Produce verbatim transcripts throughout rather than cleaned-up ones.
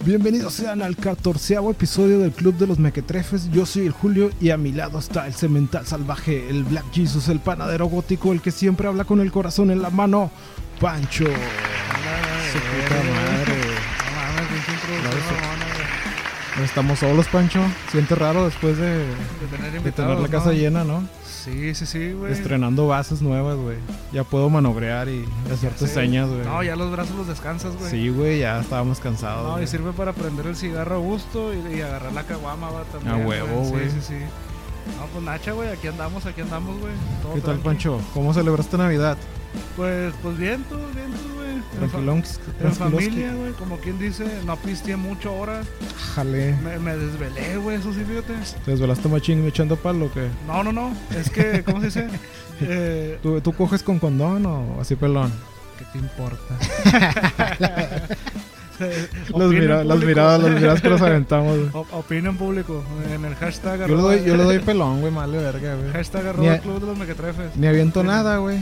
Bienvenidos sean al catorceavo episodio del Club de los Mequetrefes. Yo soy el Julio y a mi lado está el cemental salvaje, el Black Jesus, el panadero gótico, el que siempre habla con el corazón en la mano, Pancho. Su puta madre. No estamos solos, Pancho. Siente raro después de, de tener, de tener la casa, ¿no?, llena, ¿no? Sí, sí, sí, güey. Estrenando bases nuevas, güey. Ya puedo manobrear y hacerte señas, güey. No, ya los brazos los descansas, güey. Sí, güey, ya estábamos cansados. No, güey. y sirve para prender el cigarro a gusto y, y agarrar la caguama, va, también. A huevo, güey. Sí, sí, sí. No, pues Nacha, güey, aquí andamos, aquí andamos, güey. ¿Qué tal, tranqui. Pancho? ¿Cómo celebraste Navidad? Pues, pues bien, tú, bien, tú, güey. Tranquilón. En familia, güey, como quien dice, no pisteé mucho ahora. Jale. Me, me desvelé, güey, eso sí, fíjate. ¿Te desvelaste machín echando palo o qué? No, no, no, es que, ¿cómo se dice? Eh, ¿Tú, ¿Tú coges con condón o así pelón? ¿Qué te importa? Los mira, las miradas, las miradas que nos aventamos, güey. Opina en público, en el hashtag. Yo le doy, yo le doy pelón, güey, mal de verga, güey. Hashtag arroba el club de los mequetrefes. Ni aviento sí. nada, güey.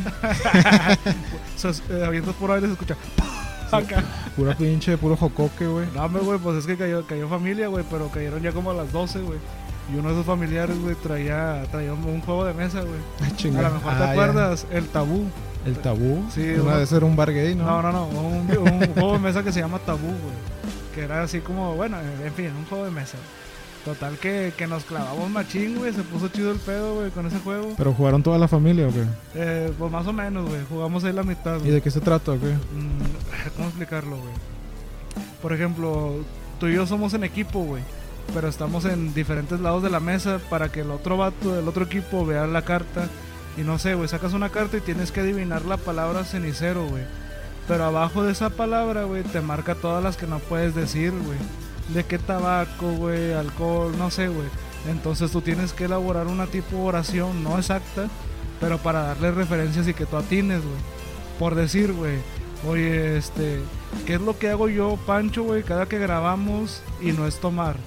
So, eh, avientas por aire y se escucha. Acá. Pura pinche, puro jocoque, güey. No, güey, pues es que cayó, cayó familia, güey, pero cayeron ya como a las doce, güey. Y uno de esos familiares, güey, traía, traía un, un juego de mesa, güey. Ah, a lo mejor ah, te acuerdas, ya. El tabú. ¿El tabú? Sí. Una de ser un bar gay, ¿no? No, no, no. Un, un juego de mesa que se llama Tabú, güey. Que era así como, bueno, en fin, un juego de mesa. Total que, que nos clavamos machín, güey. Se puso chido el pedo, güey, con ese juego. ¿Pero jugaron toda la familia o qué? Eh, pues más o menos, güey. Jugamos ahí la mitad, güey. ¿Y de qué se trata o qué? Mm, ¿Cómo explicarlo, güey? Por ejemplo, tú y yo somos en equipo, güey. Pero estamos en diferentes lados de la mesa para que el otro vato del otro equipo vea la carta. Y no sé, güey, sacas una carta y tienes que adivinar la palabra cenicero, güey. Pero abajo de esa palabra, güey, te marca todas las que no puedes decir, güey. De qué tabaco, güey, alcohol, no sé, güey. Entonces tú tienes que elaborar una tipo de oración, no exacta, pero para darle referencias y que tú atines, güey. Por decir, güey, oye, este, ¿qué es lo que hago yo, Pancho, güey, cada que grabamos y no es tomar?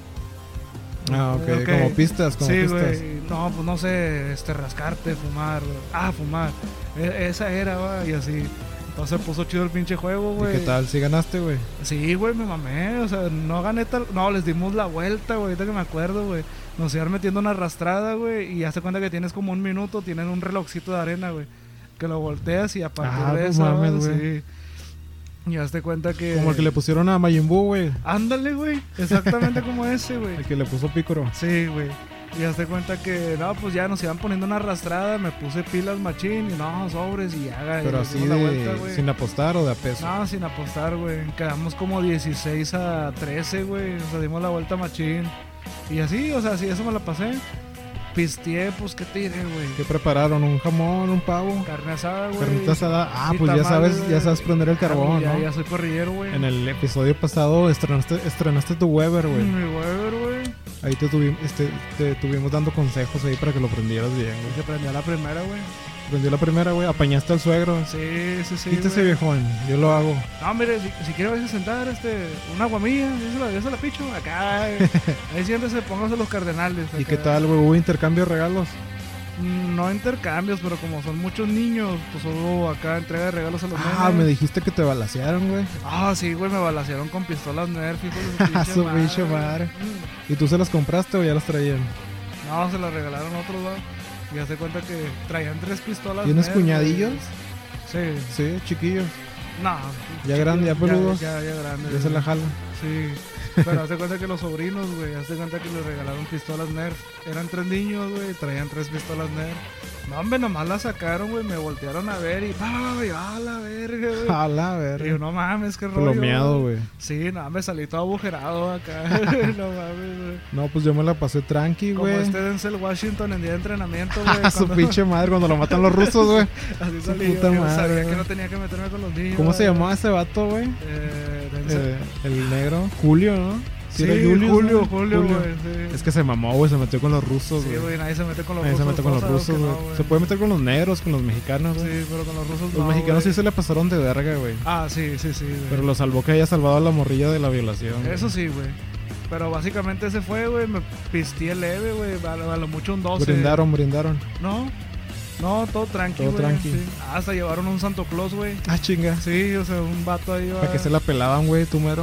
Ah, ok, okay. Como pistas, como sí, pistas. Güey, no, pues no sé, este, rascarte, fumar, güey. Ah, fumar. E- esa era, güey, y así. Entonces puso chido el pinche juego, güey. ¿Y qué tal? ¿Sí ganaste, güey? Sí, güey, me mamé. O sea, no gané tal... No, les dimos la vuelta, güey. Ahorita que me acuerdo, güey. Nos iban metiendo una arrastrada, güey. Y hace cuenta que tienes como un minuto. Tienen un relojcito de arena, güey. Que lo volteas y a partir ah, de pues eso, mames, güey. sí. Y hazte cuenta que... Como el que le pusieron a Majin Buu, güey. Ándale, güey. Exactamente como ese, güey. El que le puso Picoro. Sí, güey. Y hazte cuenta que, no, pues ya nos iban poniendo una arrastrada, me puse pilas machín y no, sobres y ya. Pero así de, vuelta, sin apostar o de a peso. No, sin apostar, güey. Quedamos como dieciséis a trece, güey. O sea, dimos la vuelta machín. Y así, o sea, así eso me la pasé. Pisteé, pues, ¿qué te diré, güey? ¿Qué prepararon? ¿Un jamón, un pavo? Carne asada, güey. Carnita asada. Ah, pues ya sabes, ya sabes prender el carbón, ya, ¿no? Ya soy corrillero, güey. En el episodio pasado estrenaste, estrenaste tu Weber, güey. Mi Weber, güey. Ahí te, tuvi, este, te tuvimos dando consejos ahí para que lo prendieras bien, güey. Se prendió la primera, güey. Prendió la primera, güey. Apañaste al suegro. Sí, sí, sí. Quítese, viejón. Yo lo hago. No, mire, si, si quiere a sentar, este, una guamilla, yo se la, yo se la picho. Acá, ahí siéntese, póngase los cardenales. Acá. ¿Y qué tal, güey? ¿Hubo intercambio de regalos? No intercambios, pero como son muchos niños, pues solo acá entrega de regalos a los niños. Ah, nenes. Me dijiste que te balacearon, güey. Ah, sí, güey, me balacearon con pistolas Nerf, hijo de su pinche su madre. pinche madre. ¿Y tú se las compraste o ya las traían? No, se las regalaron otros, güey. Y hace cuenta que traían tres pistolas. ¿Tienes Nerf, cuñadillos? Güey. Sí. Sí, chiquillos. No. Ya grandes, ya peludos. Ya, ya, ya grandes. Ya se la jalan. Sí. Pero hazte cuenta que los sobrinos, güey, hazte cuenta que les regalaron pistolas Nerf. Eran tres niños, güey, traían tres pistolas Nerf. No, hombre, nomás la sacaron, güey, me voltearon a ver y ¡ay, a la verga, güey! A la verga. Y yo, no mames, qué rollo. Plomeado, güey. Sí, no, me salí todo agujerado acá. No mames, güey. No, pues yo me la pasé tranqui, güey. Como este Denzel Washington en día de entrenamiento, güey. A su pinche madre cuando lo matan los rusos, güey. Así salí, puta yo, madre, sabía güey. que no tenía que meterme con los niños. ¿Cómo güey. se llamaba ese vato, güey? Eh, Denzel. Eh, el negro. Julio, ¿no? Sí, era Julio, Julio, Julio, Julio, güey. Sí. Es que se mamó, güey, se metió con los rusos, Sí, güey. güey, nadie se mete con los Nadie rusos. se mete con los todos rusos, sabemos güey. que no, Se puede meter con los negros, con los mexicanos, güey. Sí, pero con los rusos Los no, mexicanos güey. sí se le pasaron de verga, güey. Ah, sí, sí, sí, güey. Pero lo salvó que haya salvado a la morrilla de la violación. Eso güey. sí, güey. Pero básicamente ese fue, güey. Me pisteé leve, güey. A, lo- a lo mucho un doce. Brindaron, brindaron. No, no, todo tranqui, Todo güey. tranqui. Sí. Hasta llevaron un Santo Claus, güey. Ah, chinga. Sí, o sea, un vato ahí va. ¿Para qué se la pelaban, güey, tú mero?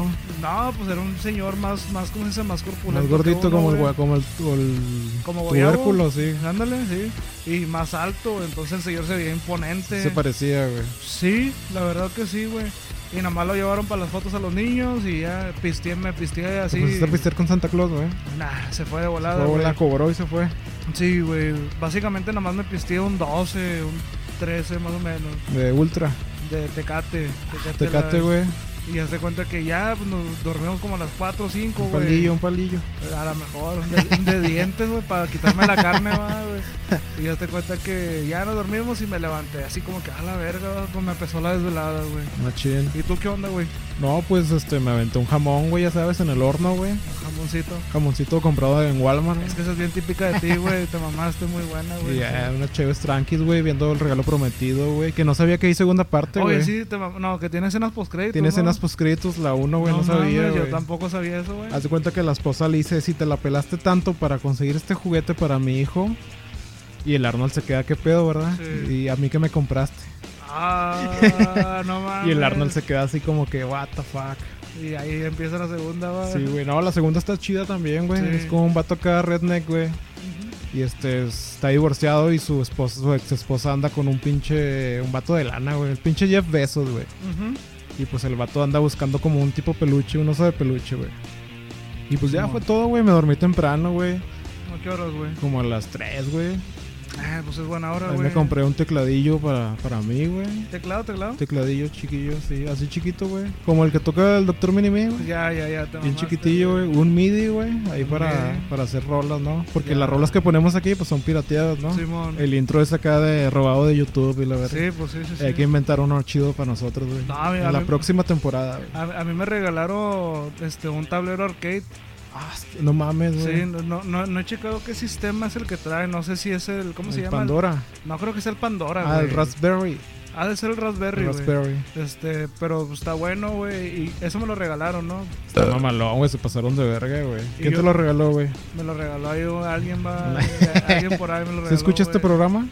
No, pues era un señor más, más ¿cómo se dice? Más corpulento. Más gordito uno, como el, güey. gua- como el, o el Como guayabo. tubérculo, sí. Ándale, sí. Y más alto, entonces el señor se veía imponente. Se parecía, güey. Sí, la verdad que sí, güey. Y nada más lo llevaron para las fotos a los niños y ya pisteé, me pisteé así. ¿Te pusiste a pistear con Santa Claus, güey? Nah, se fue de volada, Luego güey. la cobró y se fue. Sí, güey. Básicamente nada más me pisteé un doce, un trece más o menos. De Ultra. De Tecate. Tecate, Tecate, la- güey. Y haz de cuenta que ya pues, nos dormimos como a las cuatro o cinco, Un güey. palillo, un palillo. A lo mejor, de, de dientes, güey, para quitarme la carne, va, güey. Y ya te cuenta que ya nos dormimos y me levanté así como que a la verga, va, pues me empezó la desvelada, güey. Machín. ¿Y tú qué onda, güey? No, pues este, me aventé un jamón, güey, ya sabes, en el horno, güey. Un jamoncito. Jamoncito comprado en Walmart. Es que esa es bien típica de ti, güey. Te mamaste muy buena, güey. Y ya, unas chéves tranquis, güey, viendo el regalo prometido, güey. Que no sabía que hay segunda parte, güey. Oye, sí, te mam- no, que tiene escenas postcréditos. Tiene ¿no? escenas postcréditos, la uno, güey, no, mames, sabía, yo güey. tampoco sabía eso, güey. Haz de cuenta que la esposa le dice, si te la pelaste tanto para conseguir este juguete para mi hijo. Y el Arnold se queda, ¿qué pedo, verdad? Sí. Y a mí que me compraste. Ah, no mames. Y el Arnold se queda así como que, what the fuck. Y ahí empieza la segunda, güey. Sí, güey, no, la segunda está chida también, güey. Sí. Es como un vato acá redneck, güey. Y este está divorciado y su esposa, su ex esposa anda con un pinche, un vato de lana, güey. El pinche Jeff Bezos, güey. Ujú. Y pues el vato anda buscando como un tipo peluche, un oso de peluche, güey. Y pues ya Simón. fue todo, güey. Me dormí temprano, güey. ¿A qué horas, güey? Como a las tres, güey. Ah, pues es buena hora, Ahí güey. me compré un tecladillo para, para mí, güey. ¿Teclado, teclado? Tecladillo chiquillo, sí. Así chiquito, güey. Como el que toca el doctor Minimi, güey. Ya, ya, ya. Te Bien mamaste, chiquitillo, güey. Un MIDI, güey. Ahí Un para, MIDI. para hacer rolas, ¿no? Porque Ya. las rolas que ponemos aquí, pues son pirateadas, ¿no? Simón. El intro es acá de robado de YouTube y la verdad. Sí, pues sí, sí, sí. Hay que inventar uno chido para nosotros, güey. No, a mí- a En la mí- próxima temporada, güey. A, a mí me regalaron este un tablero arcade. Ah, no mames, güey. Sí, no, no, no, no he checado qué sistema es el que trae. No sé si es el. ¿Cómo se El llama? Pandora. No creo que sea el Pandora, güey. Ah, el Raspberry. Ha de ser el Raspberry, El güey. Raspberry. Este, pero está bueno, güey. Y eso me lo regalaron, ¿no? Está mamalón, güey. Se pasaron de verga, güey. Y ¿Quién yo- te lo regaló, güey? Me lo regaló ahí alguien, va. alguien por ahí me lo regaló. ¿Se escucha este güey. programa?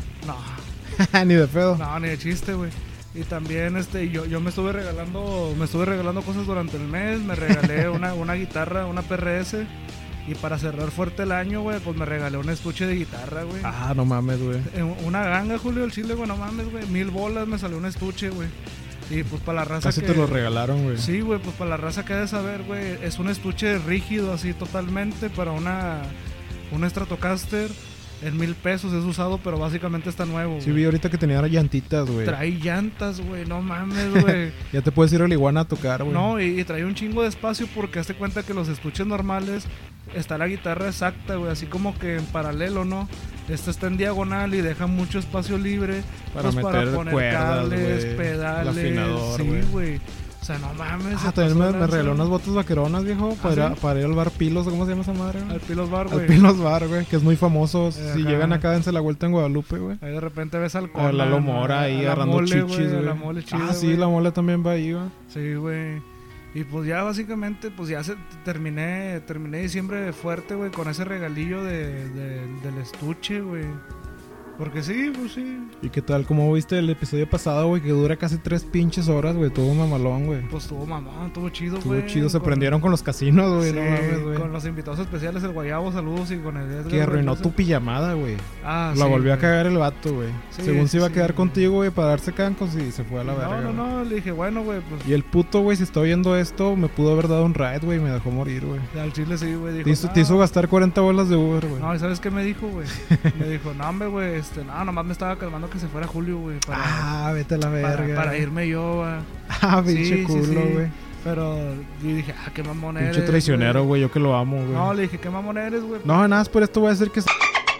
No, Ni de pedo. no, ni de chiste, güey. Y también este yo, yo me estuve regalando me estuve regalando cosas durante el mes. Me regalé una, una guitarra, una P R S. Y para cerrar fuerte el año, güey, pues me regalé un estuche de guitarra, güey. Ah, no mames, güey. En Una ganga, Julio, el chile, güey, no mames, güey. Mil bolas me salió un estuche, güey. Y pues para la raza Casi que... te lo regalaron, güey. Sí, güey, pues para la raza que ha de saber, güey. Es un estuche rígido, así totalmente, para una... Un Stratocaster. En mil pesos es usado, pero básicamente está nuevo, Sí, güey. vi ahorita que tenía llantitas, güey. Trae llantas, güey, no mames, güey. Ya te puedes ir a la iguana a tocar, güey. No, y, y trae un chingo de espacio porque hazte cuenta que los estuches normales está la guitarra exacta, güey, así como que en paralelo, ¿no? Esta está en diagonal y deja mucho espacio libre Para pues, meter para poner cuerdas, cables, güey, pedales, el afinador, sí, güey. güey. O sea, no mames. Ah, se también pasó me, de me lanza. regaló unas botas vaqueronas, viejo, para, ¿Ah, ir a- sí? para ir al bar Pilos, ¿cómo se llama esa madre, güey? Al Pilos Bar, Al güey. Pilos Bar, güey, que es muy famoso. Si Ajá. llegan acá, dense la vuelta en Guadalupe, güey. Ahí de repente ves al A Conan, la Lomora ahí a la agarrando mole, chichis, güey, a güey. la mole chida, Ah, sí, güey. la mole también va ahí, güey. Sí, güey. Y pues ya básicamente, pues ya se, terminé terminé diciembre fuerte, güey, con ese regalillo de, de- del estuche, güey. Porque sí, pues sí. ¿Y qué tal? ¿Cómo viste el episodio pasado, güey? Que dura casi tres pinches horas, güey. Tuvo mamalón, güey. Pues estuvo mamón, estuvo chido, Estuvo güey. chido. Se Con- prendieron con los casinos, güey. sí, no mames, güey. con los invitados especiales, el Guayabo, saludos, y con el Edgar Que arruinó Reynoso. tu pijamada, güey. Ah, La sí, volvió a güey. cagar el vato, güey. Sí, Según se iba a sí, quedar güey. contigo, güey, para darse cancos y se fue a la verga. No, no, güey. no, le dije, bueno, güey, pues Y el puto, güey, si está oyendo esto, me pudo haber dado un ride, güey, y me dejó morir, güey. al chile sí, güey. Dijo, Te hizo, no, te hizo gastar cuarenta bolas de Uber, güey. No, ¿y sabes qué me dijo, güey? Me dijo, no, hombre, güey, este, no, nomás me estaba calmando que se fuera Julio, güey, para, Ah, vete a la para, verga. para irme yo, güey. Ah, pinche Sí, sí, culo, sí. güey. Pero yo dije, ah, qué mamón eres. Pinche traicionero, güey, yo que lo amo, güey. No, le dije, qué mamón eres, güey. No, nada más por esto voy a decir que se...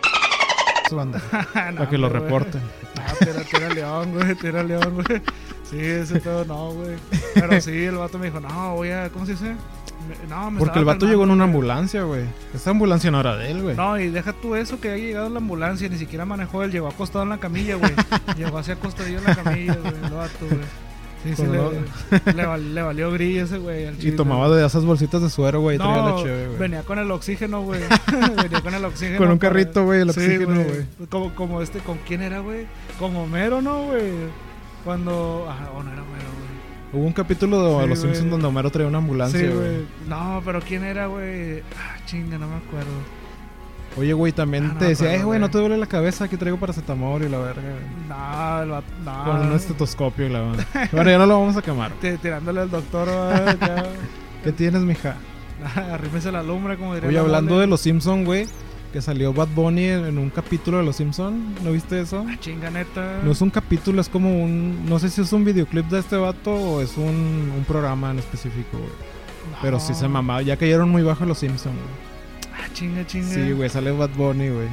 su banda. No, Para que lo hombre, güey. reporten. No, tira, tira león, güey, tira león, güey. Sí, ese pedo no, güey. Pero sí, el vato me dijo, no, voy a, ¿cómo se dice? Me- No, me Porque estaba el vato calmando, llegó en una güey. ambulancia, güey. Esa ambulancia no era de él, güey. No, y deja tú eso, que haya llegado en la ambulancia, ni siquiera manejó él, llegó acostado en la camilla, güey. Llegó así acostadillo en la camilla, güey, el vato, güey. Sí, sí, Con le, lo- le, val- le valió grillo ese, güey. al Y chile, tomaba güey. de esas bolsitas de suero, güey, y traía No, la cheve, güey. venía con el oxígeno, güey. Venía con el oxígeno. Con un para- carrito, güey, el Sí, oxígeno, güey. Como, como este, ¿con quién era, güey? Con Homero, ¿no, güey? Cuando... Ah, oh, no era Homero, güey. Hubo un capítulo de Sí, Los Simpsons güey. donde Homero traía una ambulancia, Sí, güey. güey. No, pero ¿quién era, güey? Ah, chinga, no me acuerdo. Oye, güey, también Ah, no te me decía, acuerdo, eh, güey, no güey. te duele la cabeza, aquí traigo paracetamol y la verga, güey. No, el vato, no. Con un estetoscopio y la verga. Bueno, ya no lo vamos a quemar. T- tirándole al doctor, güey, ya. ¿Qué tienes, mija? Arrímese la lumbre, como diría Oye, la hablando mole. de Los Simpsons, güey, que salió Bad Bunny en, en un capítulo de Los Simpsons, ¿no viste eso? Ah, chinga, neta. No es un capítulo, es como un... No sé si es un videoclip de este vato o es un, un programa en específico, güey. No. Pero sí se mamaba, ya cayeron muy bajo Los Simpsons, güey. Ah, chinga, chinga. Sí, güey, sale Bad Bunny, güey.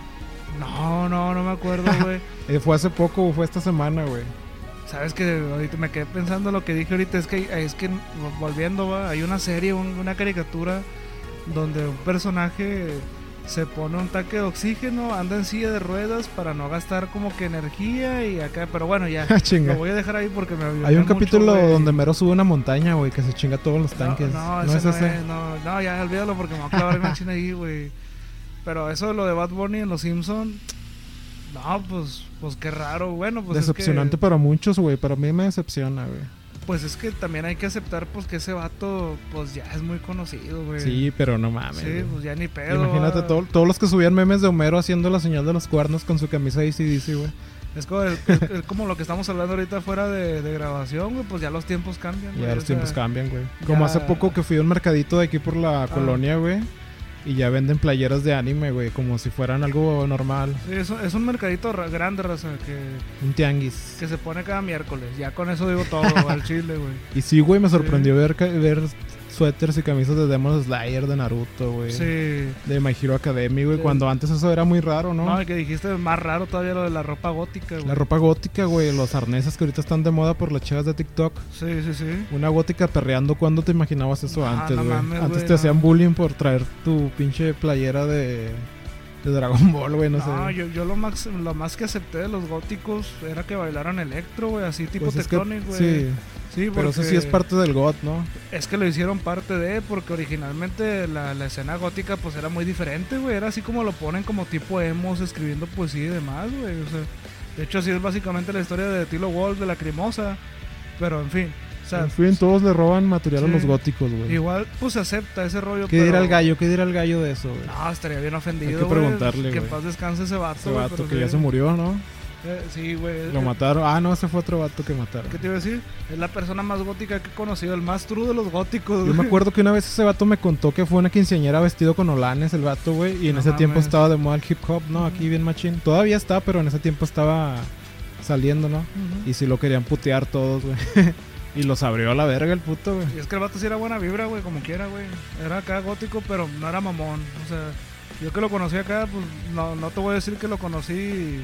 No, no, no me acuerdo, güey. Eh, ¿Fue hace poco o fue esta semana, güey? Sabes que ahorita me quedé pensando lo que dije ahorita. Es que, es que volviendo, va, hay una serie, un- una caricatura donde un personaje se pone un tanque de oxígeno, anda en silla de ruedas para no gastar como que energía y acá. Pero bueno, ya. Chinga. Lo voy a dejar ahí porque me Hay un mucho, capítulo güey. donde Mero sube una montaña, güey, que se chinga todos los tanques. No, no, ¿No ese es no, ese? es, no, no, ya olvídalo porque me voy a clavar en machina ahí, güey. Pero eso de lo de Bad Bunny en Los Simpsons, no, pues, pues qué raro. Bueno, pues Decepcionante es que, para muchos, güey. Para mí me decepciona, güey. pues es que también hay que aceptar pues que ese vato pues ya es muy conocido, güey. Sí, pero no mames. Sí, güey. pues ya ni pedo. Imagínate va. todo- todos los que subían memes de Homero haciendo la señal de los cuernos con su camisa de A C D C, güey. Es como, el- el- el- como lo que estamos hablando ahorita fuera de, de grabación, güey, pues ya los tiempos cambian, güey. Ya o los sea, tiempos cambian, güey. Como ya- hace poco que fui a un mercadito de aquí por la colonia, güey. Y ya venden playeras de anime, güey. Como si fueran algo normal. Sí, es, un- es un mercadito ra- grande, raza, que, Un tianguis. que se pone cada miércoles. Ya con eso digo todo, al chile, güey. Y sí, güey, me sorprendió ver, ca- ver suéteres y camisas de Demon Slayer, de Naruto, güey. Sí. De My Hero Academy, güey. Sí. Cuando antes eso era muy raro, ¿no? No, y que dijiste más raro todavía lo de la ropa gótica, güey. La ropa gótica, güey. Los arneses que ahorita están de moda por las chavas de TikTok. Sí, sí, sí. Una gótica perreando. ¿Cuándo te imaginabas eso Ah, antes, no güey? mames, Antes güey, te no. hacían bullying por traer tu pinche playera de, de Dragon Ball, güey. No, No, sé. yo, yo lo más lo más que acepté de los góticos era que bailaran electro, güey, así tipo Pues es que- Tectonic, güey. sí, Sí, pero eso porque sí es parte del got, ¿no? es que lo hicieron parte de, porque originalmente la, la escena gótica pues era muy diferente, güey. Era así como lo ponen como tipo emos, escribiendo poesía y demás, güey. O sea, de hecho así es básicamente la historia de Tilo Wolf, de Lacrimosa. Pero en fin, o sea, En fin, todos le roban material sí. a los góticos, güey. igual pues se acepta ese rollo. ¿Qué pero... dirá el gallo? ¿Qué dirá el gallo de eso, güey? No, estaría bien ofendido, Hay que güey. preguntarle, Que en güey. paz descanse ese vato, Ese güey, vato pero que sí. ya se murió, ¿no? Eh, sí, güey. Lo Eh, mataron. Ah, no, ese fue otro vato que mataron. ¿Qué te iba a decir? Es la persona más gótica que he conocido, el más true de los góticos, Yo güey. me acuerdo que una vez ese vato me contó que fue una quinceañera vestido con olanes, el vato, güey. Y en No ese tiempo mames. estaba de moda el hip hop, ¿no? Aquí bien machín. Todavía está, pero en ese tiempo estaba saliendo, ¿no? Ujú. Y sí lo querían putear todos, güey. Y los abrió a la verga el puto, güey. Y es que el vato sí era buena vibra, güey, como quiera, güey. Era acá gótico, pero no era mamón. O sea, yo que lo conocí acá, pues no, no te voy a decir que lo conocí.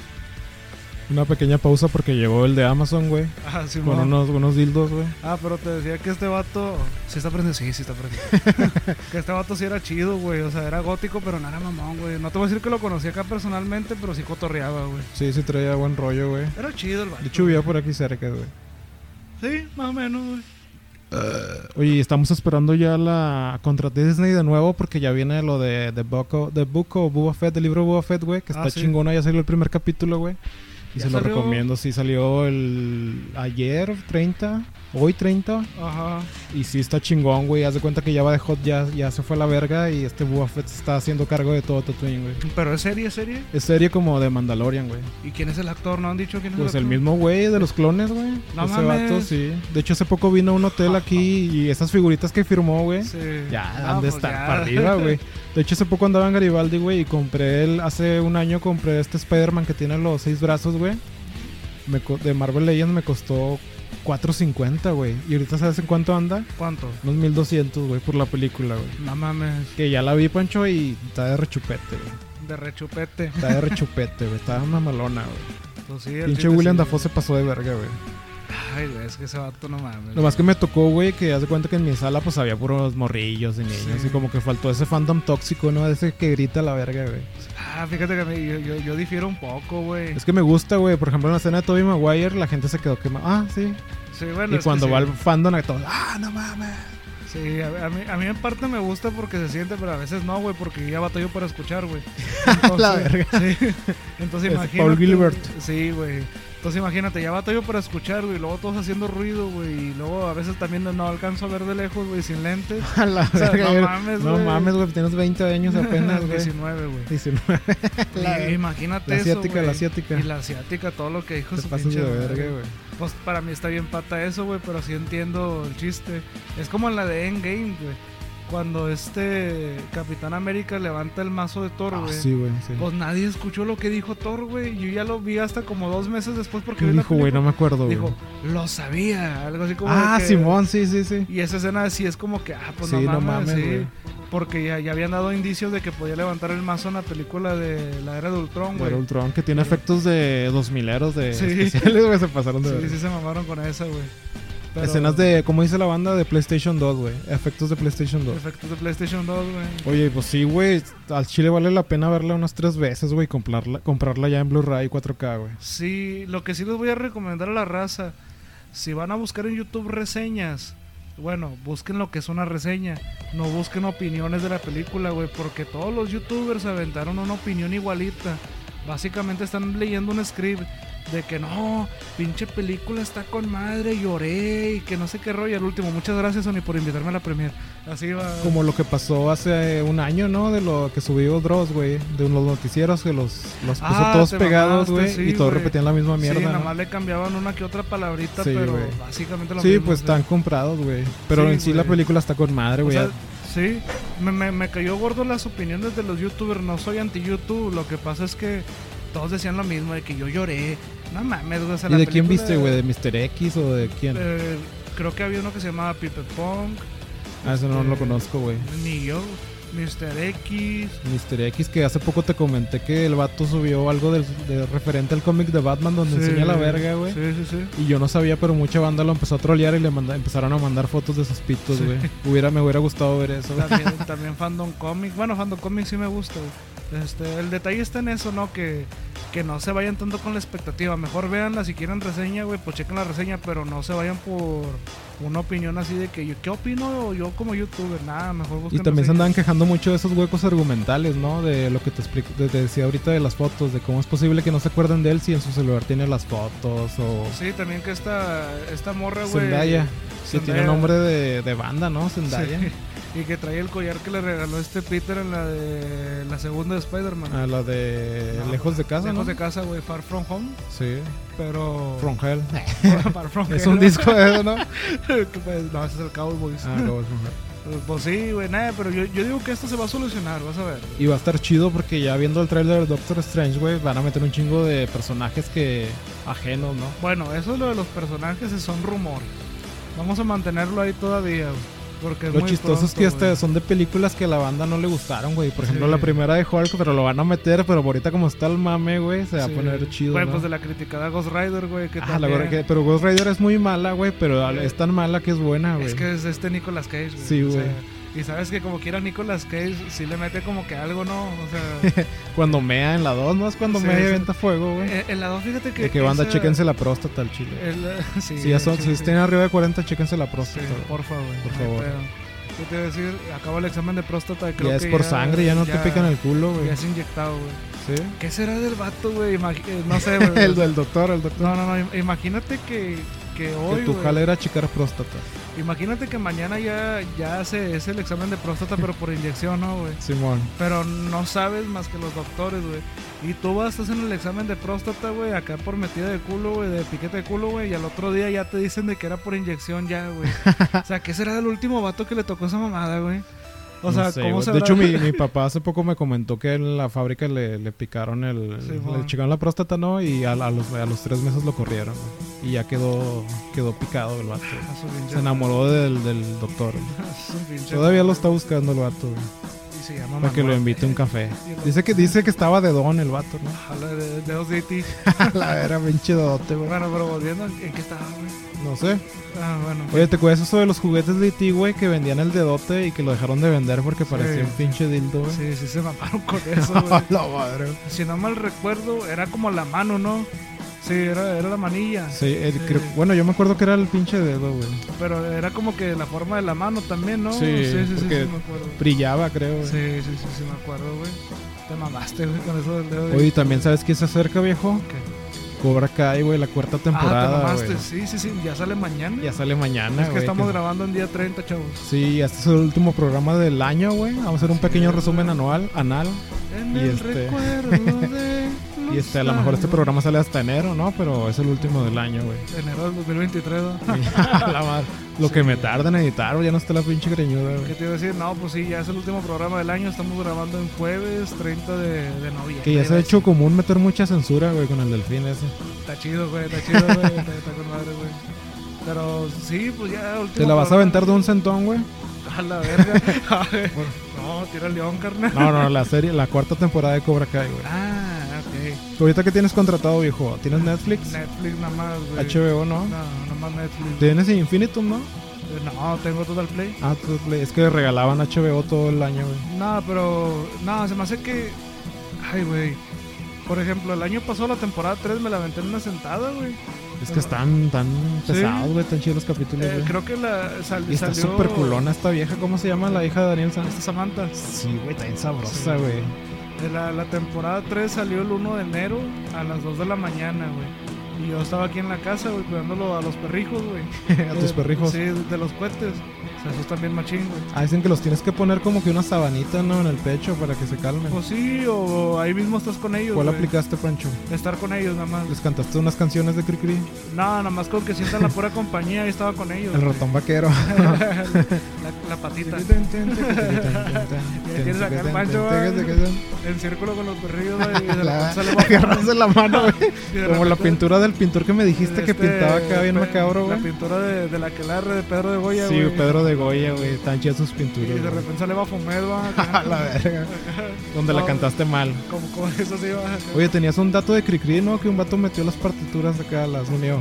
Una pequeña pausa porque llegó el de Amazon, güey. Ah, sí, Con unos, unos dildos, güey. Ah, pero te decía que este vato. Sí está aprendiendo, sí, sí está aprendiendo. Que este vato sí era chido, güey. O sea, era gótico, pero no era mamón, güey. No te voy a decir que lo conocí acá personalmente, pero sí cotorreaba, güey. Sí, sí traía buen rollo, güey. Era chido el vato. De hecho, vivía por aquí cerca, güey. Sí, más o menos, güey. Oye, y estamos esperando ya la contra Disney de nuevo porque ya viene lo de The Book, The Book of Boba Fett, el libro de Boba Fett, güey, que está Ah, sí. chingona, ya salió el primer capítulo, güey. Y ¿Ya se lo salió? recomiendo, sí, salió el ayer treinta, hoy treinta, Ajá. y sí está chingón, güey. Haz de cuenta que ya va de Hot, ya, ya se fue a la verga y este Boba Fett está haciendo cargo de todo Tatooine, güey. Pero es serie, es serie. Es serie como de Mandalorian, güey. ¿Y quién es el actor? ¿No han dicho quién es Pues el el actor? mismo güey de los clones, güey. No Ese mames. vato, sí. De hecho, hace poco vino a un hotel aquí y esas figuritas que firmó, güey. Sí. Ya, No, han de pues estar ya. para arriba, güey. De hecho, hace poco andaba en Garibaldi, güey, y compré el... Hace un año compré este Spider-Man que tiene los seis brazos, güey. Me co- de Marvel Legends me costó cuatro cincuenta, güey. Y ahorita, ¿sabes en cuánto anda? ¿Cuánto? Unos mil doscientos, güey, por la película, güey. No mames. Que ya la vi, Pancho, y está de rechupete, güey. De rechupete. Está de rechupete, güey. Está una malona, güey. Pues sí, el Pinche chiste William sí, Dafoe güey. se pasó de verga, güey. Ay, güey, es que ese vato no mames. Lo más que me tocó, güey, que haz de cuenta que en mi sala pues había puros morrillos y niños. Sí. Y como que faltó ese fandom tóxico, ¿no? Ese que grita la verga, güey. Ah, fíjate que a mí, yo, yo, yo difiero un poco, güey. Es que me gusta, güey. Por ejemplo, en la escena de Tobey Maguire, la gente se quedó quemada. Ah, sí. Sí, bueno, Y es cuando que va sí. el fandom a todos, ah, no mames. Sí, a, a mí, a mí en parte me gusta porque se siente, pero a veces no, güey, porque ya batallo para escuchar, güey. Entonces, La verga. Sí. Entonces Es imagínate. Paul Gilbert. Sí, güey. Entonces imagínate, ya batallo para escuchar, güey, y luego todos haciendo ruido, güey, y luego a veces también no alcanzo a ver de lejos, güey, sin lentes. A la O sea, verga, no güey. mames, No güey. mames, güey, tienes veinte años apenas, güey. diecinueve, güey. diecinueve. La, Y imagínate la eso, asiática, güey. la asiática. Y la asiática, todo lo que dijo Te su pasas de pinche verga, madre. güey. Pues para mí está bien pata eso, güey, pero sí entiendo el chiste. Es como en la de Endgame, güey. Cuando este Capitán América levanta el mazo de Thor, Ah, güey. sí, güey, sí. Pues nadie escuchó lo que dijo Thor, güey. Yo ya lo vi hasta como dos meses después porque ¿Qué vi la dijo, güey? No película. me acuerdo, güey. Dijo, lo sabía, algo así como Ah, de que- Simón, sí, sí, sí. Y esa escena sí es como que, ah, pues Sí, no no mames, mames, sí. güey. Porque ya, ya habían dado indicios de que podía levantar el mazo en la película de la Era de Ultron, güey. Pero Ultron, que tiene efectos de dos mileros de Sí. especiales, güey, se pasaron de Sí, verga. sí se mamaron con esa, güey. Pero- Escenas de, como dice la banda, de PlayStation dos, güey. Efectos de PlayStation dos. Efectos de PlayStation dos, güey. Oye, pues sí, güey. Al chile vale la pena verla unas tres veces, güey. Comprarla, comprarla ya en Blu-ray cuatro K, güey. Sí, lo que sí les voy a recomendar a la raza, si van a buscar en YouTube reseñas, bueno, busquen lo que es una reseña, no busquen opiniones de la película, güey, porque todos los youtubers aventaron una opinión igualita. Básicamente están leyendo un script de que no, pinche película está con madre, lloré y que no sé qué rollo. Al último, muchas gracias, Sony, por invitarme a la premier. Así va. Como lo que pasó hace un año, ¿no? De lo que subió Dross, güey. De los noticieros que los, los puso Ah, todos te pegados, mamaste, güey. sí, y todos güey. repetían la misma mierda, Sí, nada ¿no? más le cambiaban una que otra palabrita, Sí, pero güey. básicamente lo Sí, mismo. pues sí. están comprados, güey. Pero Sí, en sí güey. la película está con madre, O güey. sea, sí, me, me, me cayó gordo las opiniones de los youtubers. No soy anti-YouTube. Lo que pasa es que todos decían lo mismo, de que yo lloré. No mames, güey. O sea, ¿Y la de quién película- viste, güey? ¿De mister X o de quién? Eh, creo que había uno que se llamaba Pipe Pong. ah, eso no este, lo conozco, güey. Ni yo. mister X. mister X, que hace poco te comenté que el vato subió algo del, de referente al cómic de Batman donde Sí, enseña la verga, güey. Sí, sí, sí. Y yo no sabía, pero mucha banda lo empezó a trolear y le manda- empezaron a mandar fotos de sus pitos, Sí. güey. Hubiera, me hubiera gustado ver eso, güey. También, también Fandom Comics. Bueno, Fandom Comics sí me gusta, güey. Este, el detalle está en eso, ¿no? Que, que no se vayan tanto con la expectativa. Mejor véanla, si quieren reseña, güey, pues chequen la reseña, pero no se vayan por una opinión así de que yo, ¿qué opino yo como youtuber? Nada, mejor Y busquen también se reseñas. andaban quejando mucho de esos huecos argumentales, ¿no? De lo que te, explico, te, te decía ahorita de las fotos, de cómo es posible que no se acuerden de él si en su celular tiene las fotos o... Sí, también que esta, esta morra, güey. Zendaya, que Zendaya. tiene nombre de, de banda, ¿no? Zendaya. Sí, y que trae el collar que le regaló este Peter en la de la segunda de Spider-Man. A la de No, Lejos de Casa, Lejos ¿no? de casa, güey, Far From Home. Sí. Pero... From Hell. Far From Es Hell. un disco de eso, ¿no? Que, pues, no, ese es el Cowboys. Ah, no, From Hell. Pues sí, güey, nada, pero yo, yo digo que esto se va a solucionar, vas a ver. Y va a estar chido porque ya viendo el trailer de Doctor Strange, güey, van a meter un chingo de personajes que ajenos, ¿no? Bueno, eso es lo de los personajes, son rumores. Vamos a mantenerlo ahí todavía, güey. Porque es Lo muy chistoso es pronto, que hasta güey. son de películas que a la banda no le gustaron, güey. Por ejemplo, Sí. la primera de Hulk, pero lo van a meter, pero ahorita como está el mame, güey, se va Sí. a poner chido, Güey, ¿no? pues de la criticada Ghost Rider, güey, que Ah, la también- verdad que, pero Ghost Rider es muy mala, güey, pero Sí. es tan mala que es buena, güey. Es que es este Nicolas Cage, güey. Sí, o sea, güey. y sabes que como quiera Nicolas Cage, sí le mete como que algo, ¿no? O sea... Cuando mea en la dos, ¿no? Es cuando Sí, mea y sí. avienta fuego, güey. eh, en la dos, fíjate que... De que banda, esa- chéquense la próstata al chile. el- sí, Si ya son, sí, si sí. estén arriba de cuarenta, chéquense la Sí, próstata. güey. por favor. Por no hay favor. pedo. ¿Qué te iba a decir? Acabo el examen de próstata y creo Ya que es por sangre, ya no te pican el culo, güey. Ya es inyectado, güey. ¿Sí? ¿Qué será del vato, güey? Imagi- eh, no sé, güey. el del doctor, el doctor. No, no, no. im- Imagínate que, que hoy, que tu güey, jale era checar próstata. imagínate que mañana ya, ya hace es el examen de próstata, pero por inyección, ¿no, güey? Simón. Pero no sabes más que los doctores, güey. Y tú vas, estás en el examen de próstata, güey, acá por metida de culo, güey, de piquete de culo, güey, y al otro día ya te dicen de que era por inyección ya, güey. O sea, ¿qué será del último vato que le tocó esa mamada, güey? O sea, No sé, ¿cómo güey. se De hecho, mi, mi papá hace poco me comentó que en la fábrica le, le picaron el... Sí, le bueno. checaron la próstata, ¿no? Y a, a los, a los tres meses lo corrieron, güey. Y ya quedó quedó picado el vato, güey. Se enamoró del, del doctor, güey. Todavía lo está buscando el vato, güey. Y se llama Para que lo Manuel. invite a un café. Y lo- Dice que, dice que estaba de don el vato, ¿no? Ojalá de dedos de E T. La era pinche dote, güey. Bueno, pero volviendo, ¿en en qué estaba, güey? No sé. Ah, bueno. Oye, ¿te acuerdas eso de los juguetes de E T, güey? Que vendían el dedote y que lo dejaron de vender porque Sí. parecía un pinche dildo, güey. Sí, sí se mamaron con eso, güey. La madre, güey. Si no mal recuerdo, era como la mano, ¿no? Sí, era, era la manilla. Sí, eh, Sí. creo- bueno, yo me acuerdo que era el pinche dedo, güey. Pero era como que la forma de la mano también, ¿no? Sí, sí, sí, sí, porque- sí, me acuerdo. Brillaba, creo, güey. Sí, sí, sí, sí, me acuerdo, güey. Te mamaste, güey, con eso del dedo. de- Oye, ¿también sabes qué se acerca, viejo? ¿Qué? Cobra Kai, güey, la cuarta temporada, Ah, te mamaste. güey. Sí, sí, sí. Ya sale mañana. Ya sale mañana, Es que güey, estamos que- grabando en día treinta, chavos. Sí, este es el último programa del año, güey. Vamos a hacer un Así pequeño es, resumen güey. anual, anal. En Y el este- recuerdo de Y este, a lo los mejor este años. programa sale hasta enero, ¿no? Pero es el último del año, güey. Enero del dos mil veintitrés, ¿no? La madre. Lo Sí, que me güey. tarda en editar, güey, ya no está la pinche greñuda, ¿Qué güey. te iba a decir? No, pues sí, ya es el último programa del año. Estamos grabando en jueves treinta de, de noviembre. Que ya se iba ha a hecho decir. común meter mucha censura, güey, con el delfín ese. Está chido, güey. Está chido, güey. Está, está con madre, güey. Pero sí, pues ya último ¿Te la vas a programa. aventar de un centón, güey? A la verga. No, tira el león, carnal. No, no, la serie, la cuarta temporada de Cobra Kai, güey. Ah, ok. ¿Ahorita qué tienes contratado, viejo? ¿Tienes Netflix? Netflix nada más, güey. H B O, ¿no? No, nada más Netflix. ¿Tienes Infinitum, no? No, tengo Total Play. Ah, tú- es que regalaban H B O todo el año, güey. No, pero. No, se me hace que. Ay, güey. Por ejemplo, el año pasado, la temporada tres, me la aventé en una sentada, güey. Es que están tan Sí. pesados, güey, tan chidos los capítulos, Eh, güey. creo que la sal- Y está salió. súper culona esta vieja, ¿cómo se llama la hija de Daniel San? Esta Samantha. Sí, güey, está bien sabrosa, Sí. güey. De la, la temporada tres salió el uno de enero a las dos de la mañana, güey. Y yo estaba aquí en la casa, güey, cuidándolo a los perrijos, güey. A tus Eh, perrijos. Sí, de los cohetes. O sea, esos también machín, güey. Ah, dicen que los tienes que poner como que una sabanita, ¿no? En el pecho para que se calmen. Pues sí, o ahí mismo estás con ellos, ¿Cuál güey. aplicaste, Pancho? Estar con ellos nada más. ¿Les cantaste unas canciones de Cricri? No, nada más con que sientan la pura compañía, ahí estaba con ellos. El güey. ratón vaquero. la, la patita. Ya tienes acá el Pancho, güey. En círculo con los perrillos, güey. Y de La- repente sale bajando. Agarrarse la mano, güey. Y de Como la repente- pintura del pintor que me dijiste que Este, pintaba acá bien Pe- macabro, La güey. pintura de, de la aquelarre de Pedro de Goya, Sí, güey. Pedro de Goya, güey. Tan chidas sus Y pinturas. de güey. repente sale Bafomet, va. A la verga. Donde la No, cantaste mal. Como, como eso sí, va. Oye, tenías un dato de Cricri, ¿no? Que un vato metió las partituras acá, las unió.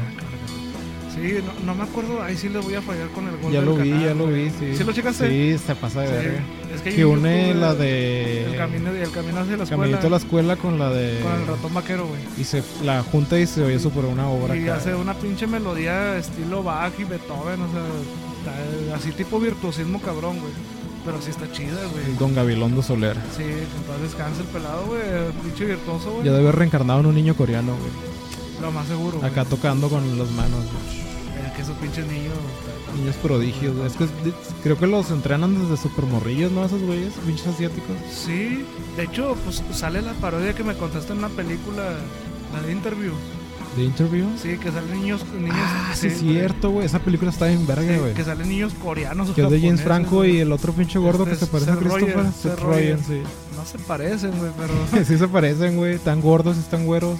Sí, no, no me acuerdo. Ahí sí le voy a fallar con el gol. Ya del lo vi, canal, ya lo güey. vi, sí. ¿Sí lo checaste? Sí, se pasa de Sí. verga. Es que, hay Que un une YouTube la de- de... El camino, el camino hacia la escuela. Caminito a la escuela con la de... Con el ratón vaquero, güey. Y se la junta y se oye eso por una obra Y acá. hace una pinche melodía estilo Bach y Beethoven, o sea, está- así tipo virtuosismo cabrón, güey. Pero sí está chida, güey. El Don Gabilondo Soler. Sí, que en paz descanse el pelado, güey. Pinche virtuoso, güey. Ya debe haber reencarnado en un niño coreano, güey. Lo más seguro, güey. Acá tocando con las manos, güey. Eh, que esos pinches niños. Niños prodigios, güey. Es que es- creo que los entrenan desde super morrillos, ¿no? Esos güeyes, pinches asiáticos. Sí, de hecho, pues sale la parodia que me contaste en una película, la de Interview. ¿De Interview? Sí, que salen niños. niños Ah, sí, es güey. cierto, güey. Esa película está bien verga, Sí, güey. que salen niños coreanos. o Que es de James japoneses, Franco güey. y el otro pinche gordo Este que se es parece a Seth Christopher. Rogen, Seth Seth Rogen, Rogen. sí. No se parecen, güey, pero. Sí se parecen, güey. Están gordos y están güeros.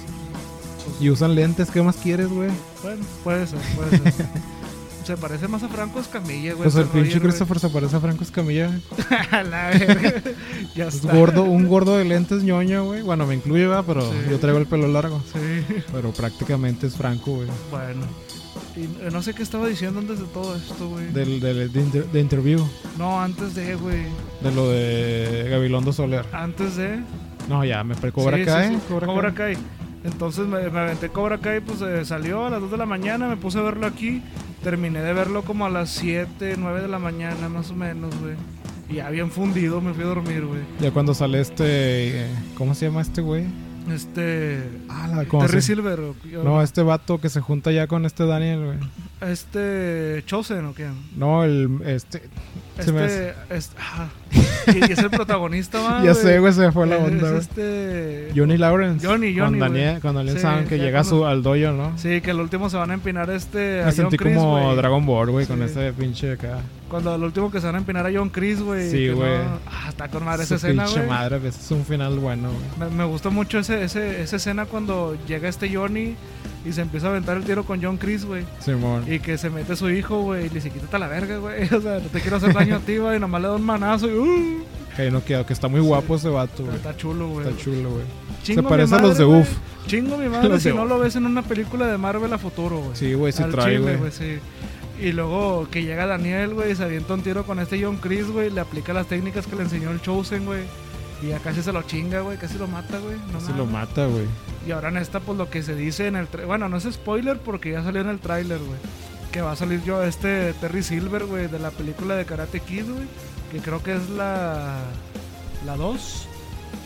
Y usan lentes. ¿Qué más quieres, güey? Bueno, puede ser, puede ser. Se parece más a Franco Escamilla, güey. Pues el Seth pinche Rogen, güey. Christopher se parece a Franco Escamilla. A la verga. Ya Es está. gordo, un gordo de lentes ñoño, güey. Bueno, me incluye, va, pero Sí. yo traigo el pelo largo. Sí, Pero prácticamente es Franco, güey. bueno. Y eh, no sé qué estaba diciendo antes de todo esto, güey. Del, del, de, inter- de interview. No, antes de, güey. De lo de Gabilondo Soler. Antes de. No, ya, me pre Cobra Sí, Kai. sí, sí, Cobra, Cobra Kai. Kai. Entonces me, me aventé Cobra Kai, pues eh, salió a las dos de la mañana, me puse a verlo aquí. Terminé de verlo como a las siete, nueve de la mañana, más o menos, güey. Y ya bien fundido me fui a dormir, güey. Ya cuando sale este. eh, ¿Cómo se llama este güey? Este. Ah, la ¿cómo Terry se- Silver. o- yo- No, este vato que se junta ya con este Daniel, güey. Este. Chosen, ¿o qué? No, el. Este. Se me hace- Este. es- ah, y, y es el protagonista, va, Ya sé, güey, se me fue la Es- onda, es güey. este. Johnny Lawrence. Johnny, Con Johnny, Daniel, güey. con Daniel Sí, San, que ya llega a su, cuando- al dojo, ¿no? Sí, que al último se van a empinar este. a Me John sentí Chris, como güey. Dragon Ball, güey, con Sí. ese pinche acá. Cuando al último que se van a empinar a John Chris, güey. Sí, que güey. no- Ah, está con madre Su esa escena, pinche güey. madre, ese es un final bueno, güey. Me, me gustó mucho ese, ese, esa escena cuando llega este Johnny y se empieza a aventar el tiro con John Chris, güey. Simón. Y que se mete su hijo, güey, y le dice, quítate a la verga, güey. O sea, no te quiero hacer daño a ti, güey. Y nomás le da un manazo y... Uh, Que no queda, que está muy guapo ese vato, güey. está chulo, güey. Está chulo, güey. Chingo Se mi parece a madre, los de güey. Uf. Chingo mi madre Los si de no Uf. lo ves en una película de Marvel a futuro, güey. Sí, güey, sí Al trae, chile, güey. sí. Y luego que llega Daniel, güey, y se avienta un tiro con este John Chris, güey. Le aplica las técnicas que le enseñó el Chosen, güey. Y ya casi se lo chinga, güey. Casi lo mata, güey. No Se lo mames. mata, güey. Y ahora en esta, pues lo que se dice en el... tra- Bueno, no es spoiler porque ya salió en el tráiler, güey. Que va a salir yo este Terry Silver, güey, de la película de Karate Kid, güey. Que creo que es la... La dos.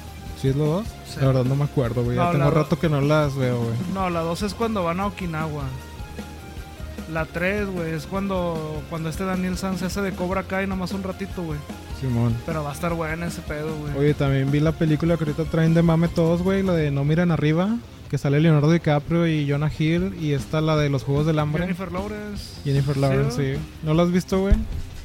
¿Sí es la dos? Sí. La verdad no me acuerdo, güey. No, Ya tengo la rato que no las veo, güey. No, la dos es cuando van a Okinawa. La tres, güey, es cuando cuando este Daniel San se hace de Cobra Kai nomás un ratito, güey. Simón. Pero va a estar buena ese pedo, güey. Oye, también vi la película que ahorita traen de mame todos, güey. La de No Miren Arriba. Que sale Leonardo DiCaprio y Jonah Hill. Y esta la de los Juegos del Hambre. Jennifer Lawrence. Jennifer Lawrence, ¿Sí, sí. ¿No la has visto, güey?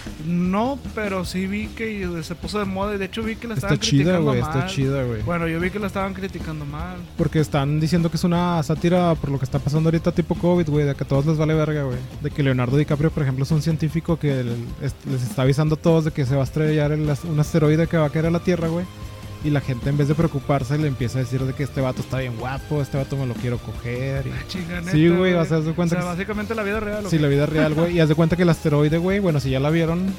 No, pero sí vi que se puso de moda y de hecho vi que la Está estaban chida, criticando güey. mal. Está chida, güey. Bueno, yo vi que la estaban criticando mal. Porque están diciendo que es una sátira por lo que está pasando ahorita tipo COVID, güey. De que a todos les vale verga, güey. De que Leonardo DiCaprio, por ejemplo, es un científico que el- es- les está avisando a todos de que se va a estrellar el- un asteroide que va a caer a la Tierra, güey. Y la gente en vez de preocuparse le empieza a decir de que este vato está bien guapo, este vato me lo quiero coger. Y... Ah, chinga, neta, Sí, güey, o sea, haz de O cuenta sea, que... básicamente la vida real. ¿o Sí, qué? la vida real, güey. Y haz de cuenta que el asteroide, güey, bueno, si ya la vieron,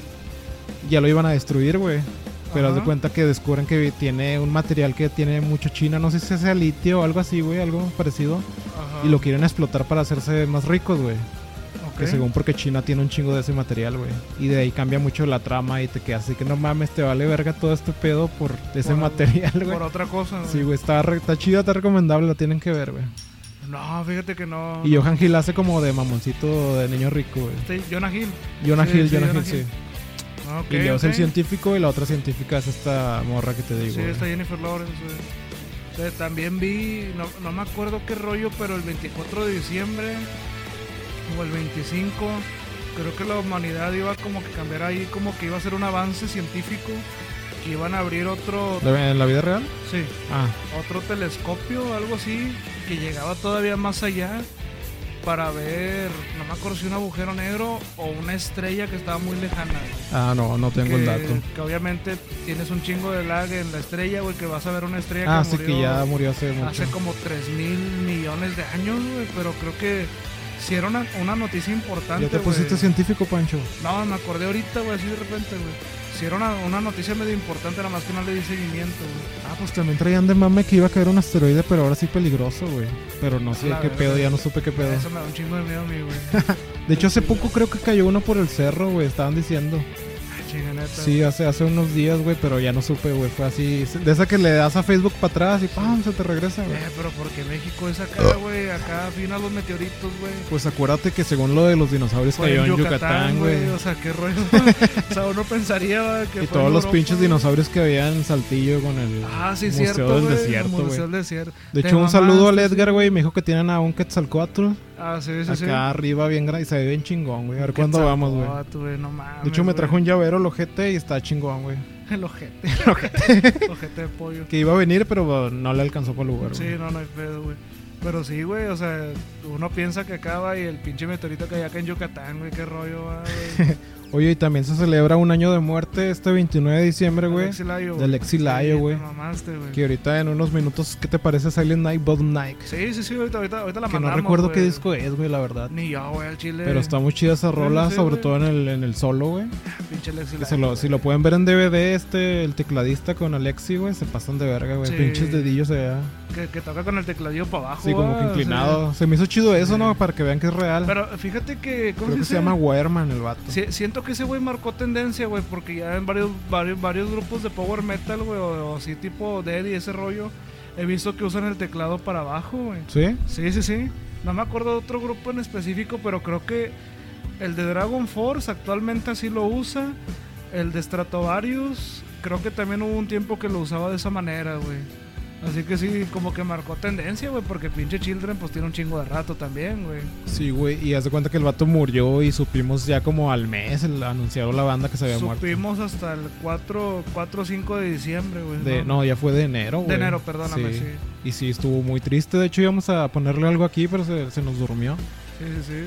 ya lo iban a destruir, güey. Pero haz de Ajá. cuenta que descubren que tiene un material que tiene mucho China, no sé si sea litio o algo así, güey, algo parecido. Ajá. Y lo quieren explotar para hacerse más ricos, güey. Ok. Que según porque China tiene un chingo de ese material, güey. Y de ahí cambia mucho la trama y te quedas así que no mames, te vale verga todo este pedo por ese Por- material, güey. Por otra cosa, güey. Sí, güey, está, re- está chida, está recomendable, la tienen que ver, güey. No, fíjate que no. Y no. Johan Hill hace como de mamoncito de niño rico, güey. Este, Jonah Hill. Jonah Sí, Hill, sí, Jonah Jonah Hill, sí. Hill. Ah, ok, Y Leo es ok. el científico y la otra científica es esta morra que te digo. Sí, güey. está Jennifer Lawrence, güey. O sea, también vi, no, no me acuerdo qué rollo, pero el veinticuatro de diciembre o el veinticinco, creo que la humanidad iba como que cambiar ahí, como que iba a ser un avance científico, que iban a abrir otro, ¿La- ¿En la vida real? sí, Ah, otro telescopio, algo así, que llegaba todavía más allá para ver, no me acuerdo si un agujero negro o una estrella que estaba muy lejana, güey. ah no, no tengo el que, dato. que obviamente tienes un chingo de lag en la estrella, güey, que vas a ver una estrella Ah, que sí, murió que ya murió hace mucho. hace como tres mil millones de años, güey, pero creo que si era una, una noticia importante, ¿Ya te pusiste güey. científico, Pancho? No, me acordé ahorita, güey, así de repente, güey. Si era una, una noticia medio importante, nada más que no le di seguimiento, güey. Ah, pues también traían de mame que iba a caer un asteroide, pero ahora sí peligroso, güey. Pero no sé La qué verga. pedo, ya no supe qué pedo. Eso me da un chingo de miedo a mí, güey. De hecho, hace poco creo que cayó uno por el cerro, güey, estaban diciendo. Ay, chinga, neta. Sí, hace, hace unos días, güey, pero ya no supe, güey. Fue así, de esa que le das a Facebook para atrás y ¡pam! Se te regresa, güey. Eh, pero porque México es acá, güey, acá afinan los meteoritos, güey. Pues acuérdate que según lo de los dinosaurios Fue cayó en Yucatán, güey. O sea, qué rollo. O sea, uno pensaría ¿va? que Y fue todos en los Europa. pinches dinosaurios que había en Saltillo con el Ah, sí, Museo cierto, del güey, Desierto, el Museo güey. del Desierto. De Te hecho, un saludo al mamaste, Edgar, sí. güey. Me dijo que tienen a un Quetzalcóatl Ah, sí, sí, acá sí. arriba bien grande y se ve bien chingón, güey. A ver cuándo vamos, güey. Quetzalcóatl, güey, no mames, De hecho, me güey. trajo un llavero, el ojete, y está chingón, güey. El ojete. El ojete. Ojete de pollo. Que iba a venir, pero no le alcanzó por lugar, Sí, güey. no, no hay pedo, güey. Pero sí, güey, o sea, uno piensa que acaba y el pinche meteorito que hay acá en Yucatán, güey, qué rollo, va, güey. Oye, y también se celebra un año de muerte este veintinueve de diciembre, güey. Alexi Layo, De Alexi Layo, Sí, güey. te mamaste, güey. Que ahorita en unos minutos, ¿qué te parece Silent Night, Bottom Night? Sí, sí, sí, ahorita, ahorita, ahorita la Que no mandamos, recuerdo güey. qué disco es, güey, la verdad. Ni yo, güey, al chile. Pero está muy chida esa rola, sí, sobre güey. todo en el, en el solo, güey. Pinche Alexi Que Layo, se lo, güey. si lo pueden ver en D V D, este, el tecladista con Alexi, güey, se pasan de verga, güey. Sí. Pinches dedillos allá. Que, que toca con el tecladillo para abajo. Sí, como que ah, inclinado. Se me hizo chido eso, Sí. ¿no? Para que vean que es real. sí. Pero fíjate que. ¿Cómo Creo que se se llama Wireman el vato. Sí, siento que ese güey marcó tendencia, güey, porque ya en varios, varios, varios grupos de power metal, güey, o, o así tipo Dead y ese rollo, he visto que usan el teclado para abajo, güey. ¿Sí? Sí, sí, sí. No me acuerdo de otro grupo en específico, pero creo que el de Dragon Force actualmente así lo usa. El de Stratovarius, creo que también hubo un tiempo que lo usaba de esa manera, güey. Así que sí, como que marcó tendencia, güey, porque pinche Children pues tiene un chingo de rato también, güey. Sí, güey. Y haz de cuenta que el vato murió y supimos ya como al mes, el, anunciaron la banda que se había muerto. Supimos hasta el cuatro o cinco de diciembre, güey. De, no, ya fue de enero, güey. De enero, perdóname, sí. Y sí, estuvo muy triste. De hecho, íbamos a ponerle algo aquí, pero se, se nos durmió. Sí, sí, sí, sí,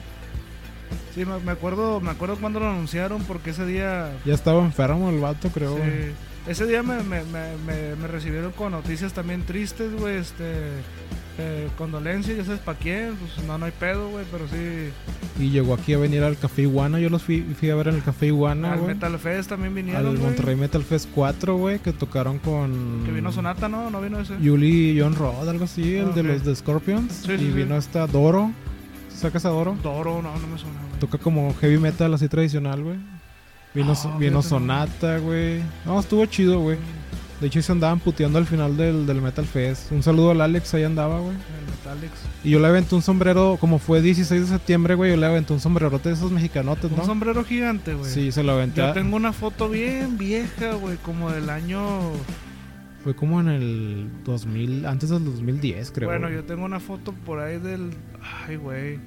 sí. Sí, me, me acuerdo, me acuerdo cuando lo anunciaron porque ese día... Ya estaba enfermo el vato, creo. Sí. güey. Ese día me, me, me, me, me recibieron con noticias también tristes, güey, este... Eh, condolencias, ya sabes para quién, pues no, no hay pedo, güey, pero sí... Y llegó aquí a venir al Café Iguana. Yo los fui, fui a ver en el Café Iguana, Al güey. Metal Fest también vinieron, Al güey. Monterrey Metal Fest cuatro, güey, que tocaron con... Que vino Sonata, ¿no? ¿No vino ese? Yuli y John Rod, algo así, el Ah, de ok. los de Scorpions. Sí, y sí, sí. vino esta Doro. ¿Sacas a Doro? Doro, no, no me suena, güey. Toca como heavy metal así tradicional, güey. Vino, Ah, vino fíjate, no. Sonata, güey. No, estuvo chido, güey. De hecho, se andaban puteando al final del, del Metal Fest. Un saludo al Alex, ahí andaba, güey. El Metalix. Y yo le aventé un sombrero, como fue dieciséis de septiembre, güey, yo le aventé un sombrerote de esos mexicanotes, ¿no? Un sombrero gigante, güey. Sí, se lo aventé. Yo a... tengo una foto bien vieja, güey, como del año... Fue como en el dos mil, antes del dos mil diez, creo. Bueno, güey. yo tengo una foto por ahí del... Ay, güey.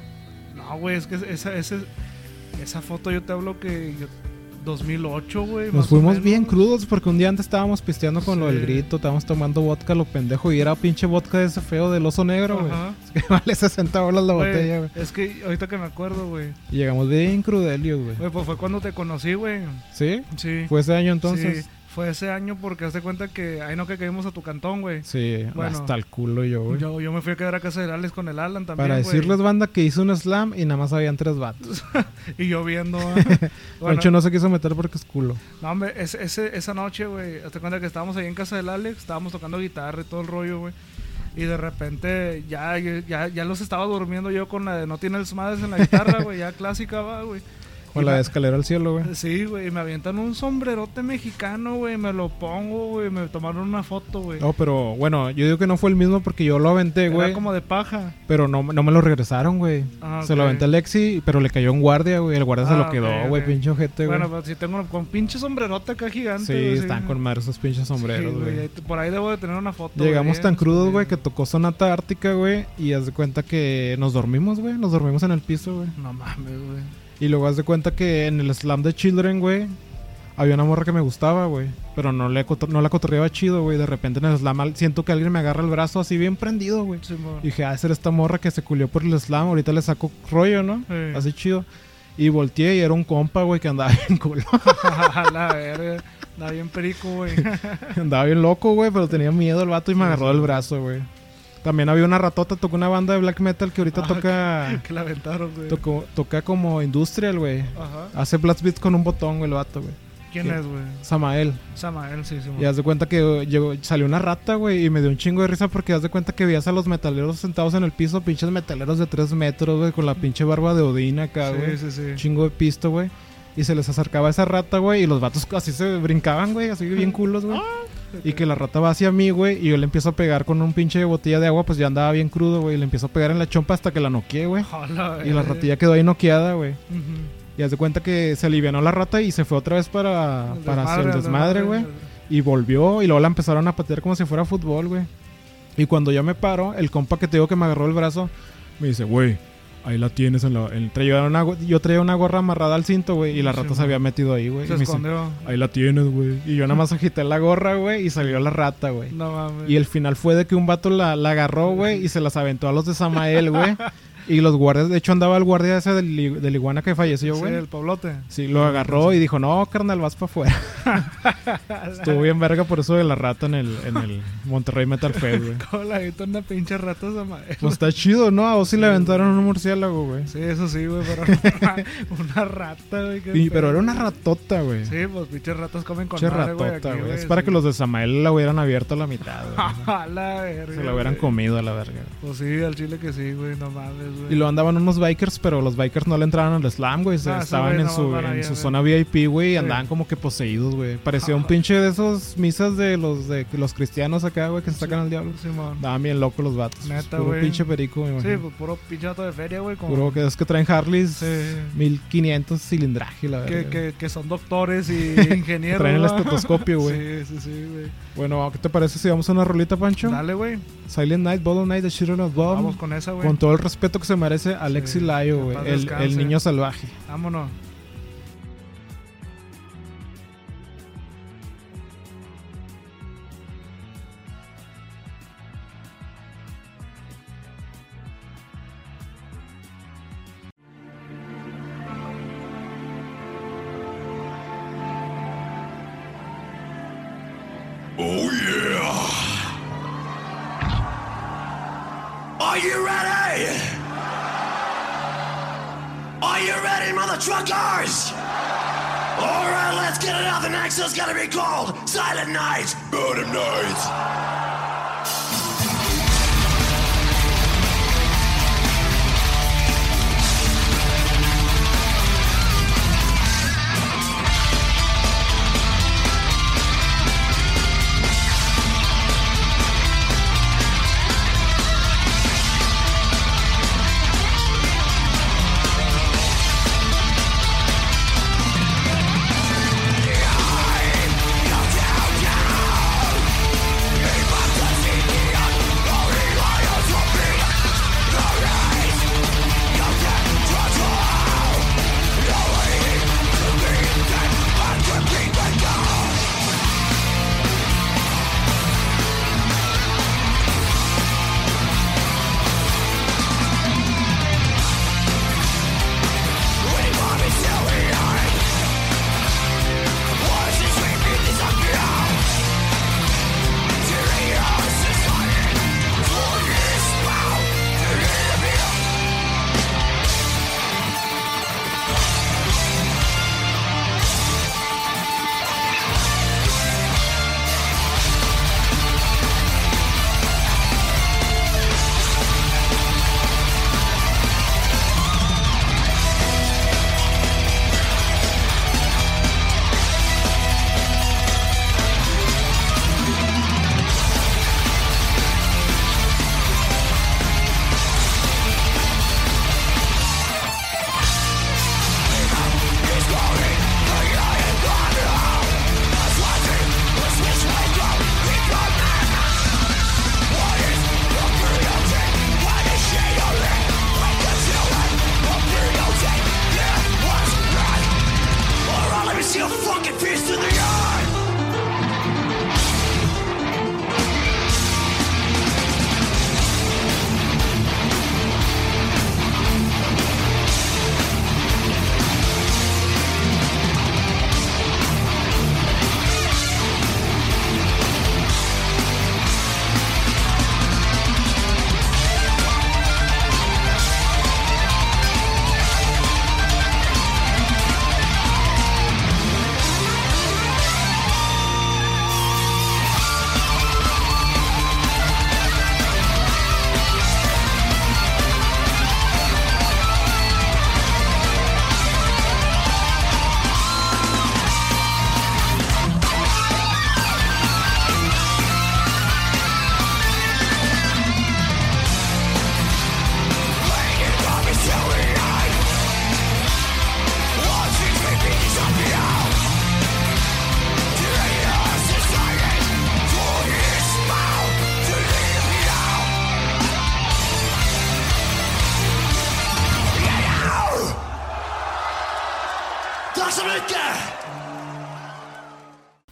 No, güey, es que esa, esa, esa foto yo te hablo que... Yo... dos mil ocho, güey. Nos fuimos bien crudos porque un día antes estábamos pisteando con Sí. lo del grito, estábamos tomando vodka, lo pendejo, y era pinche vodka de ese feo del oso negro, güey. Ajá. Es que vale sesenta bolas la Güey, botella, güey. Es que ahorita que me acuerdo, güey. Y llegamos bien crudelios, güey. Güey, pues fue cuando te conocí, güey. ¿Sí? Sí. ¿Fue ese año entonces? Sí, fue ese año porque hazte cuenta que ahí no que caímos a tu cantón, güey. Sí, Bueno, hasta el culo yo, güey. Yo, yo me fui a quedar a casa de Alex con el Alan también, Para güey. decirles, banda, que hice un slam y nada más habían tres vatos. Y yo viendo, ¿eh? Bueno, Pancho no se quiso meter porque es culo. no, hombre, ese, ese, esa noche, güey, hazte cuenta que estábamos ahí en casa del Alex, estábamos tocando guitarra y todo el rollo, güey. Y de repente ya, ya, ya los estaba durmiendo yo con la de No Tienes Madres en la guitarra, güey, ya clásica, va, güey. Con Y la me- de escalera al cielo, güey. Sí, güey, y me avientan un sombrerote mexicano, güey, me lo pongo, güey, me tomaron una foto, güey. No, pero bueno, yo digo que no fue el mismo porque yo lo aventé, Era güey. como de paja. Pero no, no me lo regresaron, güey. Ah, Se lo ok. aventé a Lexi, pero le cayó un guardia, güey. El guardia se Ah, lo ok, quedó, güey, ok. pinche ojete, güey. Bueno, pero si tengo con pinche sombrerote acá gigante, Sí, güey, están con madre esos pinches sombreros, Sí, güey. ahí- por ahí debo de tener una foto. Llegamos güey, tan crudos, güey, escondida. que tocó Sonata Ártica, güey. Y haz de cuenta que nos dormimos, güey. Nos dormimos en el piso, güey. No mames, güey. Y luego haz de cuenta que en el slam de Children, güey, había una morra que me gustaba, güey. Pero no, le cotor- no la cotorreaba chido, güey. De repente en el slam al- siento que alguien me agarra el brazo así bien prendido, güey. Simón. Y dije, ah, esa era esta morra que se culió por el slam. Ahorita le saco rollo, ¿no? Sí. Así chido. Y volteé y era un compa, güey, que andaba bien culo. A la verga. Está bien perico, güey. Andaba bien loco, güey, pero tenía miedo el vato y me Sí, agarró sí. del brazo, güey. También había una ratota, tocó una banda de black metal que ahorita Ah, toca... Que la aventaron, güey. tocó- toca como industrial, güey. Ajá. Hace blast beats con un botón, güey, el vato, güey. ¿Quién ¿Quién? es, güey? Samael. Samael, sí, sí. Y haz de cuenta que llegó, salió una rata, güey, y me dio un chingo de risa porque haz de cuenta que veías a los metaleros sentados en el piso, pinches metaleros de tres metros, güey, con la pinche barba de Odín acá, güey. Sí, sí, sí. Chingo de pisto, güey. Y se les acercaba esa rata, güey, y los vatos así se brincaban, güey, así bien culos, güey. Y que la rata va hacia mí, güey, y yo le empiezo a pegar con un pinche botella de agua, pues ya andaba bien crudo, güey, y le empiezo a pegar en la chompa hasta que la noqueé, güey. A la Y la verga. ratilla quedó ahí noqueada, güey. Ujú. Y haz de cuenta que se alivianó la rata y se fue otra vez para, El para hacer el desmadre, desmadre, güey. Y volvió y luego la empezaron a patear como si fuera fútbol, güey. Y cuando yo me paro, el compa que te digo que me agarró el brazo, me dice, güey, ahí la tienes en la... en- traía una, go- yo traía una gorra amarrada al cinto, güey, y la Sí, rata güey. se había metido ahí, güey. Y Se me dice, escondió. ahí la tienes, güey. Y yo nada más agité la gorra, güey, y salió la rata, güey. No mames. Y el final fue de que un vato la, la agarró, güey, y se las aventó a los de Samael, güey. Y los guardias, de hecho andaba el guardia ese del, i- del iguana que falleció, Sí, güey. el Pablote. Sí, lo agarró y dijo, no, carnal, vas para afuera. Estuvo bien verga por eso de la rata en el, en el Monterrey Metal Fest, güey. Como la viste una pinche rata Samael. Pues está chido, ¿no? A vos sí le aventaron un murciélago, güey. Sí, eso sí, güey, pero una, una rata, güey. qué Sí, pero pedo. era una ratota, güey. Sí, pues pinches ratas comen con Pinche madre, güey, ratota, aquí, güey. güey, Es para sí. que los de Samael la hubieran abierto a la mitad, güey. A la verga. Se la hubieran güey. comido a la verga. Pues sí, al chile que sí, güey, no mames, güey. Y lo andaban unos bikers, pero los bikers no le entraban al slam, güey. Se- Ah, esos estaban güey en no su, van en ahí, su güey. zona V I P, güey, y Sí. andaban como que poseídos, güey. Parecía un Ah. pinche de esos misas de los de los cristianos acá, güey, que se sacan al diablo. Simón. Andaban bien locos los vatos. Neta, Puro güey. pinche perico, me Sí, imagino. pues puro pinche vato de feria, güey. Como Puro que es que traen Harleys Sí. mil quinientos cilindraje, la que, verdad. que, que son doctores y ingenieros. Traen el ¿va? estetoscopio, güey. Sí, sí, sí, güey. Bueno, ¿qué te parece si vamos a una rolita, Pancho? Dale, güey. Silent Night, Bottle Night de Children of Bodom. Vamos con esa, güey. Con todo el respeto que se merece Alexi Sí, Layo, que güey. paz El, descanse. el niño salvaje. Vámonos. Oh yeah! Are you ready? Are you ready, mother truckers? All right, let's get it out. The next one's gonna be called Silent Night. Bottom Night.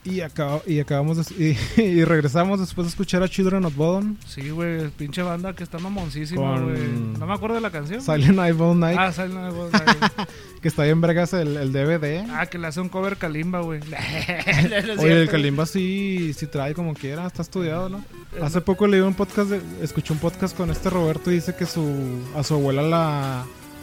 Y, acab- y acabamos de, y, y regresamos después de escuchar a Children of Bodom. Sí, güey, pinche banda que está mamoncísima, Con- güey. No me acuerdo de la canción. Silent Night, Bold Night. Ah, Silent Night, Bold Night. Que está bien vergas el, el D V D. Ah, que le hace un cover Kalimba, güey. Oye, el Kalimba sí, sí trae como quiera, está estudiado, ¿no? Hace poco leí un podcast, de- escuché un podcast con este Roberto y dice que su a su abuela la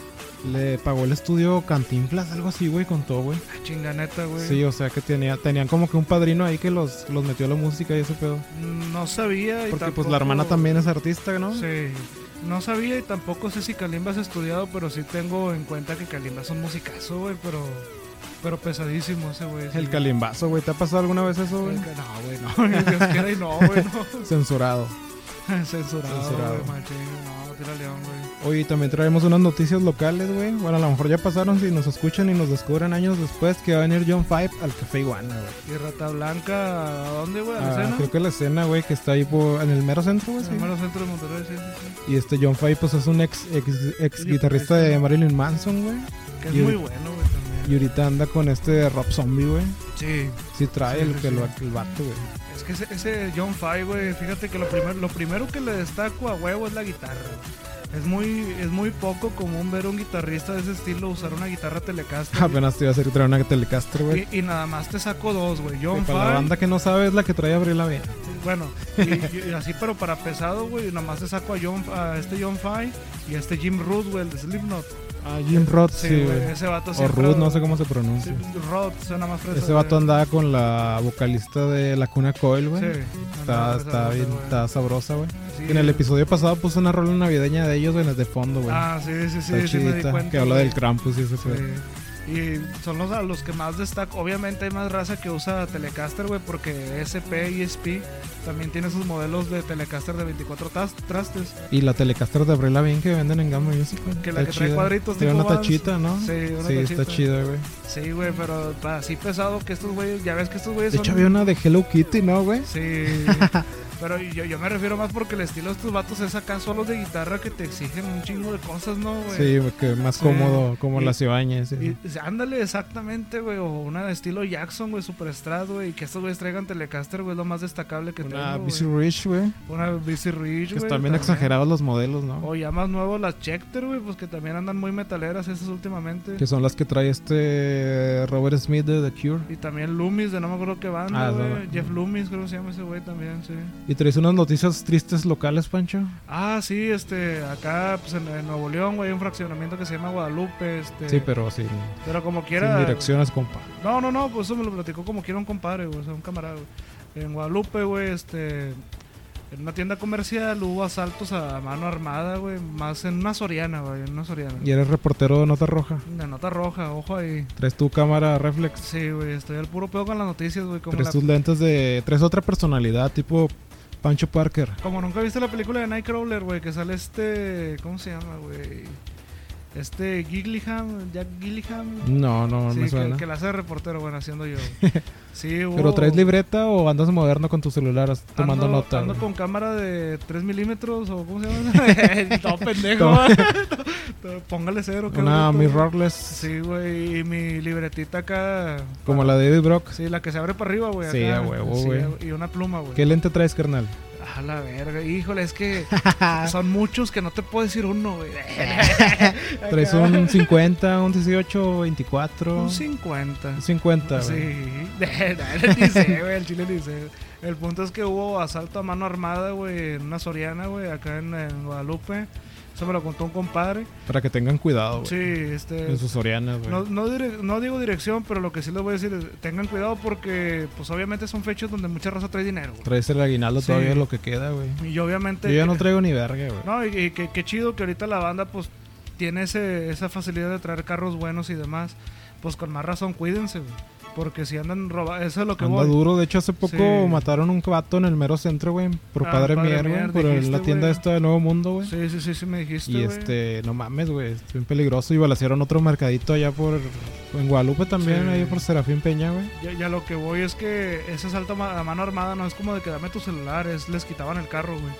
le pagó el estudio Cantinflas, algo así, güey, contó, güey. Ah, chinganeta, güey. Sí, o sea que tenía, tenían como que un padrino ahí que los, los metió a la música y ese pedo. No sabía. Y Porque tampoco... pues la hermana también es artista, ¿no? Sí. No sabía y tampoco sé si Kalimba has estudiado, pero sí tengo en cuenta que Kalimba es un musicazo, güey, pero... Pero pesadísimo ese güey. sí, El güey. Kalimbazo, güey. ¿Te ha pasado alguna vez eso, güey? El ca- No, güey, no. Dios quiera y no, güey, no. Censurado. Censurado, Censurado. güey, machín. No, tira león, güey. Oye, también traemos unas noticias locales, güey. Bueno, a lo mejor ya pasaron si nos escuchan y nos descubren años después que va a venir John Five al Café Iguana, güey. Y Rata Blanca, ¿a dónde, güey? ¿A la Ah, escena? creo que la escena, güey, que está ahí por- en el mero centro, güey. En Sí. el mero centro de Monterrey, sí, sí, sí. Y este John Five, pues es un ex, ex, ex guitarrista de Marilyn Manson, güey. Que es Y- muy bueno, güey, también. Y ahorita anda con este Rob Zombie, güey. Sí. Sí trae Sí, el, sí, que sí. lo, el vato, güey. Es que ese, ese John Five, güey, fíjate que lo primero, lo primero que le destaco a huevo es la guitarra. Es muy, es muy poco común ver un guitarrista de ese estilo usar una guitarra Telecaster. Apenas te iba a hacer traer una Telecaster, güey. y, y nada más te saco dos, güey. John Que para la Five. banda que no sabe es la que trae Abril Lavigne. Bueno, y, y así, pero para pesado, güey, nada más te saco a, John, a este John Five y a este Jim Root, güey, el de Slipknot. Ah, Jim Roth, Sí, sí, güey, güey. ese vato O siempre... Ruth, no sé cómo se pronuncia. Sí, Roth, suena más fresa. Ese vato güey. andaba con la vocalista de La Cuna Coil, güey. Sí. Está, andaba está fresa, bien, güey. está sabrosa, güey. Sí. En el episodio pasado puso una rola navideña de ellos, güey, de fondo, güey. Ah, sí, sí, sí, está sí, me di chidita, cuenta. que habla güey. del Krampus y ese pedo. Sí. Y son los a los que más destaco. Obviamente hay más raza que usa Telecaster, güey, porque S P y S P también tiene sus modelos de Telecaster de veinticuatro tas- trastes. Y la Telecaster de Abril Lavigne que venden en Gamma Music, güey. Que la Está que trae chida. cuadritos Tiene tipo una Vans. tachita, ¿no? Sí, una Sí, tachita. está chida, güey. Sí, güey, pero así pesado que estos güeyes, ya ves que estos güeyes De son... hecho había una de Hello Kitty, ¿no, güey? Sí, pero yo, yo me refiero más porque el estilo de estos vatos es acá solos de guitarra que te exigen un chingo de cosas, ¿no, güey? Sí, güey, que más Sí. cómodo, como Y- las Ibañez. Sí. Y, ándale, exactamente, güey, o una de estilo Jackson, güey, Super Strat, güey, y que estos güeyes traigan Telecaster, güey, es lo más destacable que Una tengo, B C güey. Rich, güey. Una B C Rich, Que güey. están bien también. exagerados los modelos, ¿no? O ya más nuevos las Schecter, güey, pues que también andan muy metaleras esas últimamente. Que son las que trae este Robert Smith de The Cure. Y también Loomis, de no me acuerdo qué banda, Ah, güey. no, no. Jeff Loomis, creo que se llama ese güey también, sí. Y traes unas noticias tristes locales, Pancho. Ah, sí, este, acá, pues en, en Nuevo León, güey, hay un fraccionamiento que se llama Guadalupe, este. Sí, pero sin, Pero como sin quiera. direcciones, compa. No, no, no, pues eso me lo platicó como quiera un compadre, güey, o sea, un camarada, güey. En Guadalupe, güey, este, en una tienda comercial hubo asaltos a mano armada, güey, más en una Soriana, güey, en una Soriana. Y eres reportero de Nota Roja. De nota roja, ojo ahí. Traes tu cámara reflex. Sí, güey, estoy al puro pedo con las noticias, güey, como, Traes la- tus lentes de... Traes otra personalidad, tipo Pancho Parker. como nunca viste la película de Nightcrawler, güey, que sale este, ¿cómo se llama, güey? Este Gillingham, Jack Gillingham. No, no, Sí, me que, suena. que la hace de reportero, bueno, haciendo yo. Sí, hubo- ¿Pero traes libreta o andas moderno con tu celular as- tomando ando, nota? Ando güey? con cámara de tres milímetros o ¿cómo se llama? No, pendejo. Todo. No, póngale cero. qué Una bruto. mirrorless, Sí, güey, y mi libretita acá. como la de David Brock. Sí, la que se abre para arriba, güey. Sí, acá. a huevo, Sí, güey. y una pluma, güey. ¿Qué lente traes, carnal? A la verga. Híjole, es que son muchos que no te puedo decir uno, güey. ¿Traes un cincuenta, un dieciocho, veinticuatro? Un cincuenta. Un cincuenta, güey. Sí. Ni sé, güey, el chile ni sé. El punto es que hubo asalto a mano armada, güey, en una Soriana, güey, acá en, en Guadalupe. Eso me lo contó un compadre. Para que tengan cuidado, güey. Sí, este... En sus Sorianas, güey. No, no, dire- no digo dirección, pero lo que sí les voy a decir es tengan cuidado porque, pues obviamente son fechas donde mucha raza trae dinero, güey. Traes el aguinaldo Sí. todavía lo que queda, güey. Y obviamente... Yo ya no traigo ni verga, güey. No, y, y que, que chido que ahorita la banda, pues, tiene ese, esa facilidad de traer carros buenos y demás. Pues con más razón, cuídense, güey. Porque si andan robando, eso es lo que Anda voy. duro. De hecho, hace poco Sí. mataron un vato en el mero centro, güey. Por Ah, Padre, Padre Mier, güey. Mier, Por el- dijiste, la tienda güey. esta de Nuevo Mundo, güey. Sí, sí, sí, sí me dijiste, Y güey. este, no mames, güey. Es bien peligroso. Y balacearon otro mercadito allá por... En Guadalupe también, Sí. ahí por Serafín Peña, güey. Ya, ya lo que voy es que ese asalto a ma- a mano armada no es como de que dame tu celular, es les quitaban el carro, güey.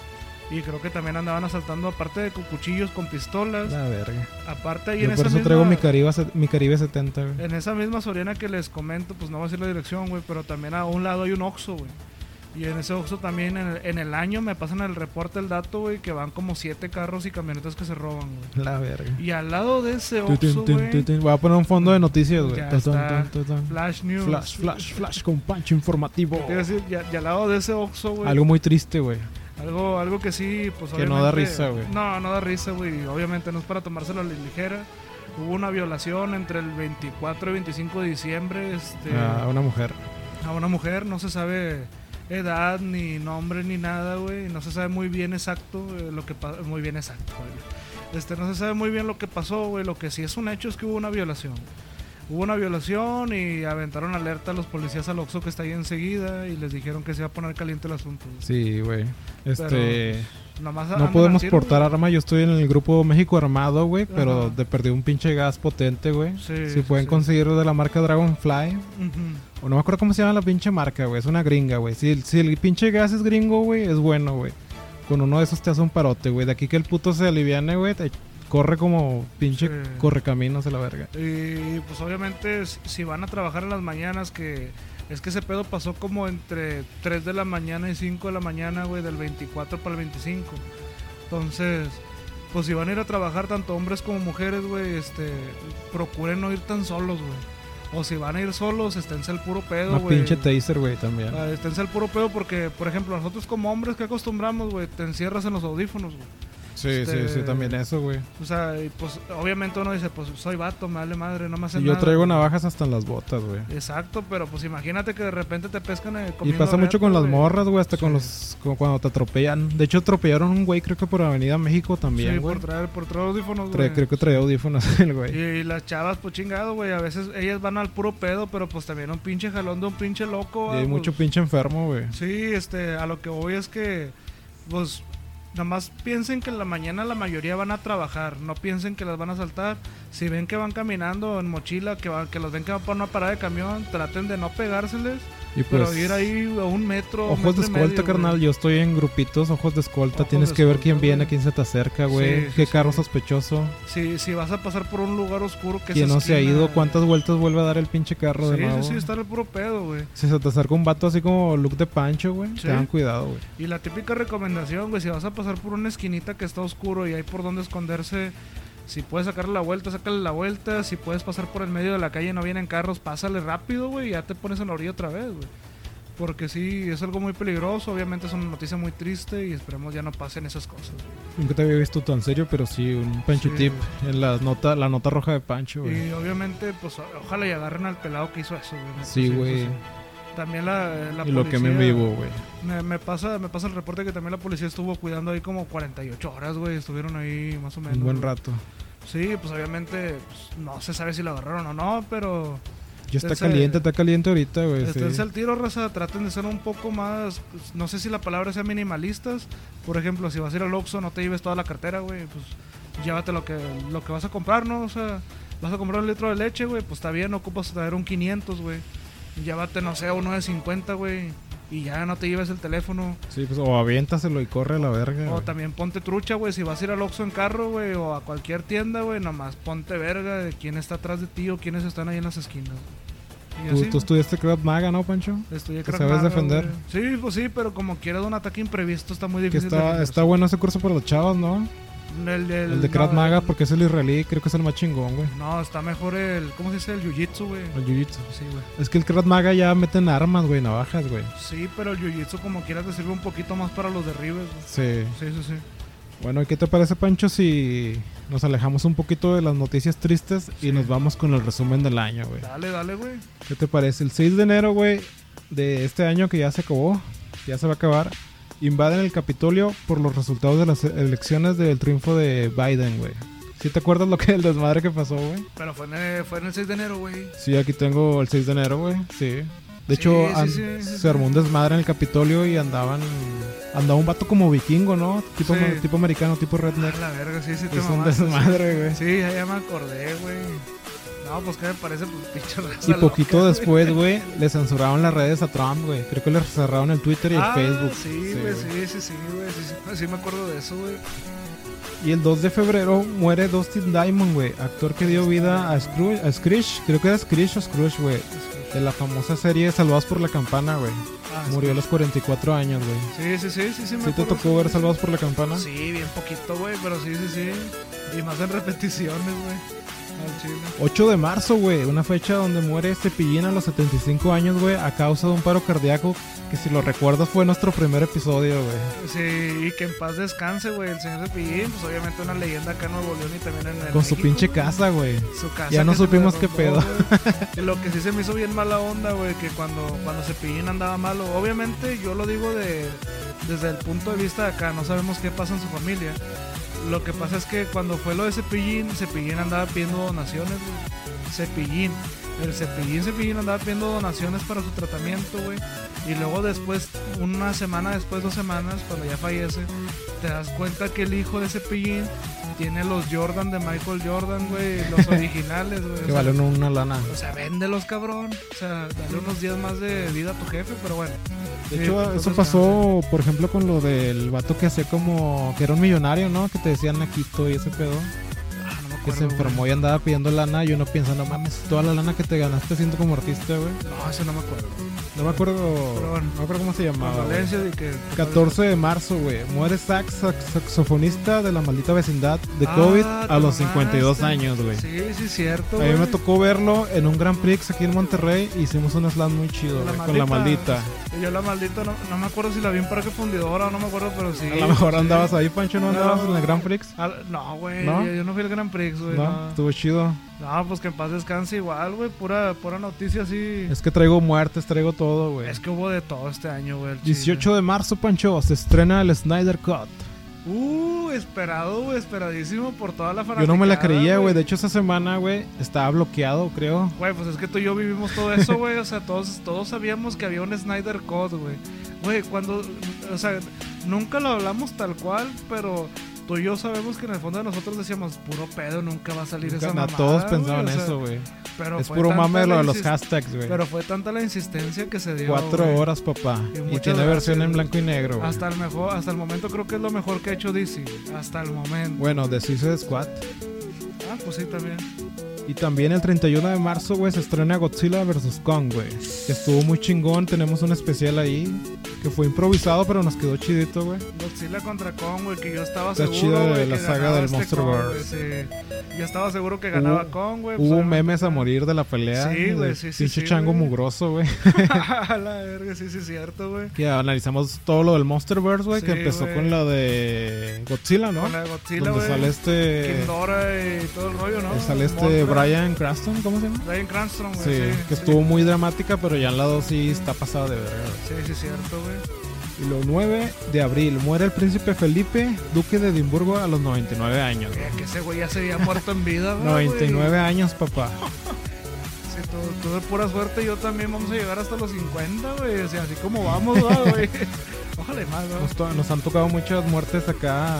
Y creo que también andaban asaltando, aparte de con cuchillos, con pistolas. La verga. Aparte ahí Yo en por esa eso misma, traigo mi Caribe, mi Caribe setenta, güey. en esa misma Soriana que les comento, pues no voy a decir la dirección, güey, pero también a un lado hay un Oxxo, güey. Y en ese Oxxo también en el, en el año me pasan el reporte, el dato, güey, que van como siete carros y camionetas que se roban, güey. La verga. Y al lado de ese Tu, tu, Oxxo, tu, güey, tu, tu. Voy a poner un fondo de noticias, güey. ya Tu, tu, está, tu, tu, tu. Flash News. Flash, flash, flash con Pancho informativo. Te iba a decir, y, a- y al lado de ese Oxxo, güey, Algo muy triste, güey. algo, algo que sí, pues Que obviamente... no da risa, güey. No, no da risa, güey. Obviamente no es para tomárselo a la ligera. Hubo una violación entre el veinticuatro y veinticinco de diciembre, este... A una mujer. a una mujer, no se sabe edad, ni nombre, ni nada, güey. No se sabe muy bien exacto eh, lo que pasó. Muy bien exacto, güey. Este, no se sabe muy bien lo que pasó, güey. Lo que sí es un hecho es que hubo una violación. Hubo una violación y aventaron alerta a los policías al Oxxo que está ahí enseguida y les dijeron que se iba a poner caliente el asunto, güey. Sí, güey. Este... Pero, nomás No andan podemos al tiro, portar güey. arma. Yo estoy en el grupo México Armado, güey. Pero Ajá. te perdí un pinche gas potente, güey. Sí, Si sí, pueden sí. conseguir de la marca Dragonfly. Ujú. O no me acuerdo cómo se llama la pinche marca, güey. Es una gringa, güey. Si, el- si el pinche gas es gringo, güey, es bueno, güey. Con uno de esos te hace un parote, güey. De aquí que el puto se aliviane, güey, te corre como pinche Sí. correcaminos a la verga. Y pues obviamente si- si van a trabajar en las mañanas, que es que ese pedo pasó como entre tres de la mañana y cinco de la mañana, güey, del veinticuatro para el veinticinco. Entonces, pues si van a ir a trabajar tanto hombres como mujeres, güey, este, procuren no ir tan solos, güey. O si van a ir solos, esténse al puro pedo, Una güey. pinche taser, güey, también. Ah, esténse al puro pedo porque, por ejemplo, nosotros como hombres que acostumbramos, güey, te encierras en los audífonos, güey. Sí, este- sí, sí, también eso, güey. O sea, y pues obviamente uno dice, pues soy vato, me vale madre, no me hacen Y yo nada. traigo navajas hasta en las botas, güey. Exacto, pero pues imagínate que de repente te pescan eh, Y comiendo pasa mucho reata, con las güey. morras, güey, hasta con Sí. los como cuando te atropellan. De hecho, atropellaron un güey, creo que por Avenida México también, Sí, güey. por traer, por traer audífonos, Trae- güey. creo que traía audífonos el güey. Y, y las chavas, pues chingado, güey, a veces ellas van al puro pedo, pero pues también un pinche jalón de un pinche loco. Y hay ah, mucho pues, pinche enfermo, güey. Sí, este, a lo que voy es que, pues, nada más piensen que en la mañana la mayoría van a trabajar, no piensen que las van a saltar. Si ven que van caminando en mochila, que van, que los ven que van por una parada de camión, traten de no pegárseles, Y pero pues, ir ahí a un metro. ojos metro de y escolta, medio, carnal. güey. Yo estoy en grupitos, ojos de escolta. Ojos Tienes de que ver escolta, quién viene, güey. quién se te acerca, güey. Sí, Qué sí, carro sí. sospechoso. Si, si vas a pasar por un lugar oscuro que Quién esa no se ha esquina- ido, cuántas vueltas vuelve a dar el pinche carro de Sí, nuevo. sí, sí, está en el puro pedo, güey. Si se te acerca un vato así como look de Pancho, güey, Sí. tengan cuidado, güey. Y la típica recomendación, güey, si vas a pasar por una esquinita que está oscuro y hay por donde esconderse, si puedes sacarle la vuelta, sácale la vuelta. Si puedes pasar por el medio de la calle y no vienen carros, pásale rápido, güey, y ya te pones en la orilla otra vez, güey. Porque sí, es algo muy peligroso, obviamente es una noticia muy triste y esperemos ya no pasen esas cosas, güey. Nunca te había visto tan serio, pero sí, un Pancho Sí, tip güey. en la nota, la nota roja de Pancho, güey. Y obviamente, pues o- ojalá y agarren al pelado que hizo eso, güey. neta, Sí, eso güey. sí. También la, la Y lo que me policía- vivo, güey. Me, me pasa me pasa el reporte que también la policía estuvo cuidando ahí como cuarenta y ocho horas, güey. Estuvieron ahí más o menos. Un buen güey. rato. Sí, pues obviamente pues, no se sabe si lo agarraron o no, pero Ya está Ese- caliente, está caliente ahorita, güey. sí. esténse al tiro, raza. Traten de ser un poco más, pues, no sé si la palabra sea minimalistas. Por ejemplo, si vas a ir al Oxxo, no te lleves toda la cartera, güey. Pues llévate lo que, lo que vas a comprar, ¿no? O sea, vas a comprar un litro de leche, güey. Pues está bien, no ocupas traer un quinientos, güey. Llévate, no sé, uno de cincuenta, güey. Y ya no te lleves el teléfono. Sí, pues o aviéntaselo y corre a la verga. O güey. también ponte trucha, güey. Si vas a ir al Oxxo en carro, güey, o a cualquier tienda, güey, nomás ponte verga de quién está atrás de ti o quiénes están ahí en las esquinas. Y ¿Tú, así, tú güey. estudiaste Krav Maga, ¿no, Pancho? Estudié ¿te Krav sabes Maga, defender? güey. Sí, pues sí, pero como quiera de un ataque imprevisto está muy Que difícil. de está, defenderse. está bueno ese curso para los chavos, ¿no? El, del- El de Krav no, Maga, el- porque es el israelí, creo que es el más chingón, güey. No, está mejor el... ¿Cómo se dice? El jiu-jitsu, güey. El jiu-jitsu. Sí, güey. Es que el Krav Maga ya meten armas, güey, navajas, güey. Sí, pero el jiu-jitsu como quiera te sirve un poquito más para los derribes, güey. Sí. Sí, sí, sí. Bueno, ¿y qué te parece, Pancho, si nos alejamos un poquito de las noticias tristes y Sí. nos vamos con el resumen del año, güey? Dale, dale, güey. ¿Qué te parece? El seis de enero, güey, de este año que ya se acabó, ya se va a acabar, invaden el Capitolio por los resultados de las elecciones del triunfo de Biden, güey. ¿Sí te acuerdas lo que el desmadre que pasó, güey? Pero fue en el, fue en el seis de enero, güey. Sí, aquí tengo el seis de enero, güey. Sí. De Sí, hecho, sí, an- sí, sí, se sí. armó un desmadre en el Capitolio y andaban... Andaba un vato como vikingo, ¿no? Tipo, Sí. tipo americano, tipo Ah, redneck. la verga, sí, sí te Es un mamaste, desmadre, güey. Sí, ya me acordé, güey. No, pues que me parece, pues pinche raza Y poquito loca, después, güey, le censuraron las redes a Trump, güey. Creo que le cerraron el Twitter y el Ah, Facebook. Sí, güey, sí, sí, sí, güey. Sí, sí, sí me acuerdo de eso, güey. Y el dos de febrero muere Dustin Diamond, güey. Actor que dio vida a Scrooge, a Screech. Creo que era Screech o Scrooge, güey. De la famosa serie Salvados por la Campana, güey. Ah, Murió a los cuarenta y cuatro años, güey. Sí, sí, sí, sí, sí, me ¿Sí te acuerdo, tocó ver Salvados por la Campana? Sí, bien poquito, güey, pero sí, sí, sí. Y más en repeticiones, güey. Al chile. ocho de marzo, güey. Una fecha donde muere Cepillín a los setenta y cinco años, güey. A causa de un paro cardíaco. Que si lo recuerdas fue nuestro primer episodio, güey. Sí, y que en paz descanse, güey. El señor Cepillín, pues obviamente una leyenda acá en Nuevo León y también en el Con su México, pinche güey. casa, güey. Su casa Ya no que se supimos qué derrumbó, pedo. güey. Y lo que sí se me hizo bien mala onda, güey, que cuando, cuando Cepillín andaba malo, obviamente yo lo digo de desde el punto de vista de acá, no sabemos qué pasa en su familia. Lo que pasa es que cuando fue lo de Cepillín, Cepillín andaba pidiendo donaciones, güey. Cepillín. El Cepillín, Cepillín andaba pidiendo donaciones para su tratamiento, güey. Y luego después, una semana después, dos semanas, cuando ya fallece, te das cuenta que el hijo de Cepillín tiene los Jordan de Michael Jordan, güey, los originales, güey. Que O sea, valen una lana. o sea, véndelos, cabrón. O sea, dale unos días más de vida a tu jefe, pero bueno. De Sí, hecho, pues, eso entonces, pasó, por ejemplo, con lo del vato que hacía como que era un millonario, ¿no? Que te decían Naquito y ese pedo. Ah, no me Que acuerdo, se enfermó güey. y andaba pidiendo lana. Y uno piensa, no mames, toda la lana que te ganaste siendo como artista, güey. No, eso no me acuerdo. No me acuerdo, Pero bueno. no me acuerdo cómo se llamaba. güey. Condolencias y que... catorce de marzo, güey. Muere sax, sax- saxofonista de la maldita vecindad de Ah, COVID te a los cincuenta y dos mamaste. años, güey. Sí, sí, cierto, A mí me güey. tocó verlo en un Grand Prix aquí en Monterrey. Hicimos un slam muy chido, La güey, con la maldita. Y Yo la maldita, no, no me acuerdo si la vi en Parque Fundidora o no me acuerdo, pero sí. A lo mejor sí. andabas ahí, Pancho, ¿no andabas No. en el Grand Prix? Al- No, güey, ¿No? Yo, yo no fui al Grand Prix, güey. No, No, estuvo chido. no, pues que en paz descanse igual, güey. Pura, pura noticia así. Es que traigo muertes, traigo todo, güey. Es que hubo de todo este año, güey. al chile. dieciocho de marzo, Pancho, se estrena el Snyder Cut. Uh, esperado, güey, esperadísimo por toda la Yo fanaticada. no me la creía, güey. De hecho, esa semana, güey, estaba bloqueado, creo. Güey, pues es que tú y yo vivimos todo eso, güey. O sea, todos, todos sabíamos que había un Snyder Cut, güey. Güey, cuando... O sea, nunca lo hablamos tal cual, pero tú y yo sabemos que en el fondo de nosotros decíamos, puro pedo, nunca va a salir esa Na- mamada, Todos güey, pensaban o sea, eso, güey. pero Es fue puro tanta mame de lo la de los insist- hashtags, güey. Pero fue tanta la insistencia que se dio, Cuatro güey. horas, papá. Y Y, muchas tiene gracias, versión en güey. blanco y negro, güey. Hasta el mejor, hasta el momento creo que es lo mejor que ha hecho D C. Hasta el momento. Bueno, de Suicide Squad. Ah, pues sí, también. Y también el treinta y uno de marzo, güey, se estrena Godzilla versus. Kong, güey. Que estuvo muy chingón. Tenemos un especial ahí. Que fue improvisado, pero nos quedó chidito, güey. Godzilla contra Kong, güey, que yo estaba Está seguro, chida güey, la que saga ganaba del este Monsterverse. Kong, güey, sí. Yo estaba seguro que ganaba Hubo- Kong, güey. pues, Hubo obviamente. memes a morir de la pelea. Sí, güey, del sí, sí, Pinche sí, chango güey. mugroso, güey. A la verga, sí, sí, es cierto, güey. Que analizamos todo lo del Monsterverse, güey. Sí, que empezó güey. con la de Godzilla, ¿no? Con la de Godzilla, Donde güey. sale este. King Dora y todo el rollo, ¿no? Sale este Mothra. Bryan Cranston, ¿cómo se llama? Bryan Cranston, güey. Sí, Sí, que sí. estuvo muy dramática, pero ya en la dos sí está pasada de verga. Sí, sí, es cierto, güey. Y lo nueve de abril muere el príncipe Felipe, duque de Edimburgo, a los noventa y nueve años. Eh, Que ese güey ya se había muerto en vida, güey. noventa y nueve años, papá. Sí, tú, tú de pura suerte, yo también vamos a llegar hasta los cincuenta, güey. O sea, así como vamos, ¿no, güey? Ojalá y más, ¿no? Nos, to- nos han tocado muchas muertes acá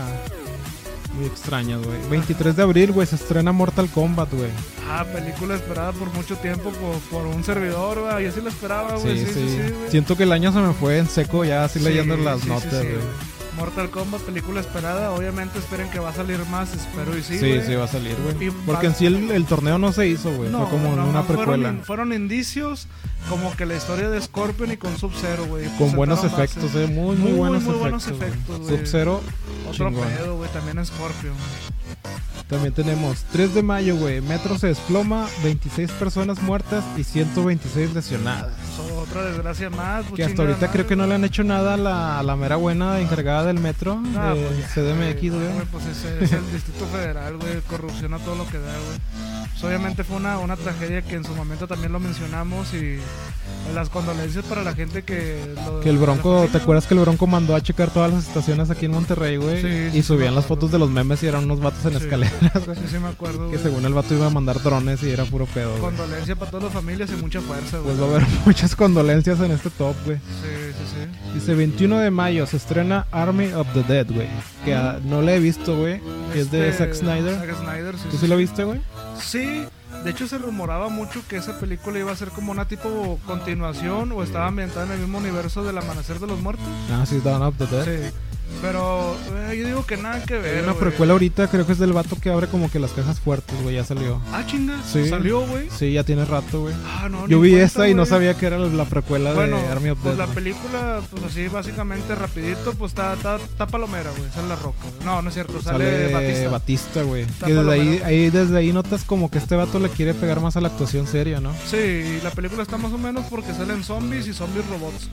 muy extrañas, güey. veintitrés de abril, güey, se estrena Mortal Kombat, güey. Ah, película esperada por mucho tiempo por, por un servidor, güey. Yo sí la esperaba, güey. Sí, Sí, sí. sí, sí, güey. Siento que el año se me fue en seco ya así Sí, leyendo las sí, sí, notas, sí, güey. güey. Mortal Kombat, película esperada. Obviamente esperen que va a salir más, espero y sí, Sí, güey. sí, va a salir, güey. Y Porque va- en sí el, el torneo no se hizo, güey. No, Fue como no, una no, fueron, precuela. in- fueron indicios como que la historia de Scorpion y con Sub-Zero, güey. Con Presentaron buenos bases. efectos, eh. Muy, muy, Muy, buenos, muy buenos efectos, efectos, güey. güey. Sub-Zero, Otro chingón. pedo, güey, también Scorpion. También tenemos tres de mayo, güey. Metro se desploma, veintiséis personas muertas y ciento veintiséis lesionadas. So, otra desgracia más. pues, Que hasta chingada ahorita madre. creo que no le han hecho nada a la, a la mera buena encargada del metro, Ah, de pues ya, C D M X, güey. güey. Güey, Pues ese es el Distrito Federal, güey. Corrupción a todo lo que da, güey. Pues obviamente fue una, una tragedia que en su momento también lo mencionamos y las condolencias para la gente que... Lo, Que el la Bronco, familia, ¿te acuerdas que el Bronco mandó a checar todas las estaciones aquí en Monterrey, güey? Sí, sí, y sí, subían me las acuerdo. fotos de los memes y eran unos vatos en Sí. escaleras, güey. Sí, sí me acuerdo, Que güey. según el vato iba a mandar drones y era puro pedo, güey. Condolencia para todas las familias y mucha fuerza, güey. Pues va a haber muchas condolencias en este top, güey. Sí, sí, sí. Dice veintiuno de mayo se estrena Army of the Dead, güey. Que ah, no la he visto, güey. Que es de Este, Zack Snyder. Zack Snyder, sí. ¿Tú sí, sí lo viste, güey? Sí, De hecho, se rumoraba mucho que esa película iba a ser como una tipo continuación o estaba ambientada en el mismo universo del Amanecer de los Muertos. Ah, sí, Dawn of the Dead. Sí. Pero eh, yo digo que nada que ver. Hay una güey. precuela ahorita, creo que es del vato que abre como que las cajas fuertes, güey, ya salió. Ah, chinga, Sí. salió, güey. Sí, ya tiene rato, güey. Ah, no, Yo ni vi cuenta, esa y no güey. sabía que era la precuela Bueno, de Army of pues Dead. la güey. película, pues así básicamente rapidito, pues está, está, está palomera, güey, sale La Roca. güey. No, no es cierto, sale, Sale Batista. Batista, güey. Está Que desde ahí, palomero. ahí, desde ahí notas como que este vato le quiere pegar más a la actuación seria, ¿no? Sí, y la película está más o menos porque salen zombies y zombies robots.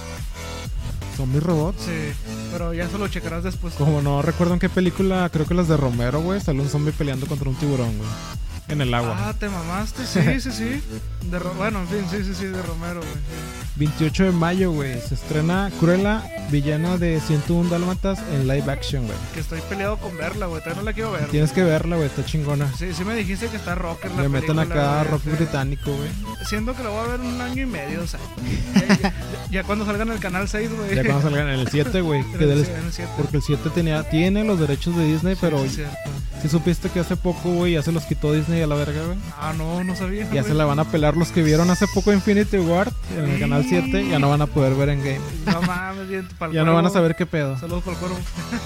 Zombies robots. Sí, pero ya se lo checarás después. Como no recuerdo en qué película, creo que las de Romero, güey, sale un zombie peleando contra un tiburón, güey. En el agua. Ah, te mamaste, sí, sí, sí. De Ro- bueno, en fin, sí, sí, sí, de Romero, güey. sí. veintiocho de mayo, güey, se estrena Cruella, villana de ciento uno Dálmatas en live action, güey. Que estoy peleado con verla, güey, todavía no la quiero ver. Tienes que verla, güey, está chingona. Sí, sí me dijiste que está rocker la Le meten película, acá güey, rock sí. británico, güey. Siento que lo voy a ver en un año y medio, o sea. Ya, ya- ya cuando salga en el canal seis, güey. Ya cuando salgan en el siete, güey. En que el del- sie- en el siete. Porque el siete tenía, tiene los derechos de Disney, pero Sí, si sí, cierto. supiste que hace poco, güey, ya se los quitó Disney a la verga, güey. Ah, no, no sabía. Ya güey. se la van a pelar los que vieron hace poco Infinity War en el canal siete, ya no van a poder ver en game. No mames, bien, pa'l Ya no van a cuervo. saber qué pedo. Saludos para el cuervo.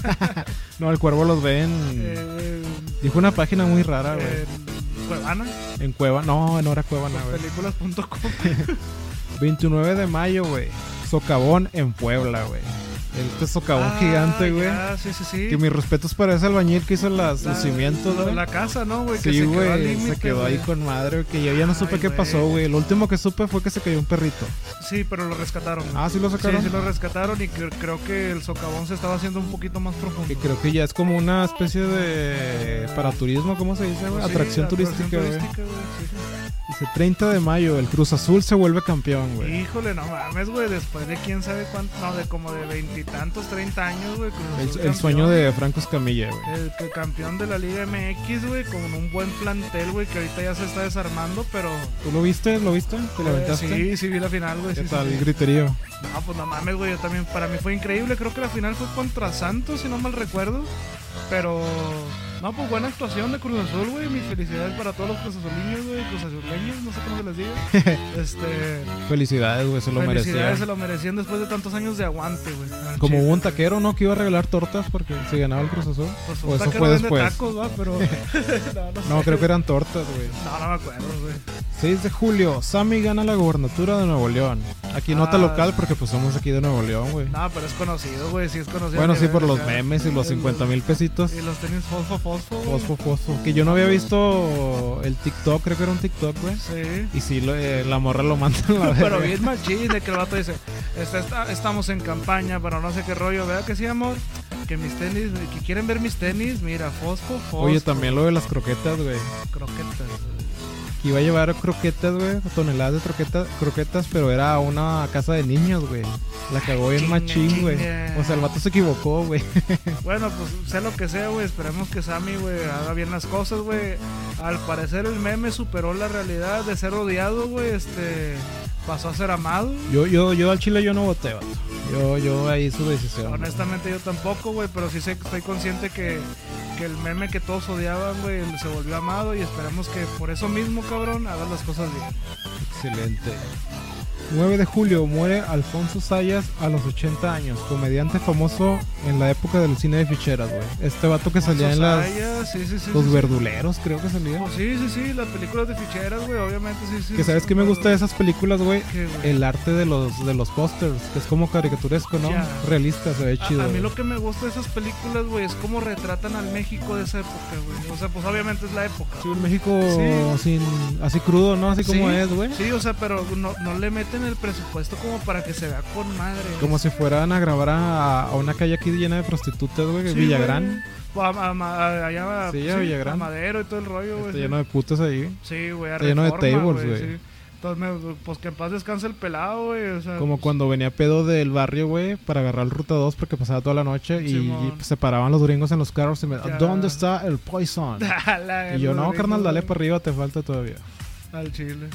No, el cuervo los ve en... Eh, Dijo una página muy rara, güey. en Cuevana, En Cueva, no, no era Cuevana, güey. películas punto com. veintinueve de mayo, güey. Socavón en Puebla, güey. Este socavón Ah, gigante, güey. ya, Sí, sí, sí. Que mis respetos para ese albañil que hizo las, La- los cimientos, la, güey. la casa, ¿no, güey? Que Sí, se quedó al güey, límite, se quedó ahí güey. con madre, güey, que yo ya no supe Ay, qué güey. pasó, güey. Lo último que supe fue que se cayó un perrito. Sí, pero lo rescataron. güey. Ah, ¿sí lo sacaron? Sí, sí lo rescataron y cre- creo que el socavón se estaba haciendo un poquito más profundo. Que creo que ya es como una especie de... para turismo, ¿cómo se dice, güey? Pues sí, Atracción turística, güey. turística, güey, sí, sí. Dice treinta de mayo, el Cruz Azul se vuelve campeón, güey. Híjole, no mames, güey, después de quién sabe cuánto, no, de como de veintitantos, treinta años, güey. Cruz El, Azul el campeón. sueño de Franco Escamilla, güey. El que- campeón de la Liga M X, güey, con un buen plantel, güey, que ahorita ya se está desarmando, pero... ¿Tú lo viste? ¿Lo viste? ¿Te lo eh, aventaste? sí, sí vi la final, güey. ¿Qué sí, tal? sí, El sí. griterío. No, pues no mames, güey, yo también, para mí fue increíble, creo que la final fue contra Santos, si no mal recuerdo, pero... No, pues buena actuación de Cruz Azul, güey, mis felicidades para todos los Cruz Azuliños, güey, Cruz Azuleños, no sé cómo se les diga. este... Felicidades, güey, se lo felicidades, merecía. se lo merecían después de tantos años de aguante, güey. Al Como chile, hubo un güey. taquero, ¿no? Que iba a regalar tortas porque se ganaba el Cruz Azul. Pues ¿O un eso taquero fue vende después? tacos, ¿va? Pero... no, no, No, sé. creo que eran tortas, güey. No, no me acuerdo, güey. seis de julio, Sammy gana la gobernatura de Nuevo León. Aquí nota Ah. local porque pues somos aquí de Nuevo León, güey. No, pero es conocido, güey, sí es conocido. Bueno, a sí, nivel por los mundial. memes y los El- cincuenta mil pesitos. Y los tenis fosfo, fosfo. güey. Fosfo, fosfo. Que yo no había visto el TikTok, creo que era un TikTok, güey. Sí. Y sí, lo- eh, la morra lo manda a la verga. Pero bien machín, de que el vato dice, "Está- está- estamos en campaña, pero no sé qué rollo, ¿verdad que sí, amor? Que mis tenis, que quieren ver mis tenis, mira, fosfo, fosfo. Oye, también lo de las croquetas, güey. Croquetas, güey. Que iba a llevar croquetas, güey. Toneladas de croquetas, croquetas, pero era una casa de niños, güey. La cagó bien Chinga, machín, güey. chinga. O sea, el vato se equivocó, güey. Bueno, pues sea lo que sea, güey, esperemos que Sammy, güey, haga bien las cosas, güey. Al parecer el meme superó la realidad de ser odiado, güey, este... pasó a ser amado. Yo, yo, yo al chile yo no voté, vato. Yo, yo ahí su decisión. Honestamente yo tampoco, güey, pero sí sé, estoy consciente que, que el meme que todos odiaban, güey, se volvió amado y esperemos que por eso mismo, cabrón, hagan las cosas bien. Excelente. nueve de julio muere Alfonso Sayas a los ochenta años, comediante famoso en la época del cine de ficheras, güey. Este vato que salía en las Sosaya, sí, sí, sí, Los sí, sí. Verduleros, creo que salía. Pues sí, sí, sí, las películas de ficheras, güey, obviamente sí, sí. Que sabes sí, que me pero- gusta de esas películas, güey. ¿Qué, güey? El arte de los de los pósters, que es como caricaturesco, ¿no? Ya. Realista, se ve A- chido. A, mí güey. lo que me gusta de esas películas, güey, es cómo retratan al México de esa época, güey. O sea, pues obviamente es la época. Sí, un México Sí. sin así crudo, ¿no? Así como Sí, es, güey. Sí, o sea, pero no, no le meten el presupuesto como para que se vea con madre. Como si fueran a grabar a, a una calle aquí llena de prostitutas, güey, Sí, Villagrán. güey. A- a- a- allá Sí, a Villagrán. a Madero y todo el rollo, güey. Está sí. lleno de putas ahí. Sí, güey, a está lleno de Reforma, tables, güey. sí. Entonces, me- pues que en paz descanse el pelado, güey. O sea, Como pues, cuando venía pedo del barrio, güey, para agarrar el ruta dos porque pasaba toda la noche y, Simón. y se paraban los gringos en los carros y me Ya. ¿dónde está el poison? la- Y yo, no, los carnal, gringos, dale güey, para arriba, te falta todavía. Al chile.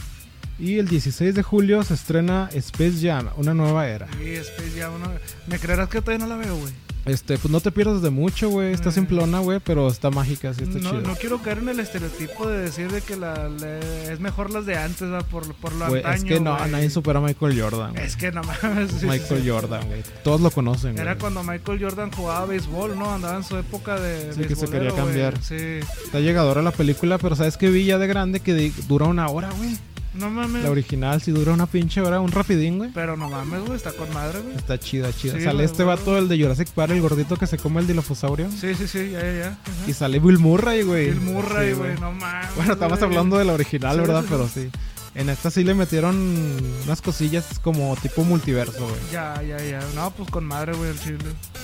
Y el dieciséis de julio se estrena Space Jam, una nueva era. Sí, Space Jam, una... ¿Me creerás que todavía no la veo, güey? Este, pues no te pierdas de mucho, güey. Está Eh. simplona, güey, pero está mágica, sí está No, chida. no quiero caer en el estereotipo de decir de que la, la- es mejor las de antes, ¿verdad? Por, por lo Güey, antaño, es que no, güey. nadie supera a Michael Jordan, güey. Es que no mames. sí, sí, Michael sí. Jordan, güey. Todos lo conocen, güey. Era cuando Michael Jordan jugaba béisbol, ¿no? Andaba en su época de Sí, que se beisbolero, quería cambiar. güey. Sí. Está llegadora la película, pero ¿sabes qué vi ya de grande? Que di- dura una hora, güey. No mames. La original sí dura una pinche hora, un rapidín, güey. Pero no mames, güey. Está con madre, güey. Está chida, chida. Sí, Sale güey, este güey. vato, el de Jurassic Park, el gordito que se come el dilofosaurio. Sí, sí, sí. Ya, ya, ya. Ajá. Y sale Bill Murray, güey. Bill Murray, Sí, güey. No mames. Bueno, estamos güey. hablando de la original, Sí, ¿verdad? sí, sí. Pero sí. En esta sí le metieron unas cosillas como tipo multiverso, güey. Ya, ya, ya. No, pues con madre, güey, el chile.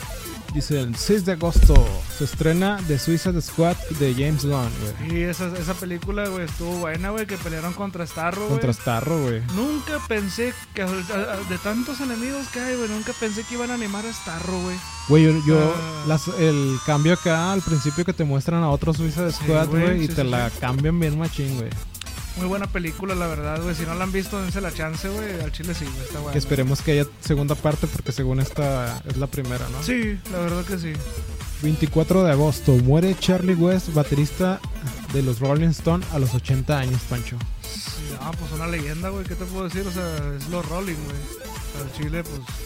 Dice el seis de agosto se estrena The Suicide Squad de James Gunn, güey. Y esa, esa película, güey, estuvo buena, güey, que pelearon contra Starro, güey. Contra Starro, güey. Nunca pensé que a- a- de tantos enemigos que hay, güey, nunca pensé que iban a animar a Starro, güey. Güey, yo, yo Ah. las- el cambio acá al principio que te muestran a otro Suicide Sí, Squad, güey, güey, y sí, te sí, la sí. cambian bien machín, güey. Muy buena película, la verdad, güey. Si no la han visto, dense la chance, güey. Al chile sí, güey, está buena. Que esperemos que haya segunda parte porque según esta es la primera, ¿no? Sí, la verdad que sí. veinticuatro de agosto muere Charlie West, baterista de los Rolling Stones a los ochenta años, Pancho. Sí, no, pues una leyenda, güey. ¿Qué te puedo decir? O sea, es los Rolling, güey. Al chile,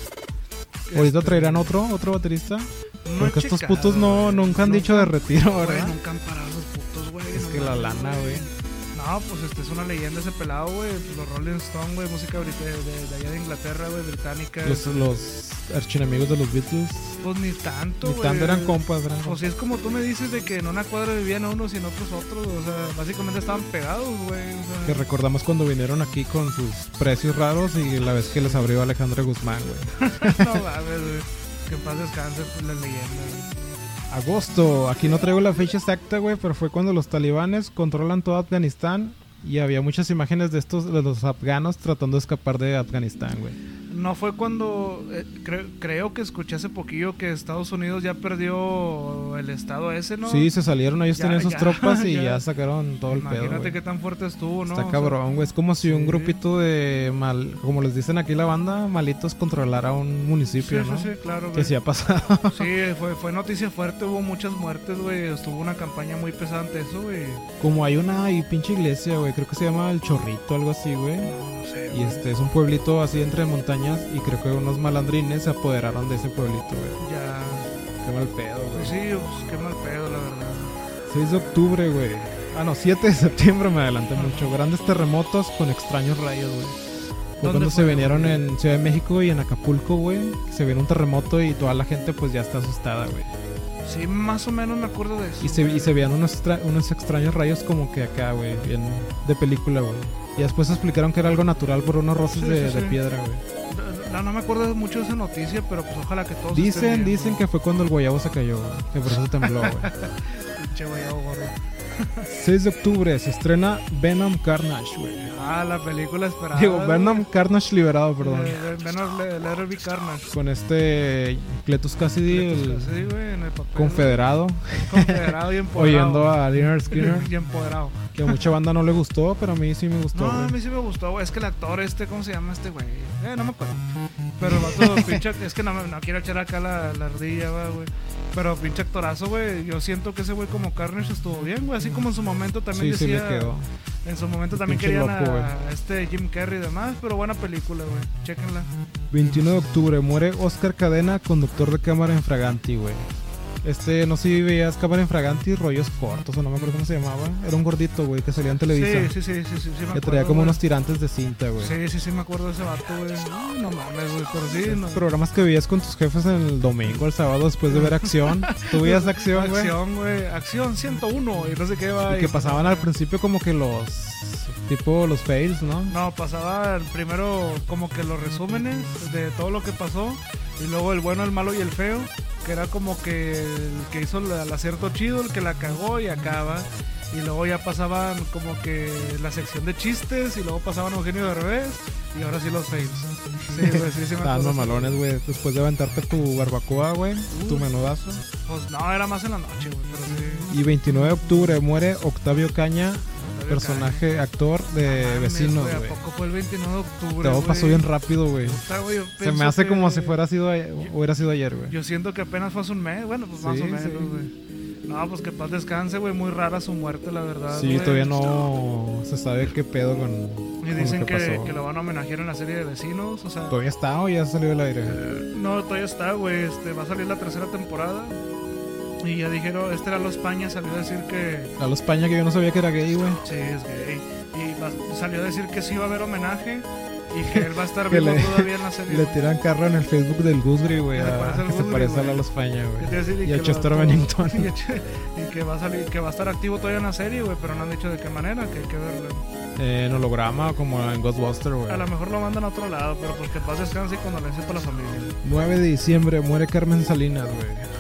pues... Ahorita este, traerán otro, otro baterista. no Porque he estos checado, putos no, güey. nunca han dicho de retiro, Güey, ¿verdad? nunca han parado esos putos, güey. Es no que la mames, lana, güey. No, pues este es una leyenda ese pelado, güey. Los Rolling Stones, güey, música brit- de, de, de allá de Inglaterra, güey, británica. Los, los archienemigos de los Beatles. Pues ni tanto, Ni güey. tanto eran compas, eran Pues si es como tú me dices de que en una cuadra vivían unos y en otros otros, o sea, básicamente estaban pegados, güey. O Que sea, recordamos cuando vinieron aquí con sus precios raros y la vez que les abrió Alejandro Guzmán, güey. no mames, güey. Que en paz descanse, pues la leyenda, güey. Agosto, aquí no traigo la fecha exacta, güey, pero fue cuando los talibanes controlan todo Afganistán y había muchas imágenes de estos, de los afganos tratando de escapar de Afganistán, güey. No fue cuando, eh, cre- creo que escuché hace poquillo que Estados Unidos ya perdió el estado ese, ¿no? Sí, se salieron, ellos Ya, tenían sus ya, tropas y ya. ya, sacaron todo el Imagínate pedo, güey. qué tan fuerte estuvo, ¿no? Está O sea, cabrón, güey. Es como si un sí. grupito de mal, como les dicen aquí la banda, malitos controlara un sí, municipio, sí, ¿no? sí, claro, Que güey. sí ha pasado. Sí, fue, fue noticia fuerte, hubo muchas muertes, güey. Estuvo una campaña muy pesada ante eso, güey. Como hay una ahí pinche iglesia, güey, creo que se llama El Chorrito, algo así, güey. No sé, Y güey. este es un pueblito así entre montañas y creo que unos malandrines se apoderaron de ese pueblito, güey. Ya. Qué mal pedo, Pues güey. sí, pues qué mal pedo, la verdad. seis de octubre, güey. Ah, no, siete de septiembre me adelanté mucho. Grandes terremotos con extraños rayos, güey. Fue ¿Dónde cuando se fue, vinieron güey? en Ciudad de México y en Acapulco, güey. que Se vino un terremoto y toda la gente pues ya está asustada, güey. Sí, más o menos me acuerdo de eso. Y se, y se veían unos, extra- unos extraños rayos como que acá, güey, bien de película, güey. Y después explicaron que era algo natural por unos roces Sí, de, sí, de sí. piedra, güey. No, no me acuerdo mucho de esa noticia, pero pues ojalá que todos Dicen, estén bien, dicen que fue cuando el guayabo se cayó, güey, que por eso tembló, güey. Pinche guayabo gordo. seis de octubre se estrena Venom Carnage, güey. Ah, la película esperada. Digo, güey. Venom Carnage liberado, perdón. Eh, Venom Le- Let There Be Carnage. Con este Cletus Cassidy, el Sí, güey, en el papel. confederado, Confederado y empoderado. oyendo a Leonard Skinner, Y empoderado. que a mucha banda no le gustó, pero a mí sí me gustó, No, a güey. mí sí me gustó, güey. Es que el actor este, ¿cómo se llama este güey? Eh, no me acuerdo. Pero el vato, pinche, es que no, me- no quiero echar acá la, la ardilla, va, güey. Pero pinche actorazo, güey. Yo siento que ese güey como Carnage estuvo bien, güey. Así como en su momento también Sí, sí decía... le quedó. En su momento también Pinche querían loco, güey. a, a este Jim Carrey y demás. Pero buena película, güey. Chéquenla. veintiuno de octubre muere Oscar Cadena, conductor de cámara en Fraganti, güey. Este, no sé si veías cámara en Fraganti, rollos cortos, o no me acuerdo cómo se llamaba. Era un gordito, güey, que salía en Televisa. Sí, sí, sí, sí, sí, sí, me Que acuerdo, traía como güey. unos tirantes de cinta, güey. Sí, sí, sí, me acuerdo de ese vato, güey. Ay, no mames, güey. Pero sí, no. Programas que veías con tus jefes en el domingo, el sábado, después de ver acción. Tú veías acción, güey. Acción, güey. Acción ciento uno y no sé qué va. Y que pasaban al principio como que los... Tipo los fails, ¿no? No, pasaba el primero como que los resúmenes de todo lo que pasó. Y luego el bueno, el malo y el feo. Que era como que el que hizo el, el acierto chido, el que la cagó y acaba. Y luego ya pasaban como que la sección de chistes. Y luego pasaban Eugenio Derbez. Y ahora sí los fails. Sí, güey, sí, sí me Estaban acuerdo. mamalones, güey. Después de aventarte tu barbacoa, güey. Tu menudazo. Pues no, era más en la noche, güey. Pero sí. Y veintinueve de octubre muere Octavio Caña, personaje, actor de Mames, Vecinos, güey. ¿A güey. poco fue el veintinueve de octubre? Todo pasó güey? bien rápido, güey. Puta, güey, yo Se me pienso hace que- como si fuera sido ayer- hubiera sido ayer, güey. Yo siento que apenas fue hace un mes. Bueno, pues más Sí, o menos, sí. güey. No, pues que paz descanse, güey. Muy rara su muerte, la verdad. Sí, güey. todavía no se sabe qué pedo con, Y con dicen lo que, que, pasó. que lo van a homenajear en la serie de Vecinos. O sea, ¿Todavía está o ya salió del aire? eh, no, todavía está, güey. Este, va a salir la tercera temporada. Y ya dijeron, este era Los España, salió a decir que A los España que yo no sabía que era gay, güey. sí es gay. Y va- salió a decir que sí va a haber homenaje y que él va a estar Que vivo le- todavía en la serie. Le tiran carro en el Facebook del Gusgri, güey. Que se a- parece al Que se Gusgri, parece a güey. Lalo España, ¿Qué te iba a güey. decir? Y a que Chester lo- Bennington. Y, a Ch- y que va a salir, que va a estar activo todavía en la serie, güey, pero no han dicho de qué manera, que hay que verlo. Eh, en holograma como en Ghostbuster, güey. A lo mejor lo mandan a otro lado, pero pues que paz descanse y condolencias para la familia. nueve de diciembre muere Carmen Salinas, güey.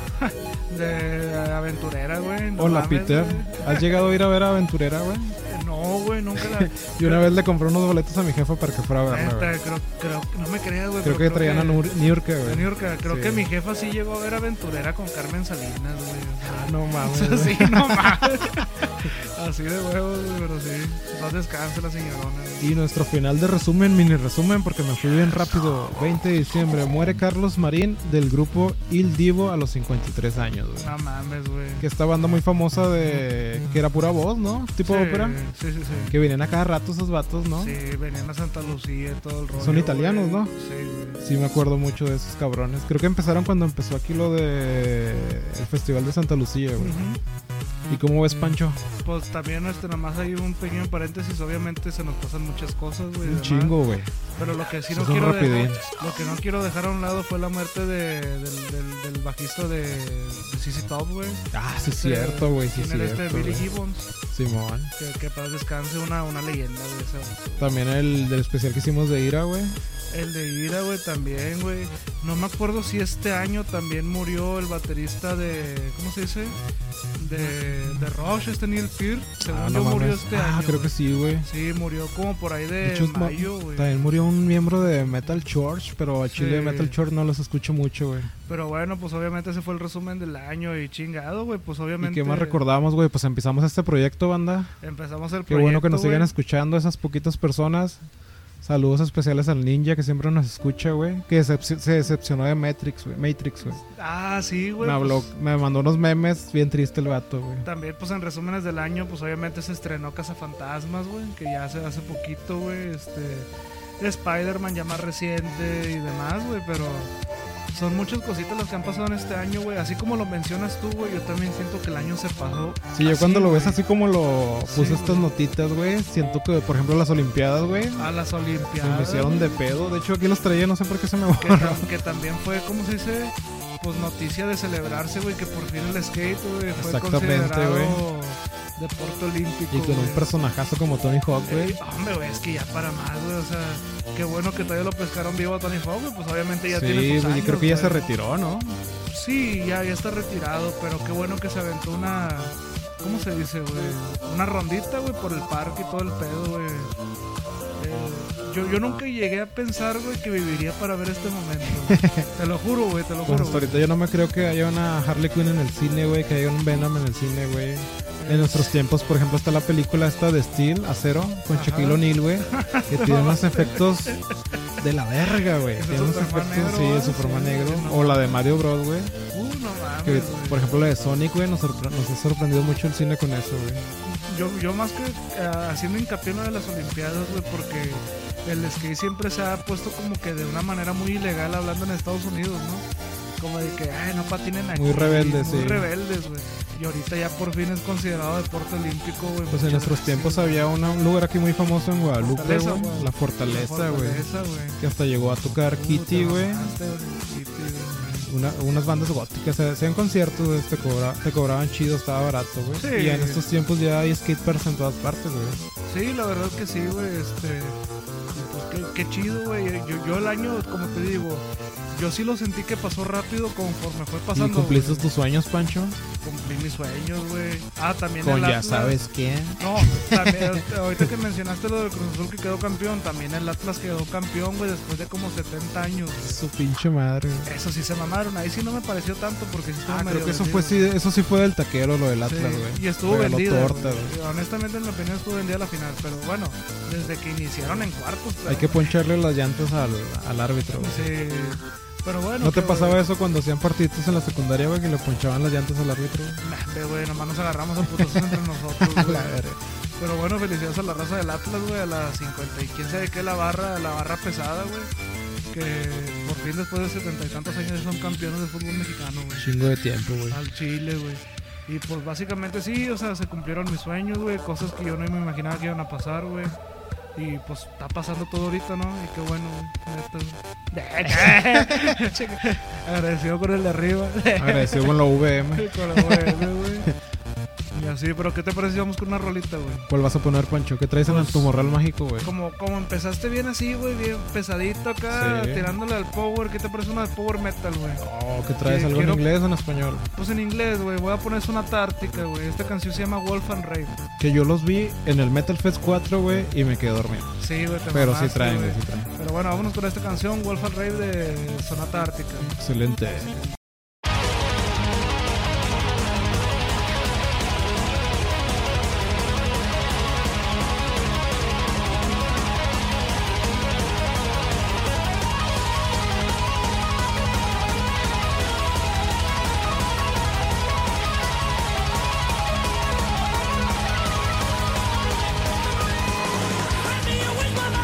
De aventurera, güey. no Hola, mames, Peter. güey. ¿Has llegado a ir a ver a Aventurera, güey? Eh, No, güey, nunca la. Y una vez le compré unos boletos a mi jefa para que fuera a verla, güey. Neta, creo, creo, no me creas, güey. Creo pero que traían a Nur- Niurka, a güey. New York, creo Sí. que mi jefa sí llegó a ver Aventurera con Carmen Salinas, güey. Ah, no O mames. sea, güey. sí, no mames. Así de huevos, güey, pero sí. Más descanse la señorona, güey. Y nuestro final de resumen, mini resumen, porque me fui bien rápido. veinte de diciembre muere Carlos Marín del grupo Il Divo a los cincuenta y tres años, güey. No mames, güey. Que esta banda muy famosa de... que era pura voz, ¿no? Tipo Sí, ópera. Sí, sí, sí. Que venían a cada rato esos vatos, ¿no? Sí, venían a Santa Lucía y todo el rollo. Son italianos, güey. ¿no? Sí, güey. Sí, me acuerdo mucho de esos cabrones. Creo que empezaron cuando empezó aquí lo de... el Festival de Santa Lucía, güey. Ujú. ¿Y cómo ves, Pancho? Pues también, este, nomás hay un pequeño paréntesis. Obviamente se nos pasan muchas cosas, güey. Un demás. chingo, güey. Pero lo que sí Eso no es un quiero rapidín. dejar, lo que no quiero dejar a un lado fue la muerte de, del, del, del bajista de, de C C Top, güey. Ah, sí es Este, cierto, güey. Sí es ¿quién era cierto, este Billy güey. Gibbons? Simón. Que, que para descanse una, una leyenda, güey. esa- También el del especial que hicimos de Ira, güey. El de Ira, güey, también, güey. No me acuerdo si este año también murió el baterista de... ¿Cómo se dice? De, de Rush, este Neil Peart. Según Ah, yo no murió mames. este Ah, año. creo güey. que sí, güey. Sí, murió como por ahí de, De hecho, es ma- mayo, güey. También murió un miembro de Metal Church, pero a Chile Sí. Metal Church no los escucho mucho, güey. Pero bueno, pues obviamente ese fue el resumen del año y chingado, güey. Pues ¿Y obviamente... qué más recordamos, güey? Pues empezamos este proyecto, banda. Empezamos el Qué proyecto, bueno que nos sigan güey. escuchando esas poquitas personas. Saludos especiales al Ninja que siempre nos escucha, güey. Que decep- se decepcionó de Matrix, güey. Matrix, güey. Ah, sí, güey. Me habló, pues, me mandó unos memes, bien triste el vato, güey. también, pues en resúmenes del año, pues obviamente se estrenó Cazafantasmas, güey. Que ya hace, hace poquito, güey. Este... Spider-Man ya más reciente y demás, güey. Pero son muchas cositas las que han pasado en este año, güey. Así como lo mencionas tú, güey. Yo también siento que el año se pasó. Sí, yo así, cuando lo ves güey. así como lo puse Sí, estas güey. notitas, güey, siento que, por ejemplo, las Olimpiadas, güey, A las se me Olimpiadas. hicieron de pedo. De hecho, aquí los traía, no sé por qué se me que, borró. tam- que también fue, ¿cómo se dice? Pues noticia de celebrarse, güey, que por fin el skate, güey, fue Exactamente, considerado güey. deporte olímpico. Y con un güey. personajazo como Tony Hawk, güey. Eh, hombre, güey, es que ya para más, güey, o sea, qué bueno que todavía lo pescaron vivo a Tony Hawk, güey, pues obviamente ya tiene Sí, sus güey, años, creo que ya güey. se retiró, ¿no? Sí, ya, ya está retirado, pero qué bueno que se aventó una, ¿cómo se dice, güey? Una rondita, güey, por el parque y todo el pedo, güey. Eh, yo, yo nunca llegué a pensar, güey, que viviría para ver este momento. Te lo juro, güey, te lo Pues juro. hasta güey. ahorita yo no me creo que haya una Harley Quinn en el cine, güey, que haya un Venom en el cine, güey. En nuestros tiempos, por ejemplo, está la película esta de Steel, Acero, con Ajá. Shaquille O'Neal, güey, que tiene unos efectos de la verga, güey. Ese Tiene unos Superman efectos, negro, sí, ¿verdad? el Superman Sí, negro. no. O la de Mario Bros, güey. Uh, no mames, Que, güey. por ejemplo, la de Sonic, güey, nos, sorpre- nos ha sorprendido mucho el cine con eso, güey. Yo, yo más que eh, haciendo hincapié en lo de las Olimpiadas, güey, porque el skate siempre se ha puesto como que de una manera muy ilegal hablando en Estados Unidos, ¿no? Como de que, ay, no patinen aquí. Muy rebeldes, Muy sí. rebeldes, güey. Y ahorita ya por fin es considerado deporte olímpico, güey. Pues en Muchas nuestros gracias. tiempos había una- un lugar aquí muy famoso en Guadalupe, Fortaleza, güey. güey. La Fortaleza, La güey. Fortaleza, güey. Que hasta llegó a tocar Uh, Kitty, te güey. mamaste, güey. Kitty, güey. Una- unas bandas góticas, se hacían conciertos, güey, te, cobra- te cobraban chido, estaba barato, güey. Sí. Y en estos tiempos ya hay skateparks en todas partes, güey. Sí, la verdad que sí, güey. Este, pues qué, qué chido, güey. Yo, yo el año, como te digo, yo sí lo sentí que pasó rápido conforme fue ¿Y pasando. cumpliste güey. tus sueños, Pancho? cumplí mis sueños, güey. Ah, también Con el ya Atlas. sabes quién. No, también, ahorita que mencionaste lo del Cruz Azul que quedó campeón, también el Atlas quedó campeón, güey, después de como setenta años, güey. Su pinche madre, güey. Eso sí se mamaron, ahí sí no me pareció tanto porque sí estuvo Ah, medio creo que eso vendido. fue sí, eso sí fue del taquero, lo del Atlas, Sí, güey. y estuvo Regaló vendida, torta, güey. güey. Honestamente, en mi opinión, estuvo vendida la final. Pero bueno, desde que iniciaron en cuartos. Pero... Hay que poncharle las llantas al, al árbitro, güey. Sí. Pero bueno. ¿No te que, pasaba güey, eso cuando hacían partiditos en la secundaria, güey, que le ponchaban las llantas al árbitro? Nah, güey, nomás nos agarramos a putos entre nosotros, A güey. la verga. Pero bueno, felicidades a la raza del Atlas, güey, a la cincuenta y quién sabe qué, la barra, la barra pesada, güey. Que por fin después de setenta y tantos años son campeones del fútbol mexicano, güey. Chingo de tiempo, güey. Al Chile, güey. Y pues básicamente sí, o sea, se cumplieron mis sueños, güey. Cosas que yo no me imaginaba que iban a pasar, güey. Y pues está pasando todo ahorita, ¿no? Y qué bueno, güey. Agradecido con el de arriba. Agradecido con la V M. Con la V M, güey. Y así, pero ¿qué te parece si vamos con una rolita, güey? ¿Cuál vas a poner, Pancho? ¿Qué traes en Pues, tu morral mágico, güey? Como, como empezaste bien así, güey, bien pesadito acá, Sí. tirándole al power. ¿Qué te parece una de power metal, güey? Oh, ¿qué traes? que ¿Algo quiero- en inglés o en español? Pues en inglés, güey, voy a poner una tártica, güey. Esta canción se llama Wolf and Rave. Que yo los vi en el Metal Fest cuatro, güey, y me quedé dormido. Sí, güey, te Pero sí mamaste, traen, güey, sí traen. Pero bueno, vámonos con esta canción, Wolf and Rave de Sonata Ártica. Excelente.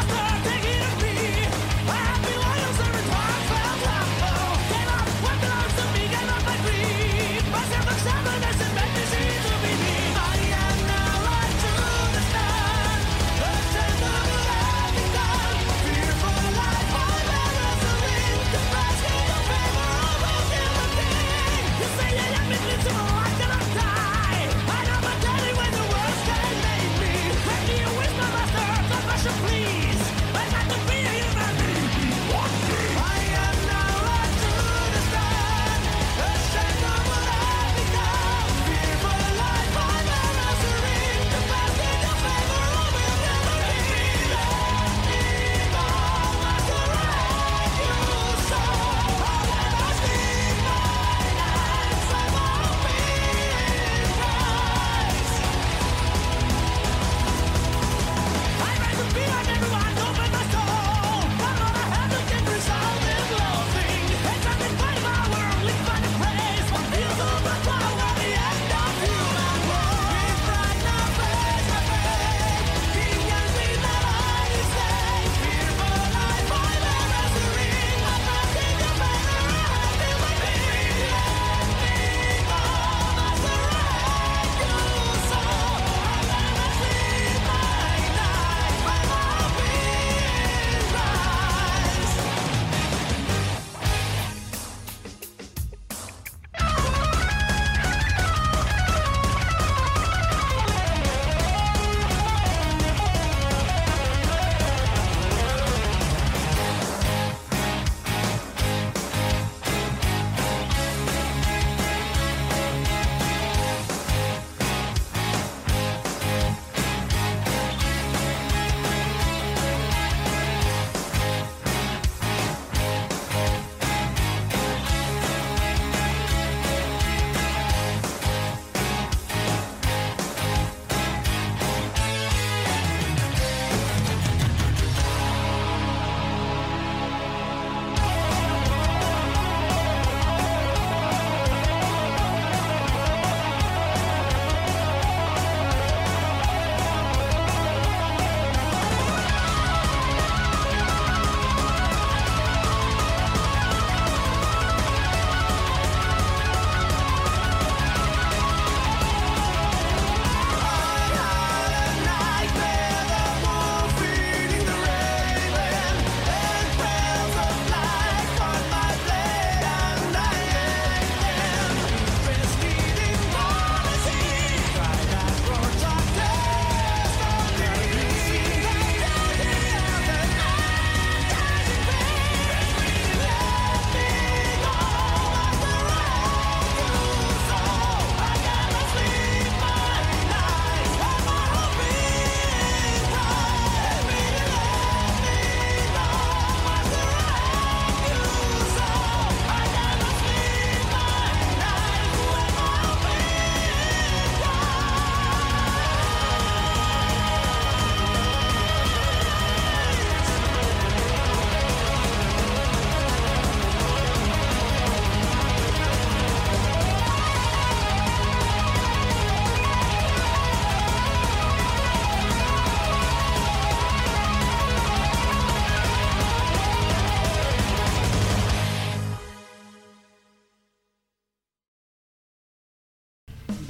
Taking a beat, happy while I'm serving twice, well, well, well. Came up, what the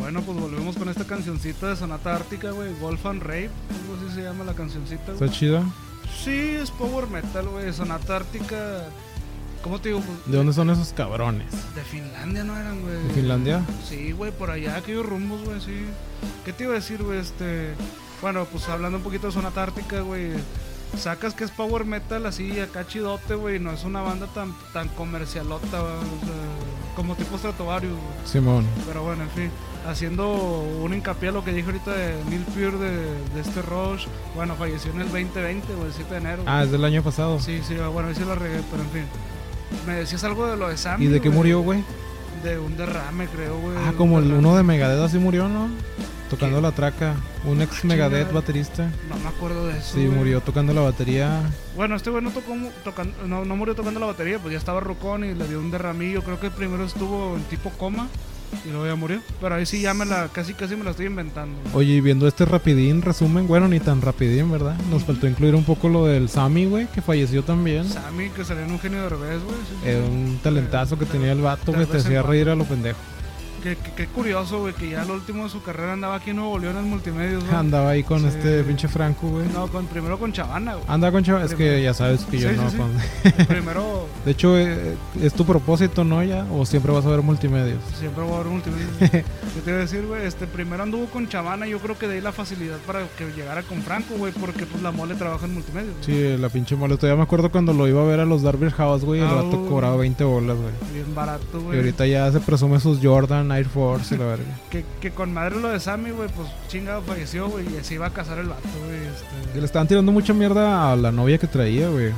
bueno, pues volvemos con esta cancioncita de Sonata Ártica, güey. Golf and Rape, algo así se llama la cancioncita, güey. ¿Está chida? Sí, es power metal, güey. Sonata Ártica. ¿Cómo te digo? Pues, ¿De dónde son esos cabrones? de Finlandia no eran, güey. ¿De Finlandia? Sí, güey, por allá, aquellos rumbos, güey, sí. ¿Qué te iba a decir, güey? Este. Bueno, pues hablando un poquito de Sonata Ártica, güey. Sacas que es power metal así, acá chidote, güey. No es una banda tan, tan comercialota, güey, o sea, como tipo Stratovarius, güey. Simón. Pero bueno, en fin, haciendo un hincapié a lo que dije ahorita de Neil Peart de, de este Rush. Bueno, falleció en el veinte veinte, güey, el siete de enero. Ah, es del año pasado. Sí, sí, bueno, ahí sí la regué, pero en fin. Me decías algo de lo de Sammy. ¿Y de qué güey. murió, güey? De un derrame, creo, güey. Ah, como Un el derrame. uno de Megadeth así murió, ¿no? Tocando ¿Qué? la traca. Un ex Ah, Megadeth chingada. baterista. No me acuerdo de eso. Sí, güey. murió tocando la batería. Bueno, este güey no tocó mu- tocando, no, no murió tocando la batería, pues ya estaba rocón y le dio un derramillo. Creo que primero estuvo en tipo coma y luego ya murió. Pero ahí sí ya me la, casi casi me la estoy inventando. güey. Oye, y viendo este rapidín resumen, bueno, ni tan rapidín, ¿verdad? Nos faltó incluir un poco lo del Sammy, güey, que falleció también. Sammy, que salió en un genio de revés, güey. sí, sí. Eh, un talentazo que tenía el vato, güey, te Derbez hacía en reír a lo pendejo. Qué, qué- qué curioso, güey, que ya al último de su carrera andaba aquí en Nuevo León en Multimedios, ¿no? Andaba ahí con Sí. este pinche Franco, güey. No, con, primero con Chavana, güey. Anda con chaval, es que Primero. ya sabes que yo Sí, no. sí, sí. con- Primero, De hecho, eh, es tu propósito, ¿no? Ya, o siempre vas a ver multimedios. siempre voy a ver Multimedios. ¿Qué te iba a decir, güey? Este, primero anduvo con Chavana, yo creo que de ahí la facilidad para que llegara con Franco, güey, porque pues la mole trabaja en Multimedios. güey. Sí, la pinche mole. Todavía me acuerdo cuando lo iba a ver a los Darby House, güey. El Ah, vato uh. cobraba veinte bolas, güey. Bien barato, Y güey. ahorita ya se presume sus Jordan, Air Force y la verga. Que, que con madre lo de Sammy, güey, pues chingado falleció, güey, y se iba a casar el vato, güey. Que Este... le estaban tirando mucha mierda a la novia que traía, güey.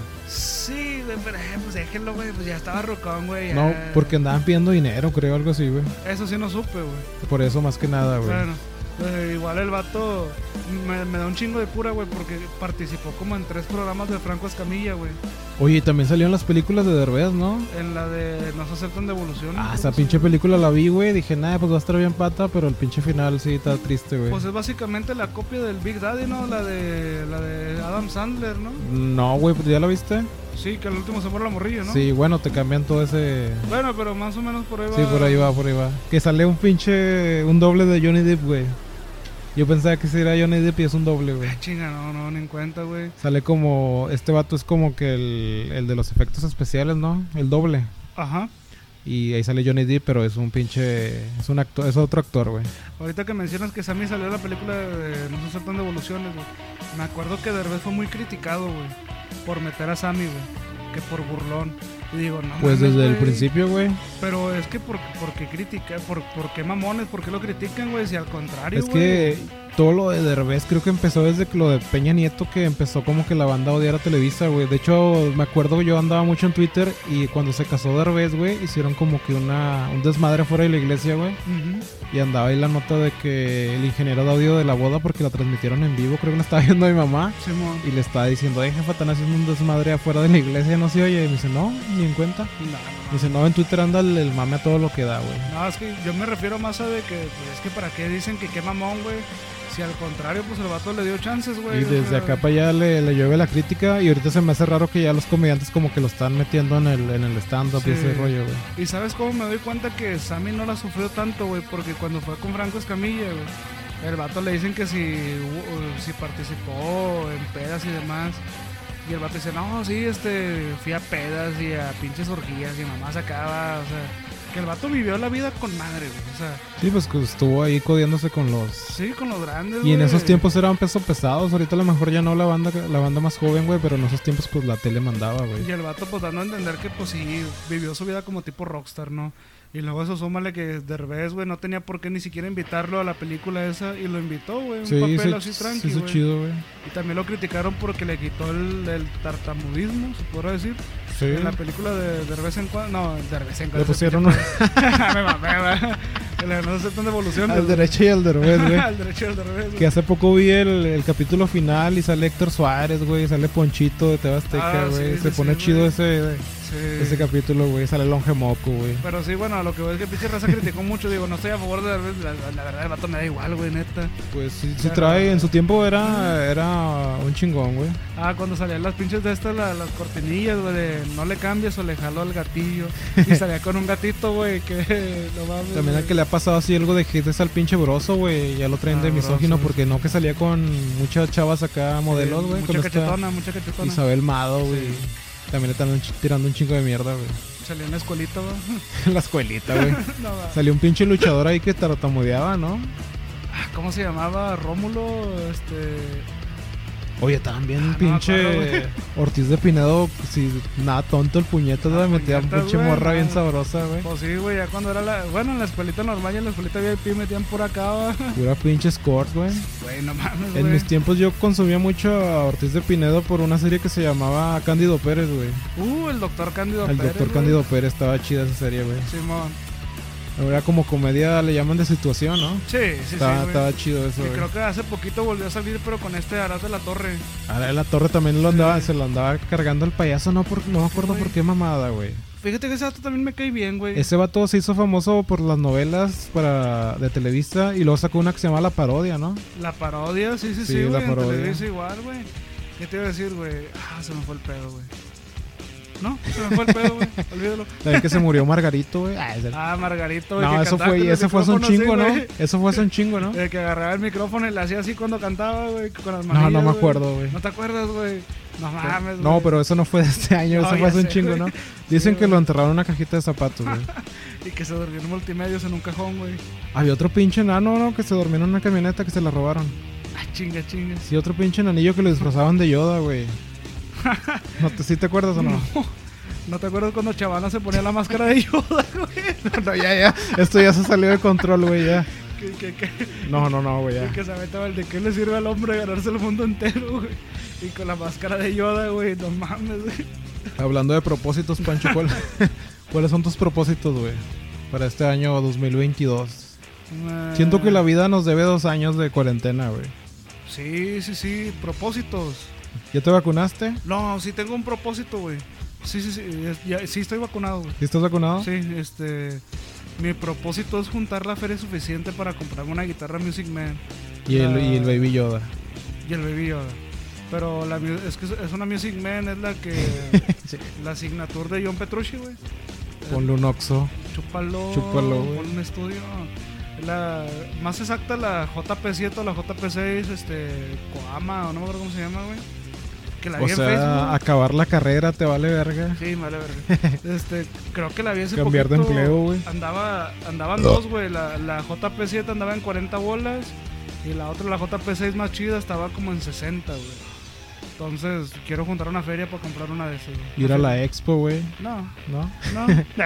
Sí, güey, pero eh, pues déjenlo, güey, pues ya estaba rocón, güey. ya. No, porque andaban pidiendo dinero, creo, algo así, güey. Eso sí no supe, güey. Por eso más que nada, güey. Bueno, pues, igual el vato me, me da un chingo de cura, güey, porque participó como en tres programas de Franco Escamilla, güey. Oye, y también salieron las películas de Derbez, ¿no? En la de No se aceptan devoluciones. Ah, creo esa que pinche sí. película la vi, güey. Dije, nada, pues va a estar bien pata, pero el pinche final sí está triste, güey. Pues es básicamente la copia del Big Daddy, ¿no? La de la de Adam Sandler, ¿no? No, güey, pues ¿ya la viste? Sí, que al último se muere la morrilla, ¿no? Sí, bueno, te cambian todo ese... Bueno, pero más o menos por ahí va. Sí, por ahí va, por ahí va. Que sale un pinche... Un doble de Johnny Depp, güey. Yo pensaba que ese era Johnny Depp y es un doble, güey. Ah, chinga, no, no, ni en cuenta, güey. Sale como... Este vato es como que el, el de los efectos especiales, ¿no? El doble. Ajá. Y ahí sale Johnny Depp, pero es un pinche... Es un actor, es otro actor, güey. Ahorita que mencionas que Sammy salió de la película de No se aceptan devoluciones, güey. Me acuerdo que Derbez fue muy criticado, güey, por meter a Sammy, güey. Que por burlón. Y digo, no Pues mames, desde el güey. principio, güey. Pero es que por, por qué critica, por, por qué mamones, por qué lo critican, güey, si al contrario, Es güey. que todo lo de Derbez creo que empezó desde que lo de Peña Nieto, que empezó como que la banda a odiar a Televisa, güey. De hecho, me acuerdo yo andaba mucho en Twitter y cuando se casó Derbez, güey, hicieron como que una un desmadre fuera de la iglesia, güey. Ujú. Y andaba ahí la nota de que el ingeniero de audio de la boda, porque la transmitieron en vivo, creo que la estaba viendo mi mamá. Simón. Y le estaba diciendo, ay, jefa, están haciendo un desmadre afuera de la iglesia, no se oye. Y me dice, no, ni en cuenta. No, no, Me dice, no, en Twitter anda el, el mame a todo lo que da, güey. no, es que yo me refiero más a de que, pues, es que para qué dicen que qué mamón, güey. Si al contrario, pues el vato le dio chances, güey. Y o desde sea, acá para allá le, le llueve la crítica. Y ahorita se me hace raro que ya los comediantes como que lo están metiendo en el, en el stand-up Sí. y ese rollo, güey. Y sabes cómo me doy cuenta que Sammy no la sufrió tanto, güey, porque cuando fue con Franco Escamilla, güey, el vato le dicen que si, uh, si participó en pedas y demás. Y el vato dice, no, sí, este, fui a pedas y a pinches orgías y mamá sacaba, o sea, que el vato vivió la vida con madre, güey, o sea, Sí, pues que estuvo ahí codiándose con los... sí, con los grandes, Y en güey. esos tiempos eran pesos pesados. Ahorita a lo mejor ya no la banda la banda más joven, güey. Pero en esos tiempos pues la tele mandaba, güey. Y el vato pues dando a entender que pues sí, vivió su vida como tipo rockstar, ¿no? Y luego eso súmale que Derbez, güey, no tenía por qué ni siquiera invitarlo a la película esa y lo invitó, güey, un Sí, papel sí, así sí, tranqui, hizo güey. chido, güey. Y también lo criticaron porque le quitó el, el tartamudismo, se podrá decir. Sí. En la película de Derbez en cuando, no, Derbez en cuando. Le pusieron Me mamé, güey. Que le no aceptan devoluciones. al derecho y al derbez, güey. Al derecho y al Derbez, güey. Que hace poco vi el, el capítulo final y sale Héctor Suárez, güey. Sale Ponchito de Tebasteca, Ah, güey. sí, Se sí, pone sí, chido güey. ese... Sí. Ese capítulo, güey, sale el longe moco, güey. Pero sí, bueno, a lo que veo es que pinche raza criticó mucho. Digo, no estoy a favor de la, la, la verdad, el vato me da igual, güey, neta. Pues sí, sí Pero- trae, en su tiempo era, era un chingón, güey. Ah, cuando salían las pinches de estas, la- las cortinillas, güey, de no le cambies o le jalo al gatillo. Y salía con un gatito, güey, que no mames. También al güey. que le ha pasado así algo de hate es al pinche Broso, güey. Ya lo traen Ah, de misógino Broso. porque no que salía con muchas chavas acá modelos, güey. Mucha con esta cachetona, mucha cachetona. Isabel Mado, güey. Sí. También le están un ch- tirando un chingo de mierda, güey. Salía en la escuelita, güey. En la escuelita, güey. No, va. Salió un pinche luchador ahí que tartamudeaba, ¿no? Ah, ¿cómo se llamaba? Rómulo, este... Oye, también Ah, un no pinche me acuerdo, güey. Ortiz de Pinedo, si nada tonto el puñeto, Ah, güey, metía un puñetas, pinche güey, morra no. bien sabrosa, güey. Pues sí, güey, ya cuando era la... Bueno, en la escuelita normal y en la escuelita V I P metían por acá, va. Pura pinche scores, güey. Güey, no mames, En güey. mis tiempos yo consumía mucho a Ortiz de Pinedo por una serie que se llamaba Cándido Pérez, güey. Uh, el doctor Cándido El Pérez, doctor güey. Cándido Pérez, estaba chida esa serie, güey. Simón. Era como comedia, le llaman de situación, ¿no? Sí, sí, estaba, sí, güey. estaba chido eso, Y güey. creo que hace poquito volvió a salir, pero con este Arad de la Torre. Ahora en la torre también lo andaba, Sí. se lo andaba cargando el payaso, no, por, no me acuerdo güey. por qué mamada, güey. Fíjate que ese dato también me cae bien, güey. Ese vato se hizo famoso por las novelas para de Televisa y luego sacó una que se llama La Parodia, ¿no? La parodia, sí, sí, Sí, sí, la güey. En parodia. Televisa igual, güey. ¿Qué te iba a decir, güey? Ah, se me fue el pedo, güey. No, se me fue el pedo, güey. Olvídalo. También que se murió Margarito, güey. Ah, ese- Ah, Margarito, güey. no, que eso cantaba fue, con el ese fue hace un micrófono así, chingo, ¿no? güey. Eso fue hace un chingo, ¿no? El que agarraba el micrófono y le hacía así cuando cantaba, güey, con las No, manillas. no me güey. acuerdo, güey. ¿No te acuerdas, güey? No mames, güey. No, pero eso no fue de este año, No, eso ya fue hace un sé, chingo, güey. ¿no? Dicen Sí, que güey. lo enterraron en una cajita de zapatos, güey. Y que se durmió en multimedios en un cajón, güey. Había otro pinche enano, ¿no? Que se durmió en una camioneta que se la robaron. Ah, chinga, chinga. Sí, otro pinche enanillo que lo disfrazaban de Yoda, güey. ¿No te, ¿Sí te acuerdas o no? ¿No te acuerdas cuando Chavana se ponía la máscara de Yoda, güey? No, ya, ya. Esto ya se salió de control, güey, ya. Que, que, que, No, no, no, güey, ya. que se aventaba el de qué le sirve al hombre ganarse el mundo entero, güey. Y con la máscara de Yoda, güey. No mames, güey. Hablando de propósitos, Pancho, ¿cuál- ¿cuáles son tus propósitos, güey? Para este año dos mil veintidós. Ah, Siento que la vida nos debe dos años de cuarentena, güey. Sí, sí, sí. Propósitos. ¿Ya te vacunaste? No, sí tengo un propósito, güey. Sí, sí, sí. es- ya- sí estoy vacunado, güey. ¿Sí estás vacunado? Sí, este... Mi propósito es juntar la feria suficiente para comprarme una guitarra Music Man. Y el, La- y el Baby Yoda. Y el Baby Yoda. Pero la, mu- es que es- es una Music Man, es la que... Sí. La signature de John Petrucci, güey. Ponle un Oxxo. Chúpalo. Chúpalo, güey. Pon un estudio. La más exacta, la J P siete o la J P seis, este... Koama, o no me acuerdo cómo se llama, güey. Que la O vi en sea, Facebook. acabar la carrera te vale verga. Sí, vale, verga. Este, creo que la vi hace Cambiar de poquito. empleo, güey. Andaba, andaban dos, güey. La, la J P siete andaba en cuarenta bolas. Y la otra, la J P seis más chida, estaba como en sesenta, güey. Entonces, quiero juntar una feria para comprar una de esas, güey. Ir a la expo, güey. No, ¿No? no.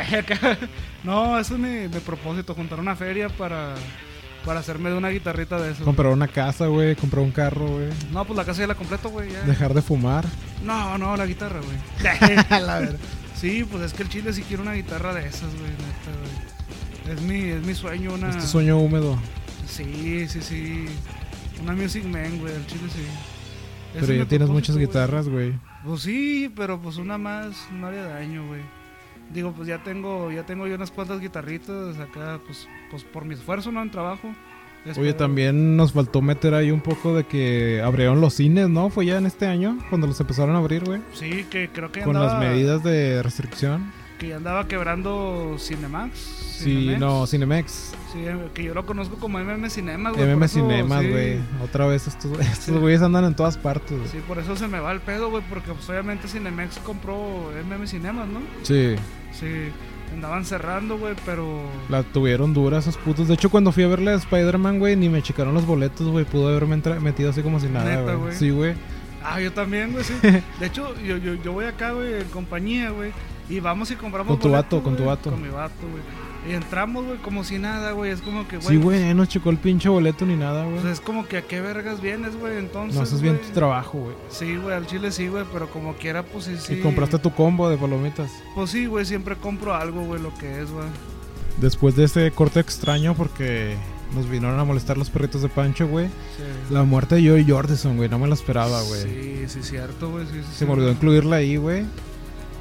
No, ese es mi, mi propósito, juntar una feria para, para hacerme de una guitarrita de esas. Comprar una casa, güey. Comprar un carro, güey. No, pues la casa ya la completo, güey. ya. Dejar de fumar. No, no, la guitarra, güey. la verdad. Sí, pues es que el chile sí quiere una guitarra de esas, güey, neta, güey. Es mi, es mi sueño, una... Este sueño húmedo. Sí, sí, sí. Una Music Man, güey, el chile sí. Ese Pero es ya mi tienes propósito, muchas güey. guitarras, güey. Pues sí, pero pues una más no haría daño, güey. Digo, pues ya tengo, ya tengo yo unas cuantas guitarritas acá, pues, pues por mi esfuerzo, ¿no? En trabajo. Oye, Espero- también nos faltó meter ahí un poco de que abrieron los cines, ¿no? Fue ya en este año cuando los empezaron a abrir, güey. Sí, que creo que Con andaba, las medidas de restricción. que ya andaba quebrando Cinemax. Sí, Cinemex. no, Cinemex. Sí, que yo lo conozco como M M Cinemas, güey. M M por eso, Cinemas, sí. güey. Otra vez estos estos Sí. güeyes andan en todas partes, güey. Sí, por eso se me va el pedo, güey, porque pues obviamente Cinemex compró M M Cinemas, ¿no? Sí, Sí, andaban cerrando, güey, pero... la tuvieron dura esos putos. De hecho, cuando fui a verle a Spider-Man, güey, ni me checaron los boletos, güey. Pudo haberme entra- metido así como si nada, Neta, güey. güey. Sí, güey. Ah, yo también, güey, sí. De hecho, yo, yo, yo voy acá, güey, en compañía, güey, y vamos y compramos Con tu boletos, vato, con tu güey, vato. Con mi vato, güey. Y entramos, güey, como si nada, güey, es como que, güey... Sí, güey, no checó el pinche boleto ni nada, güey. Pues es como que a qué vergas vienes, güey, entonces, No haces bien güey. tu trabajo, güey. Sí, güey, al chile sí, güey, pero como quiera, pues sí, sí. Y compraste tu combo de palomitas. Pues sí, güey, siempre compro algo, güey, lo que es, güey. Después de ese corte extraño, porque nos vinieron a molestar los perritos de Pancho, güey. Sí. La muerte de Joey Jordison, güey, no me lo esperaba, güey. Sí, sí, cierto, güey, sí, sí. Se sí, me olvidó güey. incluirla ahí, güey.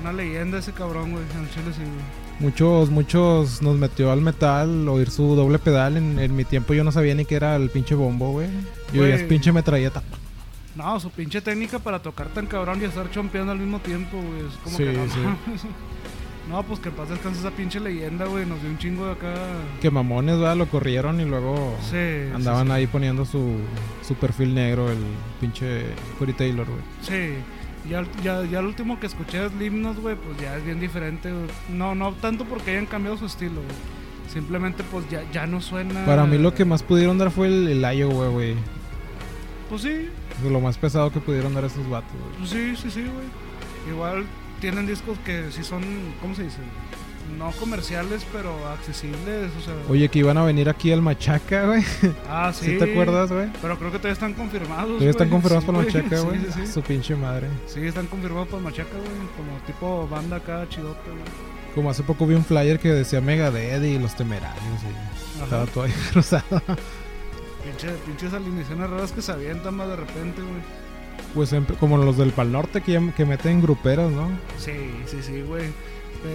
Una leyenda ese cabrón, güey. En Chile sí, güey. Muchos, muchos nos metió al metal oír su doble pedal. En, en mi tiempo yo no sabía ni qué era el pinche bombo, güey. Yo oía es pinche metralleta. No, su pinche técnica para tocar tan cabrón y estar chompeando al mismo tiempo, güey. Es como Sí, que no, sí. no, pues que en paz descanse esa pinche leyenda, güey. Nos dio un chingo de acá. Que mamones, ¿verdad? Lo corrieron y luego Sí, andaban sí, sí. ahí poniendo su, su perfil negro, el pinche Corey Taylor, güey. Sí. Ya, ya, ya el último que escuché de Slipknot, güey, pues ya es bien diferente, güey. No, no tanto porque hayan cambiado su estilo, güey. Simplemente, pues ya, ya no suena. Para mí lo que más pudieron dar fue el, el Iowa, güey. Pues sí, De lo más pesado que pudieron dar esos vatos, güey. pues sí, sí, sí, güey. Igual tienen discos que sí son, ¿cómo se dice? No comerciales, pero accesibles, o sea. Oye, que iban a venir aquí al Machaca, güey. Ah, sí. ¿Sí te acuerdas, güey? Pero creo que todavía están confirmados. Todavía están güey. confirmados Sí, para el Machaca, güey. Sí, sí, sí. Su pinche madre. Sí, están confirmados para Machaca, güey. Como tipo banda acá chidota, güey. Como hace poco vi un flyer que decía Megadeth y Los Temerarios. Y Ajá. estaba todo ahí cruzado. Pinche, pinches alineaciones raras que se avientan más de repente, güey. Pues em- como los del Pal Norte que, ya- que meten gruperos, ¿no? Sí, sí, sí, güey. Eh,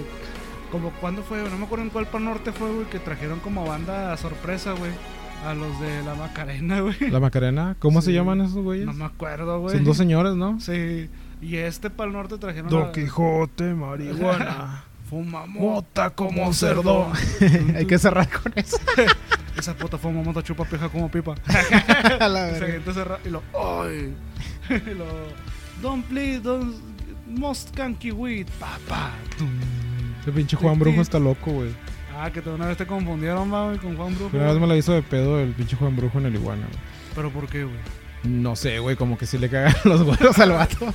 Como cuando fue, no me acuerdo en cuál Pan Norte fue, güey, que trajeron como banda sorpresa, güey. A los de la Macarena, güey. La Macarena. ¿Cómo Sí. se llaman esos güeyes? No me acuerdo, güey. Son dos señores, ¿no? Sí. Y este Pal Norte trajeron Don a- Quijote, marihuana. Fuma Mota como cerdo. Hay que cerrar con eso. Esa puta fuma mota chupa pija como pipa. A la Esa verga. gente cerra y lo ay. Y lo don't please don't most skanky weed, papá. Ese pinche Juan Brujo está loco, güey. Ah, que una vez te confundieron, va, güey, con Juan Brujo. Una vez me la hizo de pedo el pinche Juan Brujo en el Iguana, güey. Pero ¿por qué, güey? No sé, güey, como que sí le cagan los güeros al vato.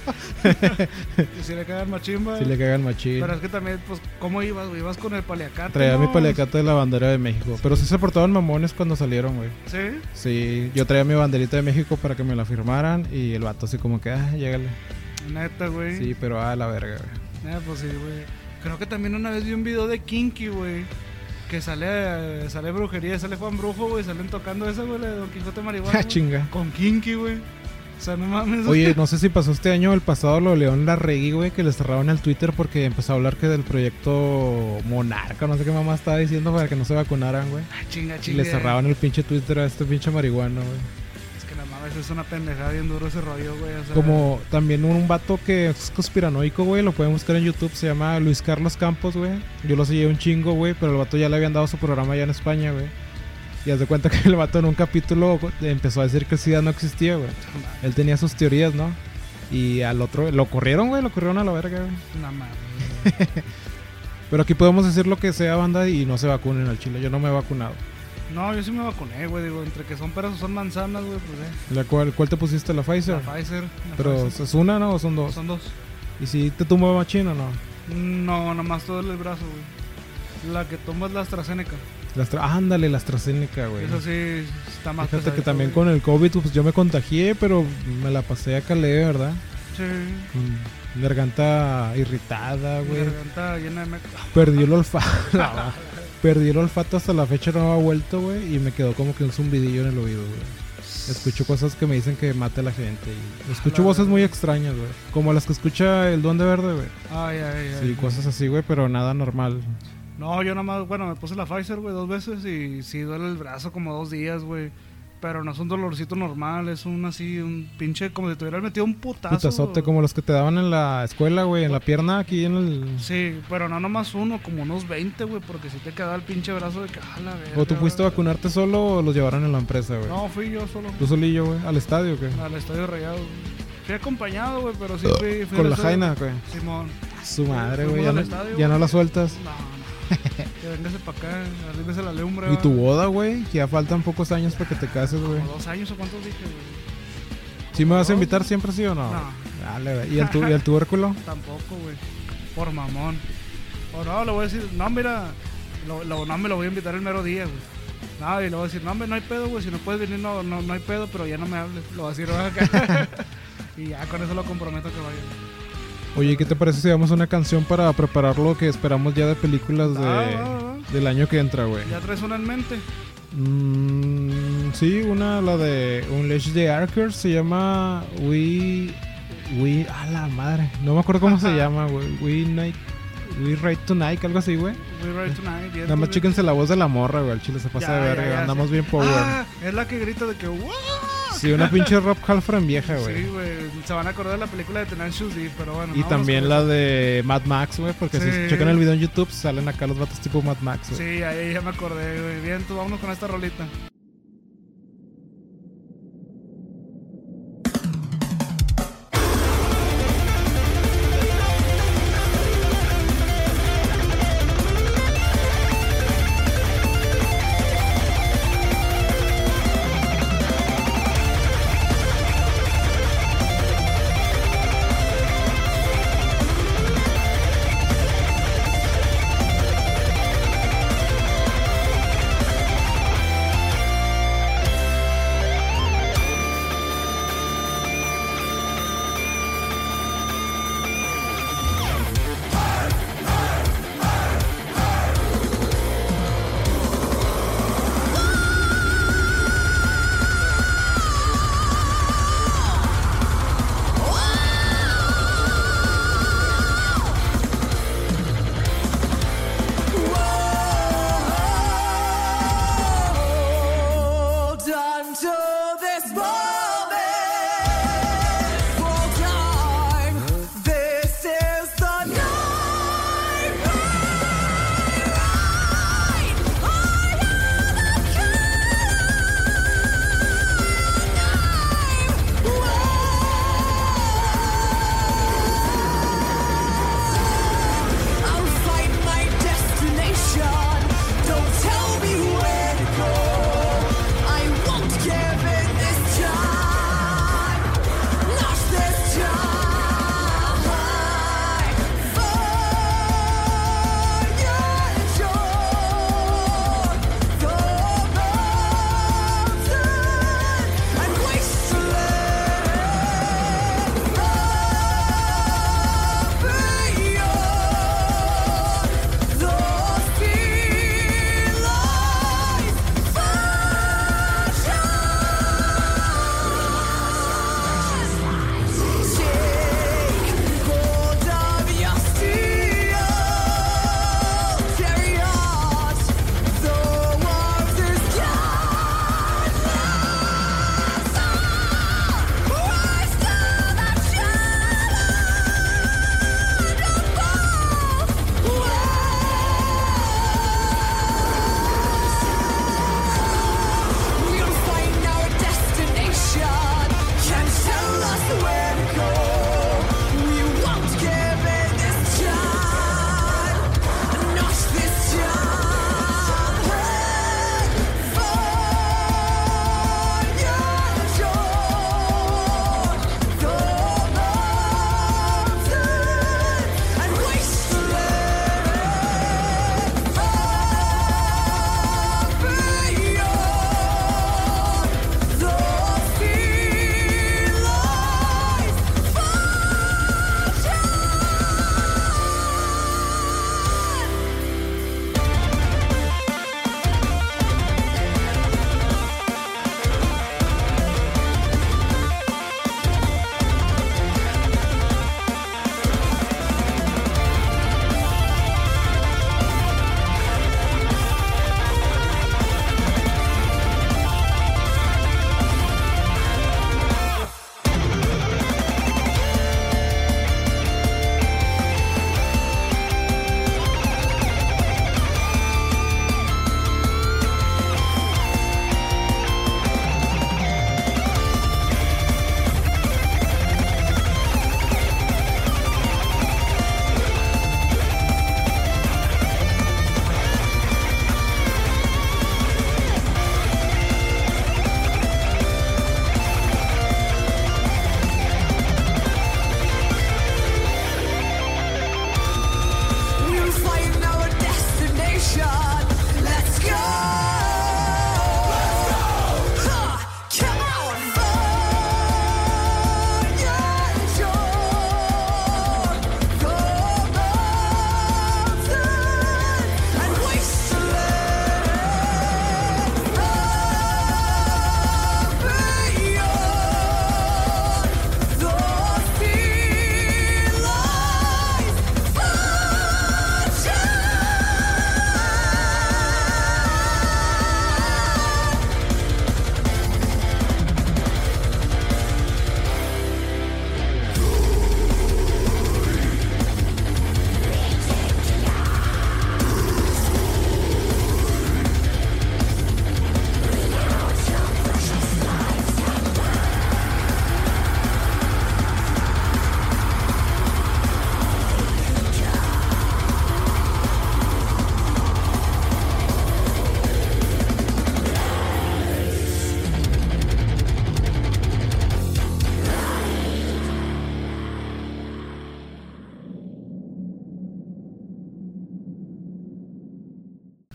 Que si le cagan machimba. Sí le cagan machín. Pero es que también, pues, ¿cómo ibas, güey? Ibas con el paliacate. Traía ¿no? mi paliacate de la bandera de México. Pero sí se portaban mamones cuando salieron, güey. ¿Sí? Sí, yo traía mi banderita de México para que me la firmaran. Y el vato así como que, ah, llégale. Neta, güey. Sí, pero ah, la verga, güey. Eh, pues sí, güey. Creo que también una vez vi un video de Kinky, güey. Que sale, eh, sale brujería, sale Juan Brujo, güey. Salen tocando esa, güey, la de Don Quijote Marihuana. Ah, güey. chinga. Con Kinky, güey. O sea, no mames. Oye, no sé si pasó este año o el pasado lo de León Larregui, güey, que le cerraron el Twitter porque empezó a hablar que del proyecto Monarca, no sé qué mamá estaba diciendo para que no se vacunaran, güey. Ah, chinga, Y chinga. le cerraban el pinche Twitter a este pinche marihuano, güey. Es que la mames, es una pendejada bien duro ese rollo, güey. O sea, Como también un vato que es conspiranoico, güey, lo pueden buscar en YouTube, se llama Luis Carlos Campos, güey. Yo lo seguí un chingo, güey, pero el vato ya le habían dado su programa allá en España, güey. Y haz de cuenta que el vato en un capítulo empezó a decir que el SIDA no existía, güey. Él tenía sus teorías, ¿no? Y al otro, lo corrieron, güey, lo corrieron a la verga, güey. No mames. güey. Pero aquí podemos decir lo que sea, banda, y no se vacunen al chile. Yo no me he vacunado. No, yo sí me vacuné, güey. Digo, entre que son peras o son manzanas, güey, pues eh. ¿La cual, ¿Cuál te pusiste? ¿La Pfizer? La Pfizer. la Pero Pfizer. ¿es una, no? ¿O son dos? Son dos. ¿Y si te tumba machín o no? No, nomás todo el brazo, güey. La que tomo es la AstraZeneca. La Astra- Ándale, la AstraZeneca, güey. Eso sí está más Fíjate que pesadito, también güey. con el COVID, pues yo me contagié, pero me la pasé acá leve, ¿verdad? Sí. Con garganta irritada, Mi güey. garganta llena de meca. Perdí el olfato. Perdí el olfato hasta la fecha, no ha vuelto, güey. Y me quedó como que un zumbidillo en el oído, güey. Escucho cosas que me dicen que mate a la gente. Y escucho la voces verga. muy extrañas, güey. Como las que escucha el Duende Verde, güey. Ay, ay, ay. Sí, cosas así, güey, pero nada normal. No, yo nomás, bueno, me puse la Pfizer, güey, dos veces y sí duele el brazo como dos días, güey. Pero no es un dolorcito normal, es un así, un pinche, como si te hubieras metido un putazo. Putazote, como los que te daban en la escuela, güey, en la pierna, aquí en el... Sí, pero no nomás uno, como unos veinte, güey, porque si te quedaba el pinche brazo de que, ah, la verga. ¿O tú fuiste a vacunarte solo o los llevaron en la empresa, güey? No, fui yo solo. ¿Tú solillo, güey? ¿Al estadio, qué? Al estadio Rayado. Fui acompañado, güey, pero sí fui. fui Con al la estadio. Jaina, güey. Simón. Su madre, Fuimos güey. Ya, al no, estadio, ya no güey. la sueltas. No, no. Que véngase para acá, arríbese la lumbre. ¿Y va. tu boda, güey? Que ya faltan pocos años para que te cases, güey. Como dos años o cuántos dije, güey. ¿Sí me vas a invitar siempre, sí o no? No. Dale, güey. ¿Y el, tu- y el tubérculo? Tampoco, güey. Por mamón. O no, le voy a decir, no, mira, lo, lo- no me lo voy a invitar el mero día, güey. No, y le voy a decir, no, hombre, no hay pedo, güey. Si no puedes venir, no, no, no hay pedo, pero ya no me hables. Lo voy a decir, "Ven acá". Y ya con eso lo comprometo que vaya. güey. Oye, ¿qué te parece si damos una canción para preparar lo que esperamos ya de películas de, Ah, va, va. del año que entra, güey? ¿Ya traes una en mente? Mm, sí, una, la de Unleash the Archers, se llama We We, a la madre. No me acuerdo cómo se llama, güey. We Night. We Ride Tonight, algo así, güey. We Ride Tonight. Nada más chéquense la voz de la morra, güey. El chile se pasa Ya, de ya, verga. ya, Andamos sí. bien power. Ah, es la que grita de que ¡wow! Sí, una pinche Rob Halford vieja, güey. Sí, güey. Se van a acordar de la película de Tenacious D, pero bueno. Y no, también vamos la de Mad Max, güey. Porque Sí. si checan el video en YouTube, salen acá los vatos tipo Mad Max, con- güey. Sí, ahí ya me acordé, güey. Bien, tú vámonos con esta rolita.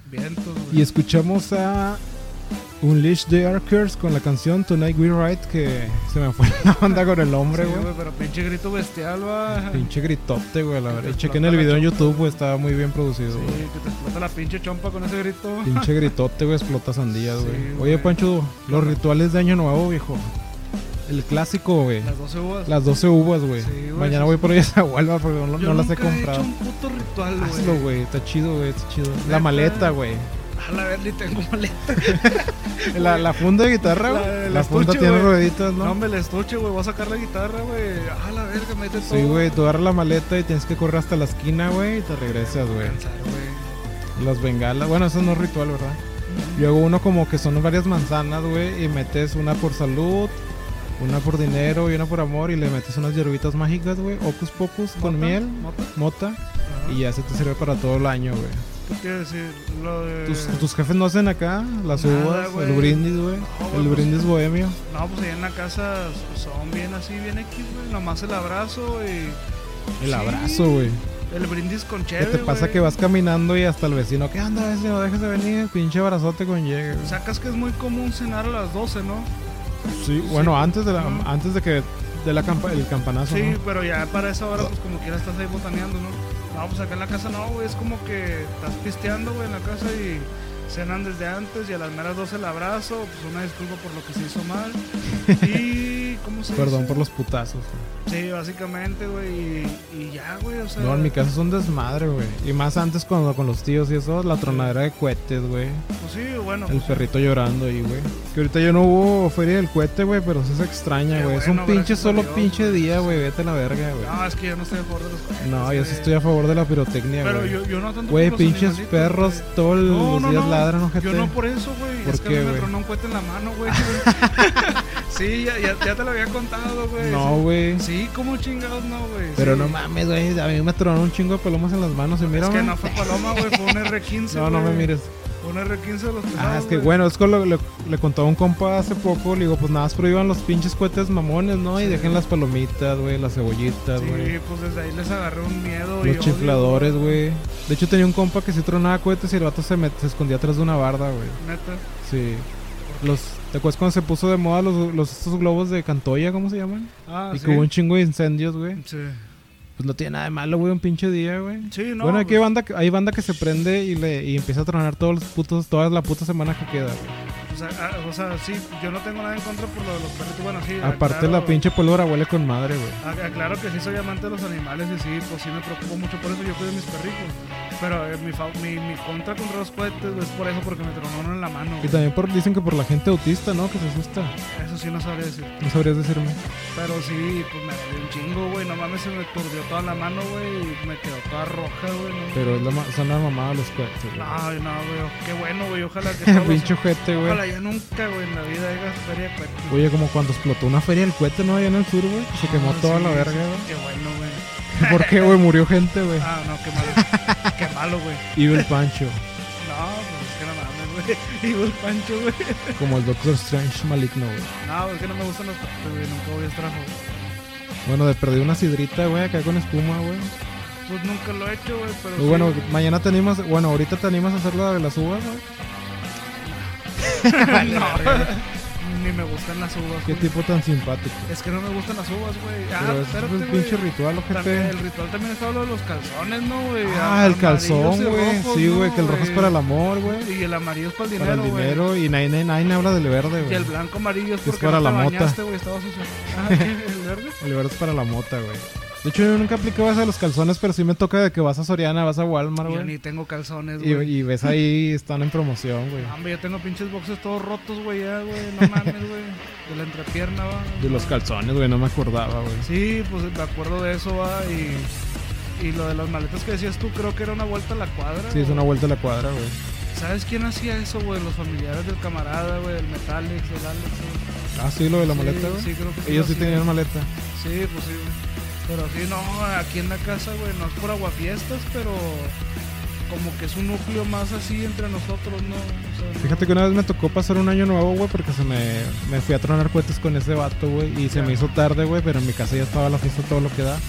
Vientos, güey. Y escuchamos a Unleash the Archers con la canción Tonight We Ride, que se me fue la onda con el nombre, Sí, güey. güey, pero pinche grito bestial, va. Pinche gritote, güey, la verdad. te Y chequen explota el la video en chompa, YouTube, güey, estaba muy bien producido, Sí, güey. que te explota la pinche chompa con ese grito. Pinche gritote, güey, explota sandías, Sí, güey. güey. Oye, Pancho, los rituales de Año Nuevo, viejo. El clásico, güey. Las doce uvas. Las doce uvas, güey. Sí, güey, Mañana sí, voy sí. por ellas a Huelva porque no, Yo no las he nunca comprado. he hecho un puto ritual, güey. Hazlo, güey. Está chido, güey. Está chido. La Neta. maleta, güey. A la vez ni tengo maleta. La, la funda de guitarra, La- güey. el La, funda estuche, tiene güey. rueditas, No, ¿no? me el estuche, güey. Voy a sacar la guitarra, güey. A la verga, mete todo. Sí, güey. Tú agarras la maleta y tienes que correr hasta la esquina, güey. Y te regresas, güey. Cansar, güey. Las bengalas. Bueno, eso no es ritual, ¿verdad? Yo hago uno como que son varias manzanas, güey. Y metes una por salud, una por dinero y una por amor. Y le metes unas hierbitas mágicas, güey. Ocus pocus con ¿Mota? miel, ¿Mota? mota. Ajá. Y ya se te sirve para todo el año, güey. ¿Qué quiere decir? Lo de... ¿Tus, tus jefes no hacen acá las Nada, uvas, güey. el brindis, güey? No, güey, El pues- brindis bohemio. No, pues allá en la casa son bien así, bien X, güey. Nomás el abrazo y... El Sí. abrazo, güey. El brindis con ¿Qué cheve, te pasa güey. que vas caminando y hasta el vecino, ¿qué onda, vecino? Dejes de venir, pinche abrazote con llegue, güey. Sacas que es muy común cenar a las doce, ¿no? Sí, bueno, sí. antes de la, Ujú. antes de que de la campa- el campanazo, Sí, ¿no? pero ya para esa hora, pues como quiera estás ahí botaneando, ¿no? No, pues acá en la casa no, güey. Es como que estás pisteando, güey, en la casa y cenan desde antes y a las meras doce el abrazo. Pues una disculpa por lo que se hizo mal. Y... ¿Cómo se Perdón dice? por los putazos, güey. Sí, básicamente, güey. Y, y ya, güey, o sea... No, en mi casa es un desmadre, güey. Y más antes cuando con los tíos y eso, la tronadera de cohetes, güey. Pues sí, bueno. El pues, perrito llorando ahí, güey. Que ahorita ya no hubo feria del cohete, güey, pero sí se extraña, Qué güey. es bueno, un pinche gracias a solo Dios, pinche güey. día, güey. Vete a la verga, güey. No, es que yo no estoy a favor de los cohetes, No, yo sí güey. estoy a favor de la pirotecnia, Pero güey. yo, yo no tanto Güey, por los pinches animalitos, perros güey. todos No, los no, días no. ladran, ojete. Yo no por eso, güey. ¿Por Es que a qué, mí me güey? tronó un cohete en la mano, güey. Sí, ya, ya, ya te lo había contado, güey. No, güey. Sí, como chingados no, güey. Pero Sí. no mames, güey. A mí me tronó un chingo de palomas en las manos y mira, Es que güey. no fue paloma, güey. Fue un R quince. No, no me güey. mires. Un R quince de los pesados. Ah, es que güey. bueno, es que lo- le, le contaba a un compa hace poco. Le digo, pues nada más prohíban los pinches cohetes mamones, ¿no? Y Sí. dejen las palomitas, güey, las cebollitas, güey. Sí, pues desde ahí les agarré un miedo. y Los odio, chifladores, güey. De hecho, tenía un compa que sí tronaba cohetes y el vato se, met- se escondía atrás de una barda, güey. Neta. Sí. Los, ¿te acuerdas cuando se puso de moda los, los estos globos de Cantoya, ¿cómo se llaman? Ah, y sí. que hubo un chingo de incendios, güey. Sí. Pues no tiene nada de malo, güey, un pinche día, güey. Sí, no. bueno, aquí pues, hay banda, que- hay banda que se prende y le y empieza a tronar todos los putos, toda la puta semana que queda, güey. O sea, ah, o sea, sí, yo no tengo nada en contra por lo de los perritos. Bueno, sí. Aparte aclaro- la pinche pólvora huele con madre, güey. Ah, claro que sí soy amante de los animales y sí, pues sí me preocupo mucho por eso. Yo cuido a mis perritos. Pero eh, mi, fa- mi, mi contra contra los cohetes es por eso, porque me tronó uno en la mano. Y güey. también por, dicen que por la gente autista, ¿no? Que se asusta. Eso sí no sabría decir. No sabrías decirme. Pero sí, pues me dolió un chingo, güey. No mames, se me turbió toda la mano, güey. Y me quedó toda roja, güey. No, Pero es la, ma- son la mamada de los cohetes, güey. No, no, güey. Qué bueno, güey. Ojalá que todos... Pinche ojete, güey. Ojalá ya nunca, güey, en la vida haya feria de cohetes. Oye, como cuando explotó una feria del cohete, ¿no? Allá en el sur, güey. que Se quemó Ah, toda sí, la sí, verga, sí. güey. Qué bueno, güey. ¿Por qué, güey? Murió gente, güey. Ah, no, qué malo. Qué malo, güey. Evil Pancho. No, pues es que no mames, güey. Digo el Pancho, güey. Como el Doctor Strange maligno, güey. No, es que no me gustan los cohetes, güey. Nunca voy a estar a favor. Bueno, de perdí una sidrita, güey, acá con espuma, güey. Pues nunca lo he hecho, güey, pero Y sí. bueno, mañana te animas, bueno, ahorita te animas a hacer la de las uvas, güey. no, ni me gustan las uvas, Qué güey. tipo tan simpático. Es que no me gustan las uvas, güey. Ah, Pero es espérate, un güey. pinche ritual, También, el ojete. ritual también está lo de los calzones, ¿no, güey? Ah, el Amarillos calzón, y güey. rojos, Sí, ¿no, güey, que el rojo es para el amor, güey. Y el amarillo es para el Para dinero, el güey. dinero. Y nadie, nadie habla del verde, Y el güey. blanco amarillo es Que es porque para no la te mota. bañaste, güey, estaba sucio. Ah, ¿qué? ¿El verde? El verde es para la mota, güey. De hecho, yo nunca aplicaba eso de los calzones, pero sí me toca de que vas a Soriana, vas a Walmart, Yo güey. ni tengo calzones, Y, güey. y ves ahí, están en promoción, güey. No, hombre, yo tengo pinches boxes todos rotos, güey, ya, güey. No mames, güey. De la entrepierna, va. De los calzones, güey, no me acordaba, güey. Sí, pues me acuerdo de eso, va. Y, y lo de las maletas que decías tú, creo que era una vuelta a la cuadra. Sí, es o- una vuelta a la cuadra, güey. ¿Sabes quién hacía eso, güey? Los familiares del camarada, güey, del Metalix, del Alex, güey. Ah, sí, lo de la Sí, maleta, güey. sí, creo que sí Ellos lo sí hacían. tenían maleta. Sí, pues sí, güey. Pero sí, no, aquí en la casa, güey, no es por aguafiestas, pero como que es un núcleo más así entre nosotros, ¿no? O sea, Fíjate que una vez me tocó pasar un año nuevo, güey, porque se me, me fui a tronar cohetes con ese vato, güey. Y se Ya. me hizo tarde, güey, pero en mi casa ya estaba la fiesta todo lo que da.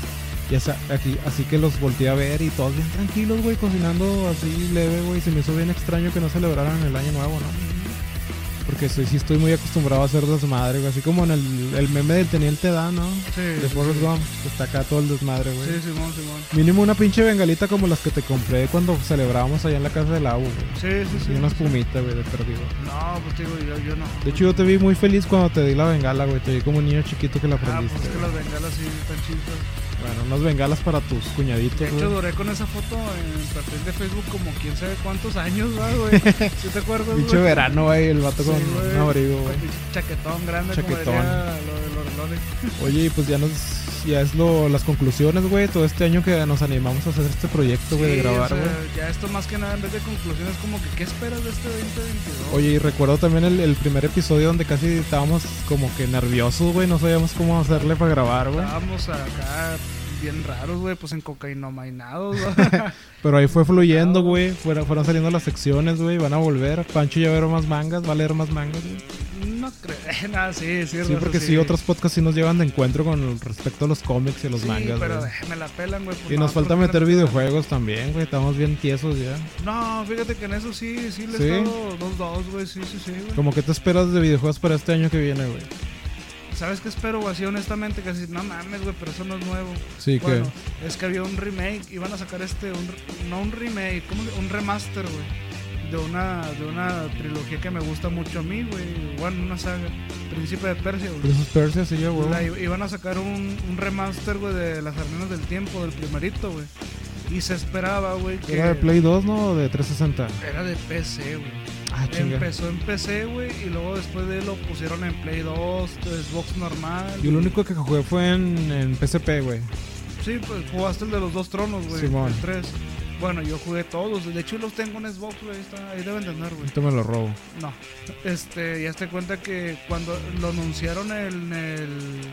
Y esa, aquí, así que los volteé a ver y todos bien tranquilos, güey, cocinando así leve, güey. Se me hizo bien extraño que no celebraran el año nuevo, ¿no? Porque soy, sí estoy muy acostumbrado a hacer desmadre, güey. Así como en el, el meme del Teniente Dan, ¿no? Sí. De Forrest Gump, que está acá todo el desmadre, güey. Sí, Simón, Simón. Mínimo una pinche bengalita como las que te compré cuando celebrábamos allá en la casa del Abu, güey. Sí, sí, sí. Y una sí. espumita, güey, de perdido. No, pues digo, yo, yo no. De hecho, yo te vi muy feliz cuando te di la bengala, güey. Te vi como un niño chiquito que la Ah, aprendiste. pues es que güey. las bengalas sí están chidas. Bueno, unas bengalas para tus cuñaditos, De hecho, güey. duré con esa foto en el perfil de Facebook como quién sabe cuántos años, ¿va, güey? ¿Sí te acuerdas, güey? Pinche verano, güey, el vato Sí, con güey. un abrigo, Con güey. pinche chaquetón grande, Chaquetón. como diría lo de los relojes. Oye, y pues ya nos... Ya es lo, las conclusiones, güey. Todo este año que nos animamos a hacer este proyecto, güey, de Sí, grabar, o sea, güey. ya esto más que nada, en vez de conclusiones, como que ¿qué esperas de este veinte veintidós? Oye, y recuerdo también el, el primer episodio donde casi estábamos como que nerviosos, güey. No sabíamos cómo hacerle para grabar, güey. Estábamos acá bien raros, güey, pues en cocainomainados, güey. Pero ahí fue fluyendo, güey. Fueron, fueron saliendo las secciones, güey. Van a volver. Pancho ya va a ver más mangas. Va a leer más mangas, güey. No creo, nada, sí, sí, Sí, porque sí, otros podcasts sí nos llevan de encuentro con respecto a los cómics y los sí, mangas, pero güey. eh, me la pelan, güey. pues Y no, nos falta pues, meter fíjate- videojuegos también, güey. Estamos bien tiesos ya. No, fíjate que en eso sí, sí le ¿Sí? he estado dos dos, güey, sí, sí, sí, güey. ¿Cómo que te esperas de videojuegos para este año que viene, güey? ¿Sabes qué espero, güey? Así honestamente, que así, no mames, güey, pero eso no es nuevo. Sí, Bueno, que... es que había un remake, iban a sacar este, un, re- no un remake, ¿cómo se- un remaster, güey. De una, de una trilogía que me gusta mucho a mí, güey. Bueno, una saga, Príncipe de Persia, güey. Prince of Persia, sí, ya, güey. La i- iban a sacar un, un remaster, güey, de Las Arenas del Tiempo, del primerito, güey. Y se esperaba, güey, que... ¿Era de Play dos, no? ¿O de trescientos sesenta? Era de P C, güey. Ah, chinga. Empezó en P C, güey, y luego después de él lo pusieron en Play dos, Xbox normal. Yo lo único que jugué fue en, en P S P, güey. Sí, pues jugaste el de los dos tronos, güey. Simón. El tres. Bueno, yo jugué todos. De hecho, los tengo en Xbox, güey. está- Ahí deben tener, güey. Ahorita me lo robo. No. Este, ya te cuenta que cuando lo anunciaron en el.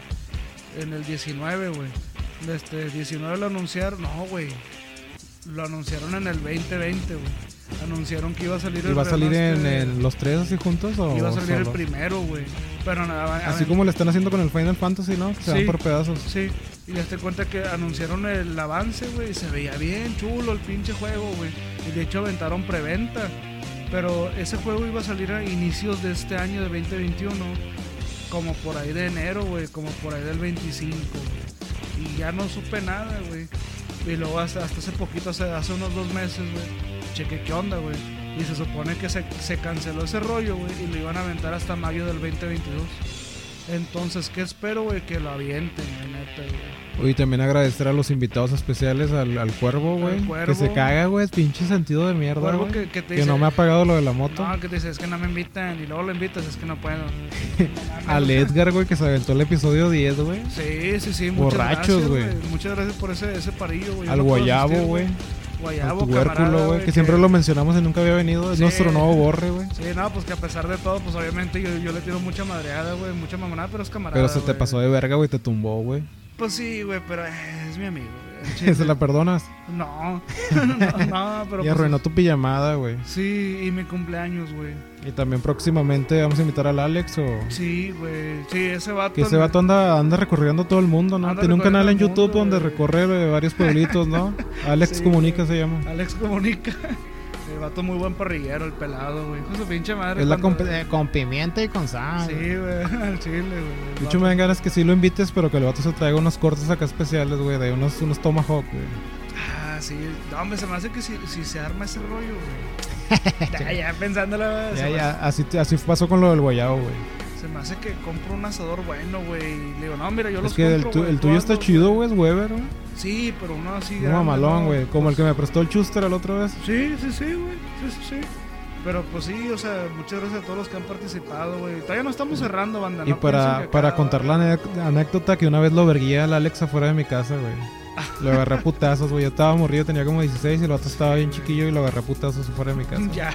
En el diecinueve, güey. Este, diecinueve lo anunciaron. No, güey. Lo anunciaron en el veinte veinte, güey. Anunciaron que iba a salir ¿Y va a salir en, remaster. en los tres así juntos o Iba a salir el solo? primero, güey. Pero nada, a- Así a- como le están haciendo con el Final Fantasy, ¿no? Que se Sí. van por pedazos. Sí, y ya te cuenta que anunciaron el avance, güey, y se veía bien chulo el pinche juego, güey. Y de hecho aventaron preventa. Pero ese juego iba a salir a inicios de este año de veinte veintiuno, como por ahí de enero, güey, como por ahí del veinticinco, güey. Y ya no supe nada, güey. Y luego hasta, hasta hace poquito, hace, hace unos dos meses, güey, chequé qué onda, güey. Y se supone que se, se canceló ese rollo, güey, y lo iban a aventar hasta mayo del veinte veintidós. Entonces, ¿qué espero, güey? Que lo avienten, la neta, güey. Y también agradecer a los invitados especiales, al, al Cuervo, güey. Cuervo. Que se caga, güey. Pinche sentido de mierda, Cuervo güey. que, que te Que dice, no me ha pagado lo de la moto. no, que te dice, es que no me invitan. Y luego lo invitas, es que no puedo. Al Edgar, güey, que se aventó el episodio diez, güey. Sí, sí, sí. Muchas Borrachos, gracias, güey. Muchas gracias por ese, ese parillo, güey. Yo Al no puedo Guayabo, asistir, güey. Al Guayabo, tubérculo, camarada, güey. Que siempre lo mencionamos y nunca había venido. Es Sí. nuestro nuevo Borre, güey. Sí, no, pues que a pesar de todo, pues obviamente yo, yo le tiro mucha madreada, güey. Mucha mamonada, pero es camarada. Pero se te güey. pasó de verga, güey. Te tumbó, güey. Pues sí, güey, pero eh, es mi amigo, güey. al chile. ¿Se la perdonas? No, no, no, pero Y pues, arruinó tu pijamada, güey. sí, y mi cumpleaños, güey. Y también próximamente vamos a invitar al Alex o... Sí, güey. Sí, ese vato. Que ese vato anda, anda recorriendo todo el mundo, ¿no? Anda Tiene un canal en recorriendo el YouTube mundo, donde güey. recorre eh, varios pueblitos, ¿no? Alex Sí, Comunica güey. se llama. Alex Comunica. El vato muy buen parrillero, el pelado, güey. Con su pinche madre. Es la con, cuando- eh, con pimienta y con sal. Sí, güey, al chile, güey. El De hecho, me dan ganas que sí lo invites, pero que el vato se traiga unos cortes acá especiales, güey, de unos, unos tomahawk, güey. Ah, sí. No, hombre, se me hace que si, si se arma ese rollo, güey. ya, ya, pensándolo, güey. Ya, se, ya, así, así pasó con lo del guayabo, güey. Me, se me hace que compro un asador bueno, güey. Y le digo, no, mira, yo Es los que el, compro, tu- güey, el tuyo está todos, chido, güey, es Weber, güey. Sí, pero uno así Un grande, mamalón, ¿no? güey. Como el Pues, que me prestó el Chuster la otra vez. Sí, sí, sí, güey. Sí, sí, sí. Pero pues sí, o sea, muchas gracias a todos los que han participado, güey. Todavía no estamos cerrando, banda. Y no piensen para, que para acá- contar la ane- anécdota que una vez lo vergué al Alex afuera de mi casa, güey. Lo agarré a putazos, güey. Yo estaba morrido, tenía como dieciséis y el vato estaba bien chiquillo y lo agarré a putazos afuera de mi casa. Ya,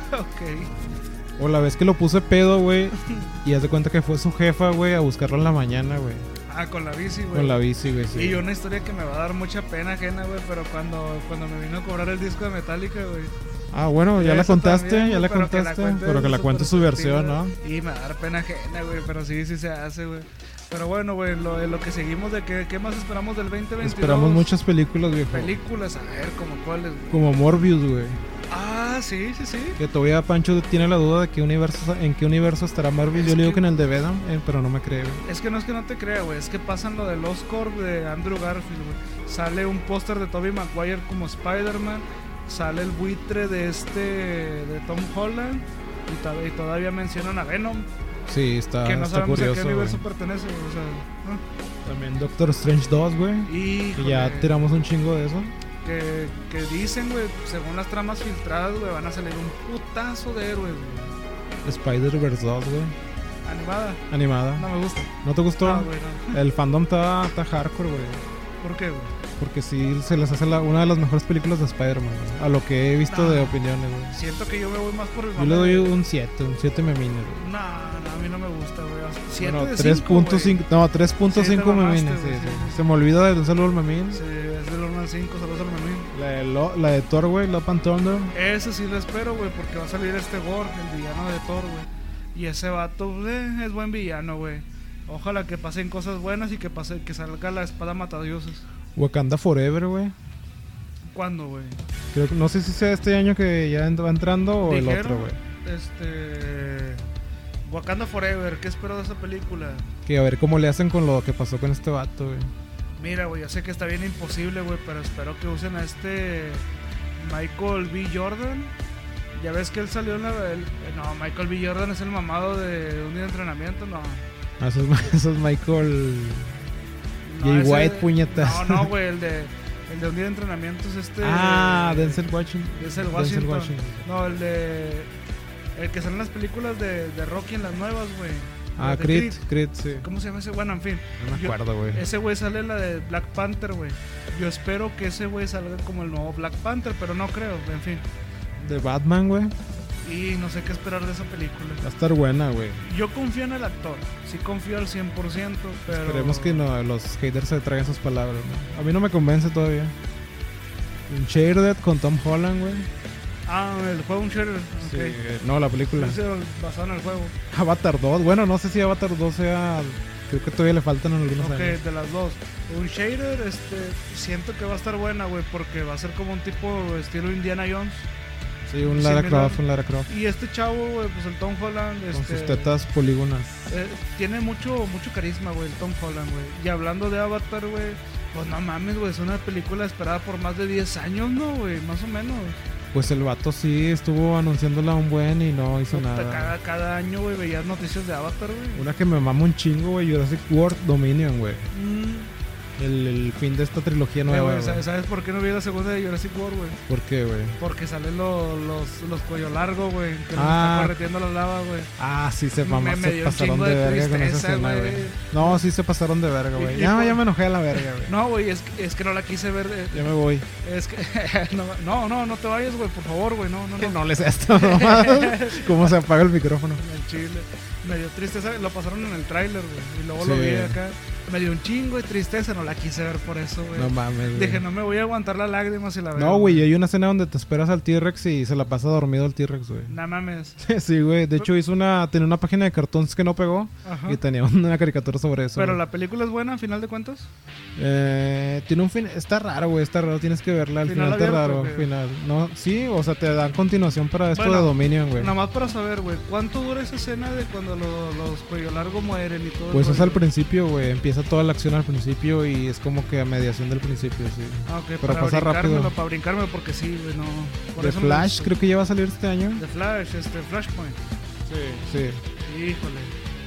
ok. O la vez que lo puse pedo, güey, y haz de cuenta que fue su jefa, güey, a buscarlo en la mañana, güey. Ah, con la bici, güey. Con la bici, güey, sí. Y una historia que me va a dar mucha pena ajena, güey, pero cuando, cuando me vino a cobrar el disco de Metallica, güey. Ah, bueno, ya la Eso contaste, también, ya la pero que contaste, cuente pero que la su cuente su versión, ¿no? perspectiva. Y me va a dar pena ajena, güey, pero sí, sí se hace, güey. Pero bueno, güey, lo, lo que seguimos de que, ¿qué más esperamos del veinte veintidós? Esperamos muchas películas, viejo. Películas, a ver, como cuáles, güey. Como Morbius, güey. Ah, sí, sí, sí. Que todavía Pancho tiene la duda de qué universo, en qué universo estará Morbius. Es Yo le digo que- que en el de Venom, eh, pero no me cree, güey. Es que no es que no te crea, güey, es que pasan lo del Oscorp de Andrew Garfield, güey. Sale un póster de Tobey Maguire como Spider-Man, sale el buitre de este, de Tom Holland, y, to- y todavía mencionan a Venom, Sí, está, que no está sabemos curioso, a qué universo güey. pertenece, güey, o sea, También Doctor Strange dos, güey. ¿no? Que Híjole, ya tiramos un chingo de eso. que, que dicen, güey, según las tramas filtradas, güey, van a salir un putazo de héroes, güey. Spider-Verse dos, güey. Animada, Animada. no me gusta. ¿No te gustó? No, güey, no. El fandom está, está hardcore, güey. ¿Por qué, güey? Porque sí se les hace la- una de las mejores películas de Spider-Man, güey. A lo que he visto No. de opiniones, güey. Siento que yo me voy más por el Yo le doy un siete, un siete memines, güey. No, no, a mí no me gusta, güey. siete Bueno, de tres cinco, punto güey. cinco, no, tres punto Sí, te cinco mamaste, memines, sí, güey, sí. sí, sí. Se me olvida de un saludo al memín. Sí, es del uno al cinco, saludos al memín. La, de Lo- la de Thor, güey, Love and Thunder. Ese sí lo espero, güey, porque va a salir este Gore, el villano de Thor, güey. Y ese vato, eh, es buen villano, güey. Ojalá que pasen cosas buenas y que pase, que salga la espada matadioses. Wakanda Forever, güey. ¿Cuándo, güey? Creo que no sé si sea este año que ya ent- va entrando o el Dijeron, otro, güey. Este. Wakanda Forever, ¿qué espero de esa película? Que a ver cómo le hacen con lo que pasó con este vato, güey. Mira, güey, yo sé que está bien imposible, güey, pero espero que usen a este Michael B. Jordan. Ya ves que él salió en la... el- no, Michael B. Jordan es el mamado de un día de entrenamiento, no. Ah, eso, es, eso es Michael No, Jay ese- White, puñetas. No, no, güey, el de, el de un día de entrenamiento es este... Ah, eh, Denzel Washington. Denzel Denzel Washington. Washington. No, el de... El que sale en las películas de, de Rocky en las nuevas, güey. Ah, Las de Creed, Creed, sí. ¿Cómo se llama ese? Bueno, en fin. No me Yo- acuerdo, güey. Ese güey sale en la de Black Panther, güey. Yo espero que ese güey salga como el nuevo Black Panther, pero no creo, en fin. De Batman, güey. Y no sé qué esperar de esa película. Va a estar buena, güey. Yo confío en el actor, sí confío al cien por ciento, pero... Esperemos que no, los haters se traigan sus palabras, ¿no? A mí no me convence todavía. Uncharted con Tom Holland, güey. Ah, el juego Uncharted, Sí, ok. no, la película. Sí, basado en el juego. Avatar dos, bueno, no sé si Avatar dos sea... Creo que todavía le faltan algunos Ok, años. de las dos. Uncharted, este, siento que va a estar buena, güey, porque va a ser como un tipo estilo Indiana Jones. Sí, un Lara similar. Croft, un Lara Croft. Y este chavo, güey, pues el Tom Holland, Con este... sus tetas polígonas. Eh, tiene mucho mucho carisma, güey, el Tom Holland, güey. Y hablando de Avatar, güey, pues no mames, güey, es una película esperada por más de diez años, ¿no, güey? Más o menos. Pues el vato sí estuvo anunciándola un buen y no hizo Puta, nada. Cada, cada año, güey, veías noticias de Avatar, güey. Una que me mama un chingo, güey, Jurassic World Dominion, güey. Mm. El, el fin de esta trilogía Eh, nueva, güey, güey. ¿sabes, ¿Sabes por qué no vi la segunda de Jurassic World, güey? ¿Por qué, güey? Porque salen lo- los, los cuello largo, güey, que nos Ah. está correteando la lava, güey. Ah, sí se Me- mamá, me se dio un pasaron chingo de de verga con esa tristeza, escena, güey. güey. No, sí se pasaron de verga, güey. Y- y Ya, por- ya me enojé a la verga, güey. No, güey, es, que- es que no la quise ver. eh, Ya me voy. Es que. no, no, no, no te vayas, güey, por favor, güey. No, no, no. No les esto nomás. ¿Cómo se apaga el micrófono? En el Chile. Me dio tristeza, lo pasaron en el tráiler, güey. Y luego lo Sí. vi acá. Me dio un chingo de tristeza, no la quise ver por eso, güey. No mames, güey. Dije, no me voy a aguantar las lágrimas si la veo. No, güey, y hay una escena donde te esperas al T-Rex y se la pasa dormido el T-Rex, güey. No mames. Sí, güey. De hecho, hizo una, tenía una página de cartones que no pegó Ajá. y tenía una caricatura sobre eso. Pero güey. la película es buena, a final de cuentas. Eh, tiene un fin, está raro, güey, está raro, tienes que verla. Al Final final, está abierto, raro, güey. final. No, sí, o sea, te dan continuación para esto Bueno, de Dominion, güey. Nada más para saber, güey, ¿cuánto dura esa escena de cuando lo- los cuello largo mueren y todo? el Pues es rollo? al principio, güey. Empieza toda la acción al principio y es como que a mediación del principio, sí. Ah, ok, pero para pasa rápido. brincármelo, para brincarme porque sí, güey, no. Por De eso me Flash, gustó. creo que ya va a salir este año. De Flash, este, Flashpoint. Sí. Sí. Híjole.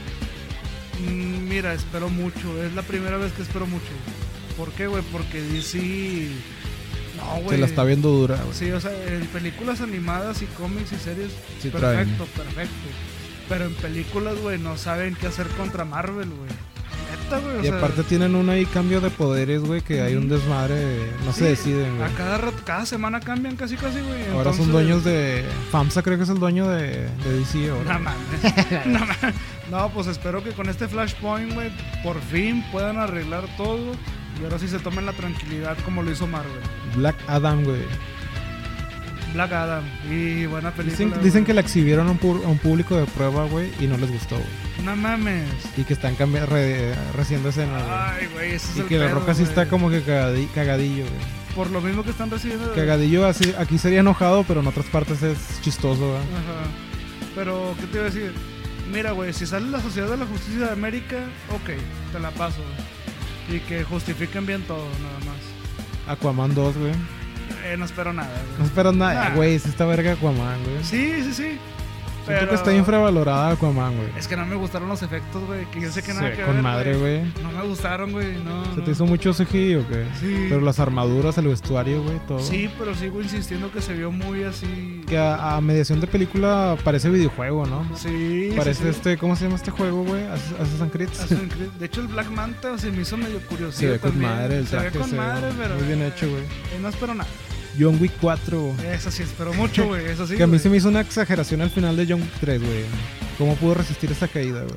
Mm, mira, espero mucho. Es la primera vez que espero mucho. ¿Por qué, güey? Porque D C... No, güey. Se la está viendo dura, güey. Sí, o sea, en películas animadas y cómics y series, Sí perfecto, perfecto. Pero en películas, güey, no saben qué hacer contra Marvel, güey. Neta, güey. o Y sea, aparte tienen un ahí cambio de poderes, güey, que hay un desmadre. No sí, se deciden, güey. A cada rato, cada semana cambian casi, casi, güey. Ahora Entonces- son dueños de... FAMSA creo que es el dueño de, de D C ahora. No mames. no, mames. No, pues espero que con este Flashpoint, güey, por fin puedan arreglar todo. Y ahora sí se tomen la tranquilidad como lo hizo Marvel. Black Adam, güey. Black Adam. Y buena película. Dicen, dicen güey. que la exhibieron a un, pu- a un público de prueba, güey, y no les gustó, güey. No mames. Y que están cambi- re- rehaciendo escenas, güey. Ay, güey, ese es Y el que la pedo, roca sí güey. está como que cagadi- cagadillo, güey. Por lo mismo que están recibiendo. Cagadillo así, aquí sería enojado, pero en otras partes es chistoso, güey. Ajá. Pero, ¿qué te iba a decir? Mira, güey, si sale la Sociedad de la Justicia de América, ok, te la paso, güey. Y que justifiquen bien todo, nada más. Aquaman dos, güey. Eh, no espero nada, No güey. esperas nada, Nah. güey. Es esta verga Aquaman, güey. Sí, sí, sí. Siento Pero que está infravalorada Aquaman, güey. es que no me gustaron los efectos, güey. Que yo sé que Se nada ve que con ver, madre, güey. No me gustaron, güey. No, ¿Se no. te hizo mucho C G I o qué? Sí. Pero las armaduras, el vestuario, güey, todo. Sí, pero sigo insistiendo que se vio muy así. Que a, a mediación de película parece videojuego, ¿no? Sí. Parece sí, sí. este, ¿cómo se llama este juego, güey? Ass- Assassin's Creed. Assassin's Creed. De hecho, el Black Manta se me hizo medio curioso. Se ve con también. madre el Se ve traje, con se ve madre, pero. muy bien hecho, güey. eh, no espero nada. John Wick cuatro. Eso sí, espero mucho, güey. Eso sí. que a mí güey. se me hizo una exageración al final de John Wick tres, güey. ¿Cómo pudo resistir esa caída, güey?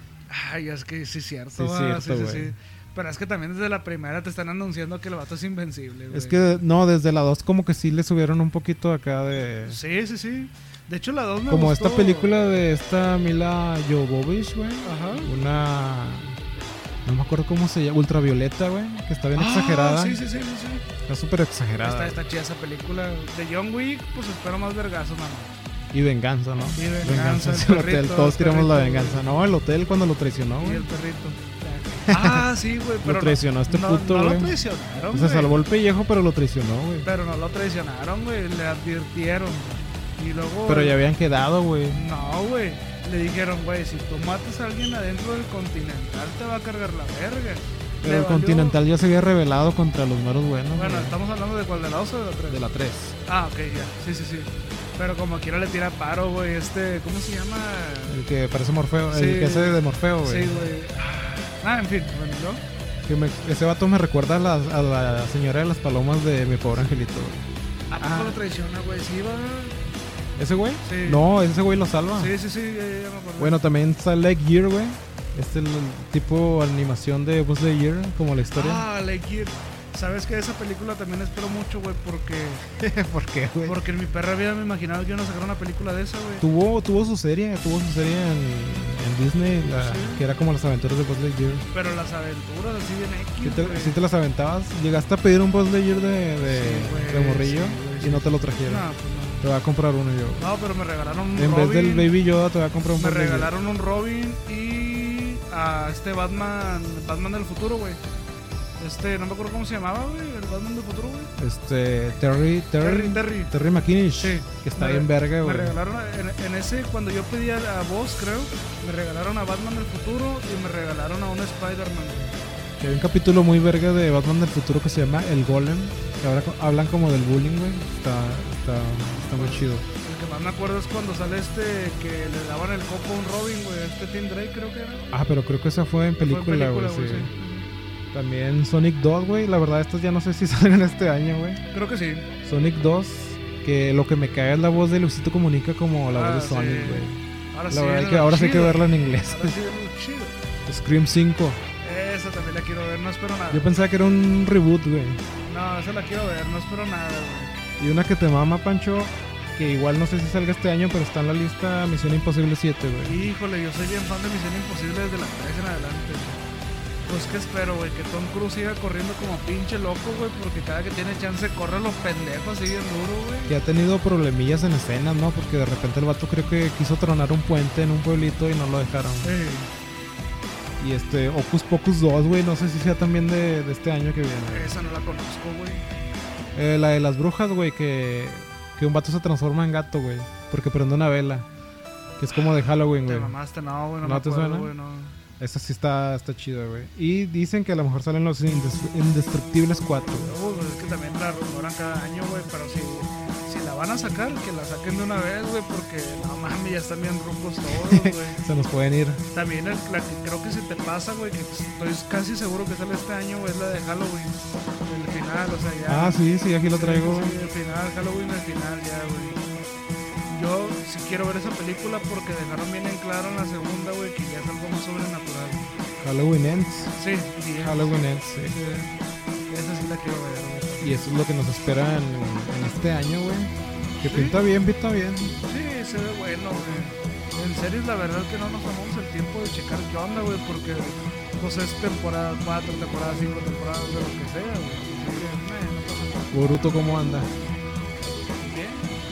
Ay, es que sí es cierto. Sí, va, cierto, sí, sí, güey. sí. Pero es que también desde la primera te están anunciando que el vato es invencible, güey. Es que, no, desde la dos como que sí le subieron un poquito acá de... Sí, sí, sí. De hecho, la dos me Como gustó. esta película de esta Mila Jovovich, güey. Ajá. Una... No me acuerdo cómo se llama. Ultravioleta, güey. Que está bien Ah, exagerada. Sí, sí, sí, sí, sí. Está súper exagerada. Está, está chida esa película. De John Wick, pues espero más vergazos, mamá. Y venganza, ¿no? Y venganza, el es el hotel. perrito, Todos el tiramos la perrito, venganza. güey. No, el hotel cuando lo traicionó, Y güey. el perrito. Ah, sí, güey, pero Lo traicionó no, este no, puto, no güey. lo traicionaron, Se güey. salvó el pellejo, pero lo traicionó, güey. Pero no lo traicionaron, güey. Le advirtieron. Y luego... Pero ya habían quedado, güey. No, güey. Le dijeron, güey, si tú matas a alguien adentro del Continental, te va a cargar la verga. Le Pero el valió- Continental ya se había rebelado contra los meros buenos. Bueno, güey. estamos hablando de cuál, de la dos o de la tres. De la tres. Ah, ok, ya. Sí, sí, sí. Pero como quiera le tira paro, güey. Este, ¿cómo se llama? El que parece Morfeo. Sí. El que hace de Morfeo, güey. Sí, güey. Ah, en fin, bueno, ¿no? Que me- ese vato me recuerda a la, a la señora de las palomas de Mi Pobre Angelito, güey. ¿A poco lo traiciona, güey? Sí, va. ¿Ese güey? Sí. No, ese güey lo salva. Sí, sí, sí, ya, ya me acuerdo. Bueno, también está Lightyear, güey. Es el tipo animación de Buzz Lightyear, como la historia. Ah, Lightyear. ¿Sabes que esa película también espero mucho, güey? Porque, ¿Por qué, güey? porque en mi perra vida me imaginaba que iban a sacar una película de esa, güey. Tuvo, tuvo su serie, tuvo su serie en, en Disney, la- Sí. que era como las aventuras de Buzz Lightyear. Pero las aventuras así bien ¿Sí X, te, güey. sí te las aventabas? ¿Llegaste a pedir un Buzz Lightyear de, de, Sí, güey, de morrillo? sí, güey, y sí. no te lo trajeron. No, pues Te voy a comprar uno yo. no. No, pero me regalaron un En Robin. vez del Baby Yoda te voy a comprar un Me Buzz Lightyear. regalaron un Robin y a este Batman, Batman del futuro, güey. Este, no me acuerdo cómo se llamaba, güey, el Batman del futuro, güey. Este, Terry, Terry, Terry, Terry. Terry McKinnish, Sí. que está Me- bien verga, Me güey. regalaron, en, en ese, cuando yo pedí a, a vos, creo, me regalaron a Batman del futuro y me regalaron a un Spider-Man. Que hay un capítulo muy verga de Batman del futuro que se llama El Golem, que ahora co- hablan como del bullying, güey. Está, está, está muy chido. El que más me acuerdo es cuando sale este, que le daban el copo a un Robin, güey, este Tim Drake creo que era. Ah, pero creo que esa fue en Fue en película, güey. güey, Sí. sí. También Sonic dos, güey. La verdad, estos ya no sé si salen este año, güey. Creo que sí. Sonic dos, que lo que me cae es la voz de Luisito Comunica como la Ah, voz de Sonic, sí. güey. Ahora La sí, verdad es que lo ahora sí hay que chido. verla en inglés. Ahora sí es lo chido. Scream cinco. Esa también la quiero ver, no espero nada. Yo pensaba que era un reboot, güey. No, esa la quiero ver, no espero nada, güey. Y una que te mama, Pancho, que igual no sé si salga este año, pero está en la lista Misión Imposible siete, güey. Híjole, yo soy bien fan de Misión Imposible desde la tres en adelante, güey. Pues que espero, güey, que Tom Cruise siga corriendo como pinche loco, güey, porque cada que tiene chance corre a los pendejos así bien duro, güey. Que ha tenido problemillas en escenas, ¿no? Porque de repente el vato creo que quiso tronar un puente en un pueblito y no lo dejaron. Sí. Y este, Ocus Pocus dos, güey, no sé si sea también de, de este año que viene. Esa no la conozco, güey. Eh, la de las brujas, güey, que, que un vato se transforma en gato, güey, porque prende una vela. Que es como de Halloween, Te güey. mamaste, no, güey, no, ¿No me te acuerdo, suena? güey, no. Esa sí está, está chida, güey. Y dicen que a lo mejor salen los Indes- Indestructibles cuatro, güey. Uy, pues es que también la rumoran cada año, güey, pero si, si la van a sacar, que la saquen de una vez, güey, porque no mames, ya están bien rucos todos, güey. Se nos pueden ir. También el, la que creo que se te pasa, güey, que estoy casi seguro que sale este año, güey, es la de Halloween. El final, o sea, ya. Ah, sí, sí, aquí lo traigo. Sí, sí, el final, Halloween, el final, ya, güey. Yo sí quiero ver esa película porque dejaron bien en claro en la segunda, güey, que ya es algo más sobrenatural. Halloween Ends. Sí, sí. Halloween Ends, sí. Sí. Esa sí la quiero ver, güey. Y eso es lo que nos espera en, en este año, güey. Que pinta bien, pinta bien. Sí, se ve bueno, güey. En serio, la verdad que no nos tomamos el tiempo de checar qué onda, güey, porque pues es temporada cuatro, temporada cinco, temporada de lo que sea, güey. Así que, eh, no pasa nada. Boruto, ¿cómo anda? Bien.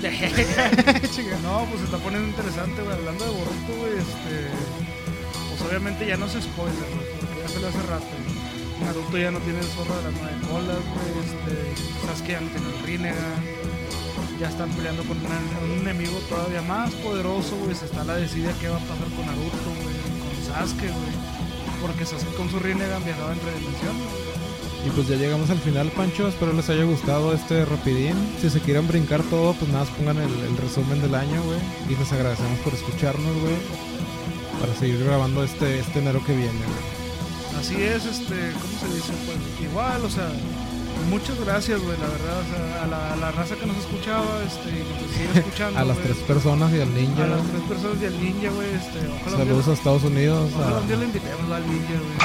No, pues se está poniendo interesante, güey. Hablando de Boruto, güey, este... pues obviamente ya no se spoiler, güey, porque ya salió hace rato, güey. Naruto ya no tiene el zorro de las nueve colas, güey, este... Sasuke ya no tiene el Rinnegan. Ya están peleando con una, un enemigo todavía más poderoso, güey. Se está la decide qué va a pasar con Naruto, güey, con Sasuke, güey. Porque Sasuke con su Rinnegan viajaba entre dimensiones. Y pues ya llegamos al final, Pancho. Espero les haya gustado este rapidín. Si se quieren brincar todo, pues nada más pongan el, el resumen del año, güey. Y les agradecemos por escucharnos, güey. Para seguir grabando este, este enero que viene, güey. Así es, este, ¿cómo se dice? Pues igual, o sea, muchas gracias, güey, la verdad, o sea, a la, a la raza que nos escuchaba, este, y nos sigue escuchando. A las güey. tres personas y al ninja. A las tres personas y al ninja, güey, este, ojalá. Saludos un día, a Estados Unidos. ojalá A, un día lo invitemos al ninja, güey.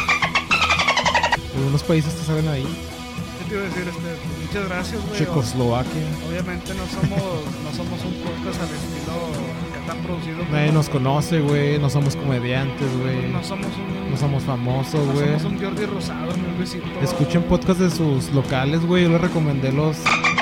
algunos países que salen ahí. ¿Qué te iba a decir? Este, muchas gracias, güey. Checoslovaquia. Obviamente no somos, no somos un podcast al estilo que tan producido. Nadie nos conoce, güey. No somos comediantes, güey. No somos un. No somos famosos, no güey. somos un Jordi Rosado, mi besito. Escuchen podcast de sus locales, güey. Yo les recomendé los.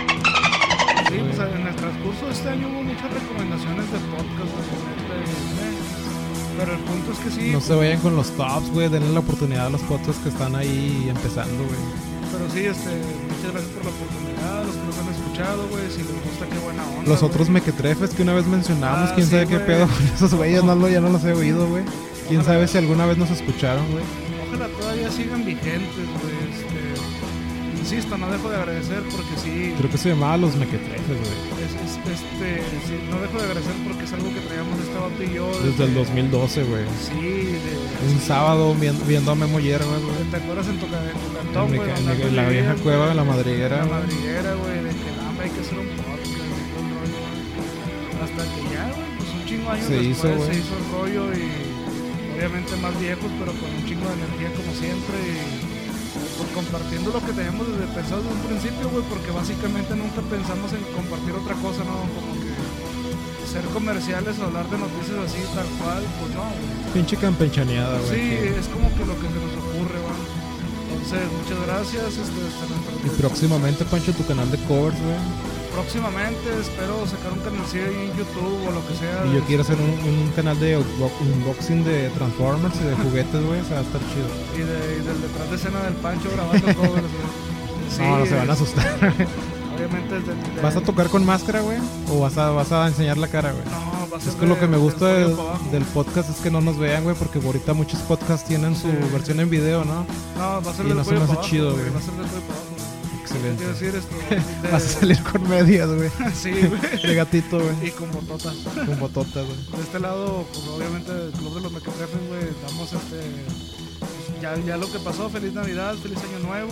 Sí, pues en el transcurso de este año hubo muchas recomendaciones de podcast, güey, eh, pero el punto es que sí. No se vayan con los tops, güey. Denle la oportunidad a los podcasts que están ahí empezando, güey. Pero sí, este, muchas gracias por la oportunidad, los que nos han escuchado, güey. Si les gusta, qué buena onda. Los güey. otros mequetrefes que una vez mencionamos, Ah, quién sí, sabe qué güey. pedo con esos güeyes, no, lo- ya no los he oído, güey. Quién Ojalá. sabe si alguna vez nos escucharon, güey. Ojalá todavía sigan vigentes, güey. Este, insisto, no dejo de agradecer porque sí. Creo que se llamaba Los Mequetrefes, güey. Es, es- este, sí, no dejo de agradecer porque es algo que traíamos este vato y yo. Desde el dos mil doce, güey. Sí, de. Un sábado viendo, viendo a Memo Hierba, güey. ¿Te acuerdas en tu, ca- en tu En cantón, mi güey? ca- donde en mi- antes en la vieja vivías, cueva güey? de la madriguera, La güey. madriguera, güey, de que "Dame, hay que hacer un podcast, y todo el rollo, güey". Hasta que ya, güey, pues un chingo de años Se después hizo, güey. se hizo el rollo y obviamente más viejos, pero con un chingo de energía como siempre y pues compartiendo lo que teníamos desde pensado desde un principio, güey, porque básicamente nunca pensamos en compartir otra cosa, ¿no? Como que ser comerciales o hablar de noticias así, tal cual, pues no, güey. Pinche campechaneada, güey. Sí, que- es como que lo que se nos ocurre, güey. Entonces, muchas gracias. Este, este, Y próximamente, Pancho, tu canal de covers, güey. próximamente espero sacar un canalcillo ahí en YouTube o lo que sea. Y yo quiero hacer un, un canal de unbo- unboxing de Transformers y de juguetes, güey. O sea, va a estar chido. Y, de, y del detrás de escena del Pancho grabando covers, güey. Sí, No, no se van a es- asustar. Obviamente desde de, ¿Vas a tocar con máscara, güey? ¿O vas a, vas a enseñar la cara, güey? No, va a ser Es que lo de- que me del gusta cuello del, para abajo. del podcast es que no nos vean, güey, porque ahorita muchos podcasts tienen su Sí. versión en video, ¿no? No, va a ser y del no se cuello me hace para abajo, chido, güey. güey. Va a ser del cuello para abajo. Excelente. Quiero decir esto. de- Vas a salir con medias, güey. Sí, güey. De gatito, güey. Y con bototas. Con bototas, güey. De este lado, pues obviamente el Club de los Mequetrefes, güey, damos este... pues, ya, ya lo que pasó, feliz Navidad, feliz Año Nuevo.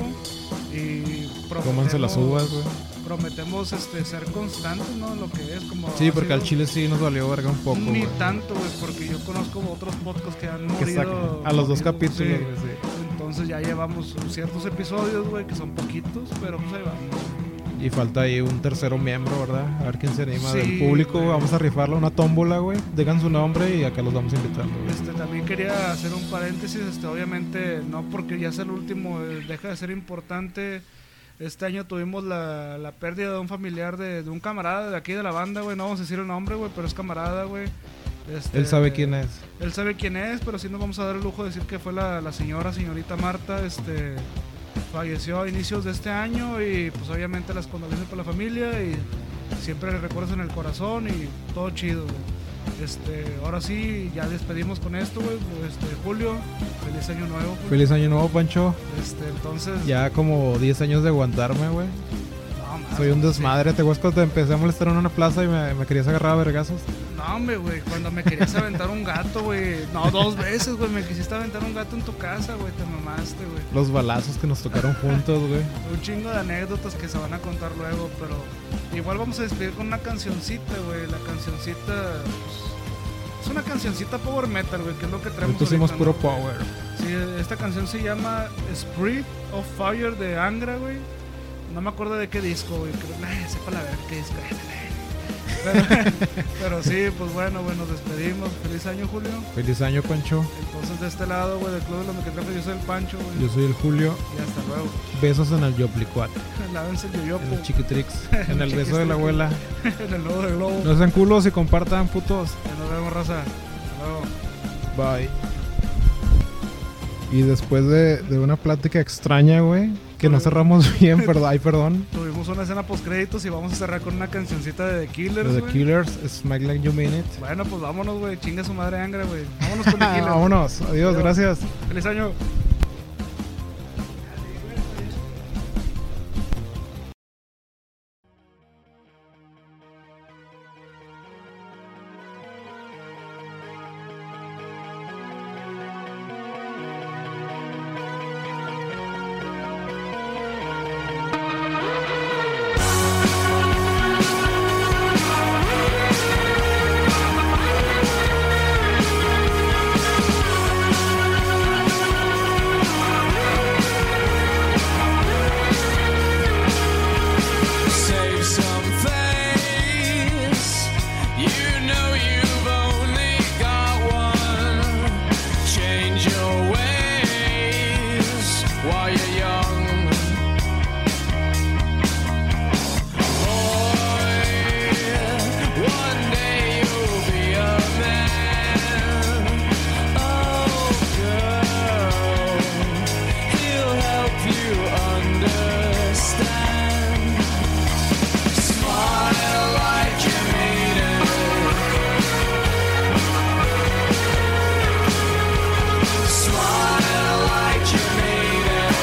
Y Cómanse las uvas, güey. prometemos este, ser constantes, ¿no? En lo que es como... Sí, ha porque sido- al chile sí nos valió verga un poco, Ni güey. tanto, güey, porque yo conozco otros podcasts que han Que sacan morido... a los dos sí, capítulos, sí. güey, sí. Entonces ya llevamos ciertos episodios, güey, que son poquitos, pero pues ahí vamos. Y falta ahí un tercero miembro, ¿verdad? A ver quién se anima Sí, del público, güey. güey. Vamos a rifarle una tómbola, güey. Digan su nombre y acá los vamos invitando, güey. Este, también quería hacer un paréntesis, este, obviamente no porque ya sea el último, eh, deja de ser importante. Este año tuvimos la, la pérdida de un familiar de, de un camarada de aquí de la banda, güey, no vamos a decir el nombre, güey, pero es camarada, güey. Este, Él sabe quién es. Él sabe quién es, pero sí nos vamos a dar el lujo de decir que fue la, la señora, señorita Marta, este, falleció a inicios de este año y pues obviamente las condolencias para la familia y siempre le recuerdas en el corazón y todo chido, güey. Este, ahora sí, ya despedimos con esto, güey, este, Julio, feliz año nuevo, Julio. Feliz año nuevo, Pancho. Este, entonces, Ya como diez años de aguantarme, güey. no, más, Soy un sí. desmadre. ¿Te acuerdas cuando te empecé a molestar en una plaza y me, me querías agarrar a vergazos? No, hombre, güey, cuando me querías aventar un gato, güey, no, dos veces, güey, me quisiste aventar un gato en tu casa, güey, te mamaste, güey. Los balazos que nos tocaron juntos, güey. Un chingo de anécdotas que se van a contar luego, pero igual vamos a despedir con una cancioncita, güey. La cancioncita, pues, es una cancioncita power metal, güey, que es lo que traemos. Ahorita hicimos ahorita, puro ¿no? power. Sí, esta canción se llama Spirit of Fire de Angra, güey. No me acuerdo de qué disco, güey. Creo, ay, sepa la verdad qué disco es. Pero, pero sí, pues bueno, güey, nos despedimos. Feliz año, Julio. Feliz año, Pancho. Entonces, de este lado, güey, del Club de los Mequetrefes, yo soy el Pancho, güey. Yo soy el Julio. Y hasta luego. Besos en el Yoplicuat, Lávense el yoyopo. en el Chiquitrix, en el beso de la abuela. En el lobo del globo. No sean culos y compartan, putos. Nos vemos, raza. Hasta luego. Bye. Y después de, de una plática extraña, güey, que no cerramos bien, perdón, ay, perdón. Tuvimos una escena post créditos y vamos a cerrar con una cancioncita de The Killers, The güey. Killers, Smile Like You Mean It. Bueno, pues vámonos, güey. Chinga su madre Angra, güey. Vámonos con The Killers. Vámonos, adiós, Adiós. gracias. Feliz año. Save some face. You know you've only got one. Change your ways while you're young. Boy, one day you'll be a man. Oh, girl, he'll help you understand. Smile like you mean it. Smile like you mean it.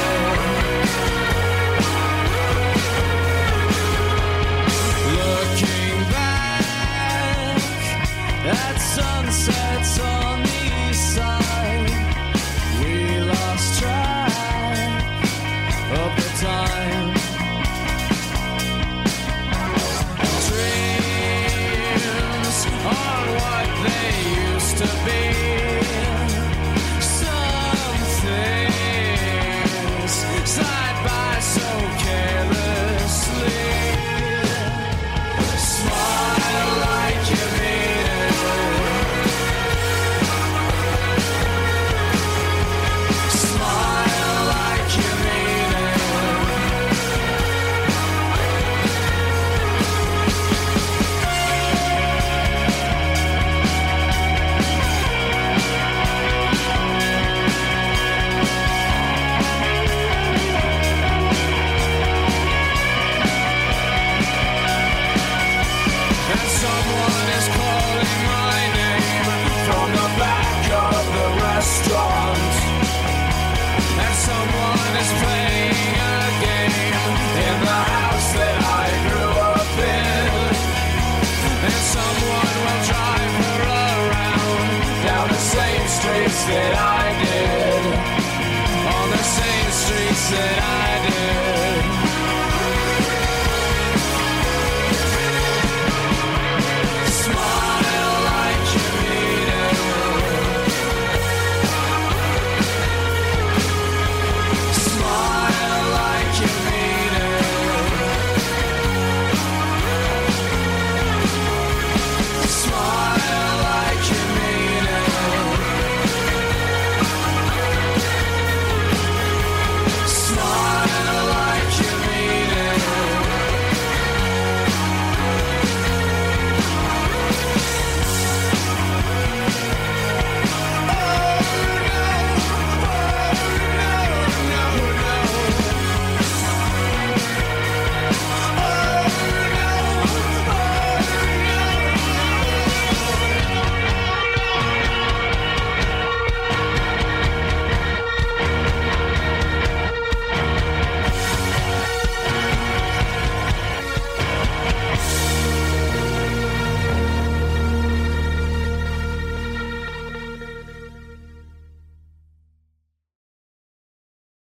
Looking back at sunsets on the east side, we lost track of the time. Dreams are what they used to be. Some things slide by so carelessly. Smile like you mean it. Smile like you mean it. And someone is calling my name from the back of the restaurant. And someone is playing a game in the house that I grew up in. And someone will drive her around down the same streets that I did. On the same streets that I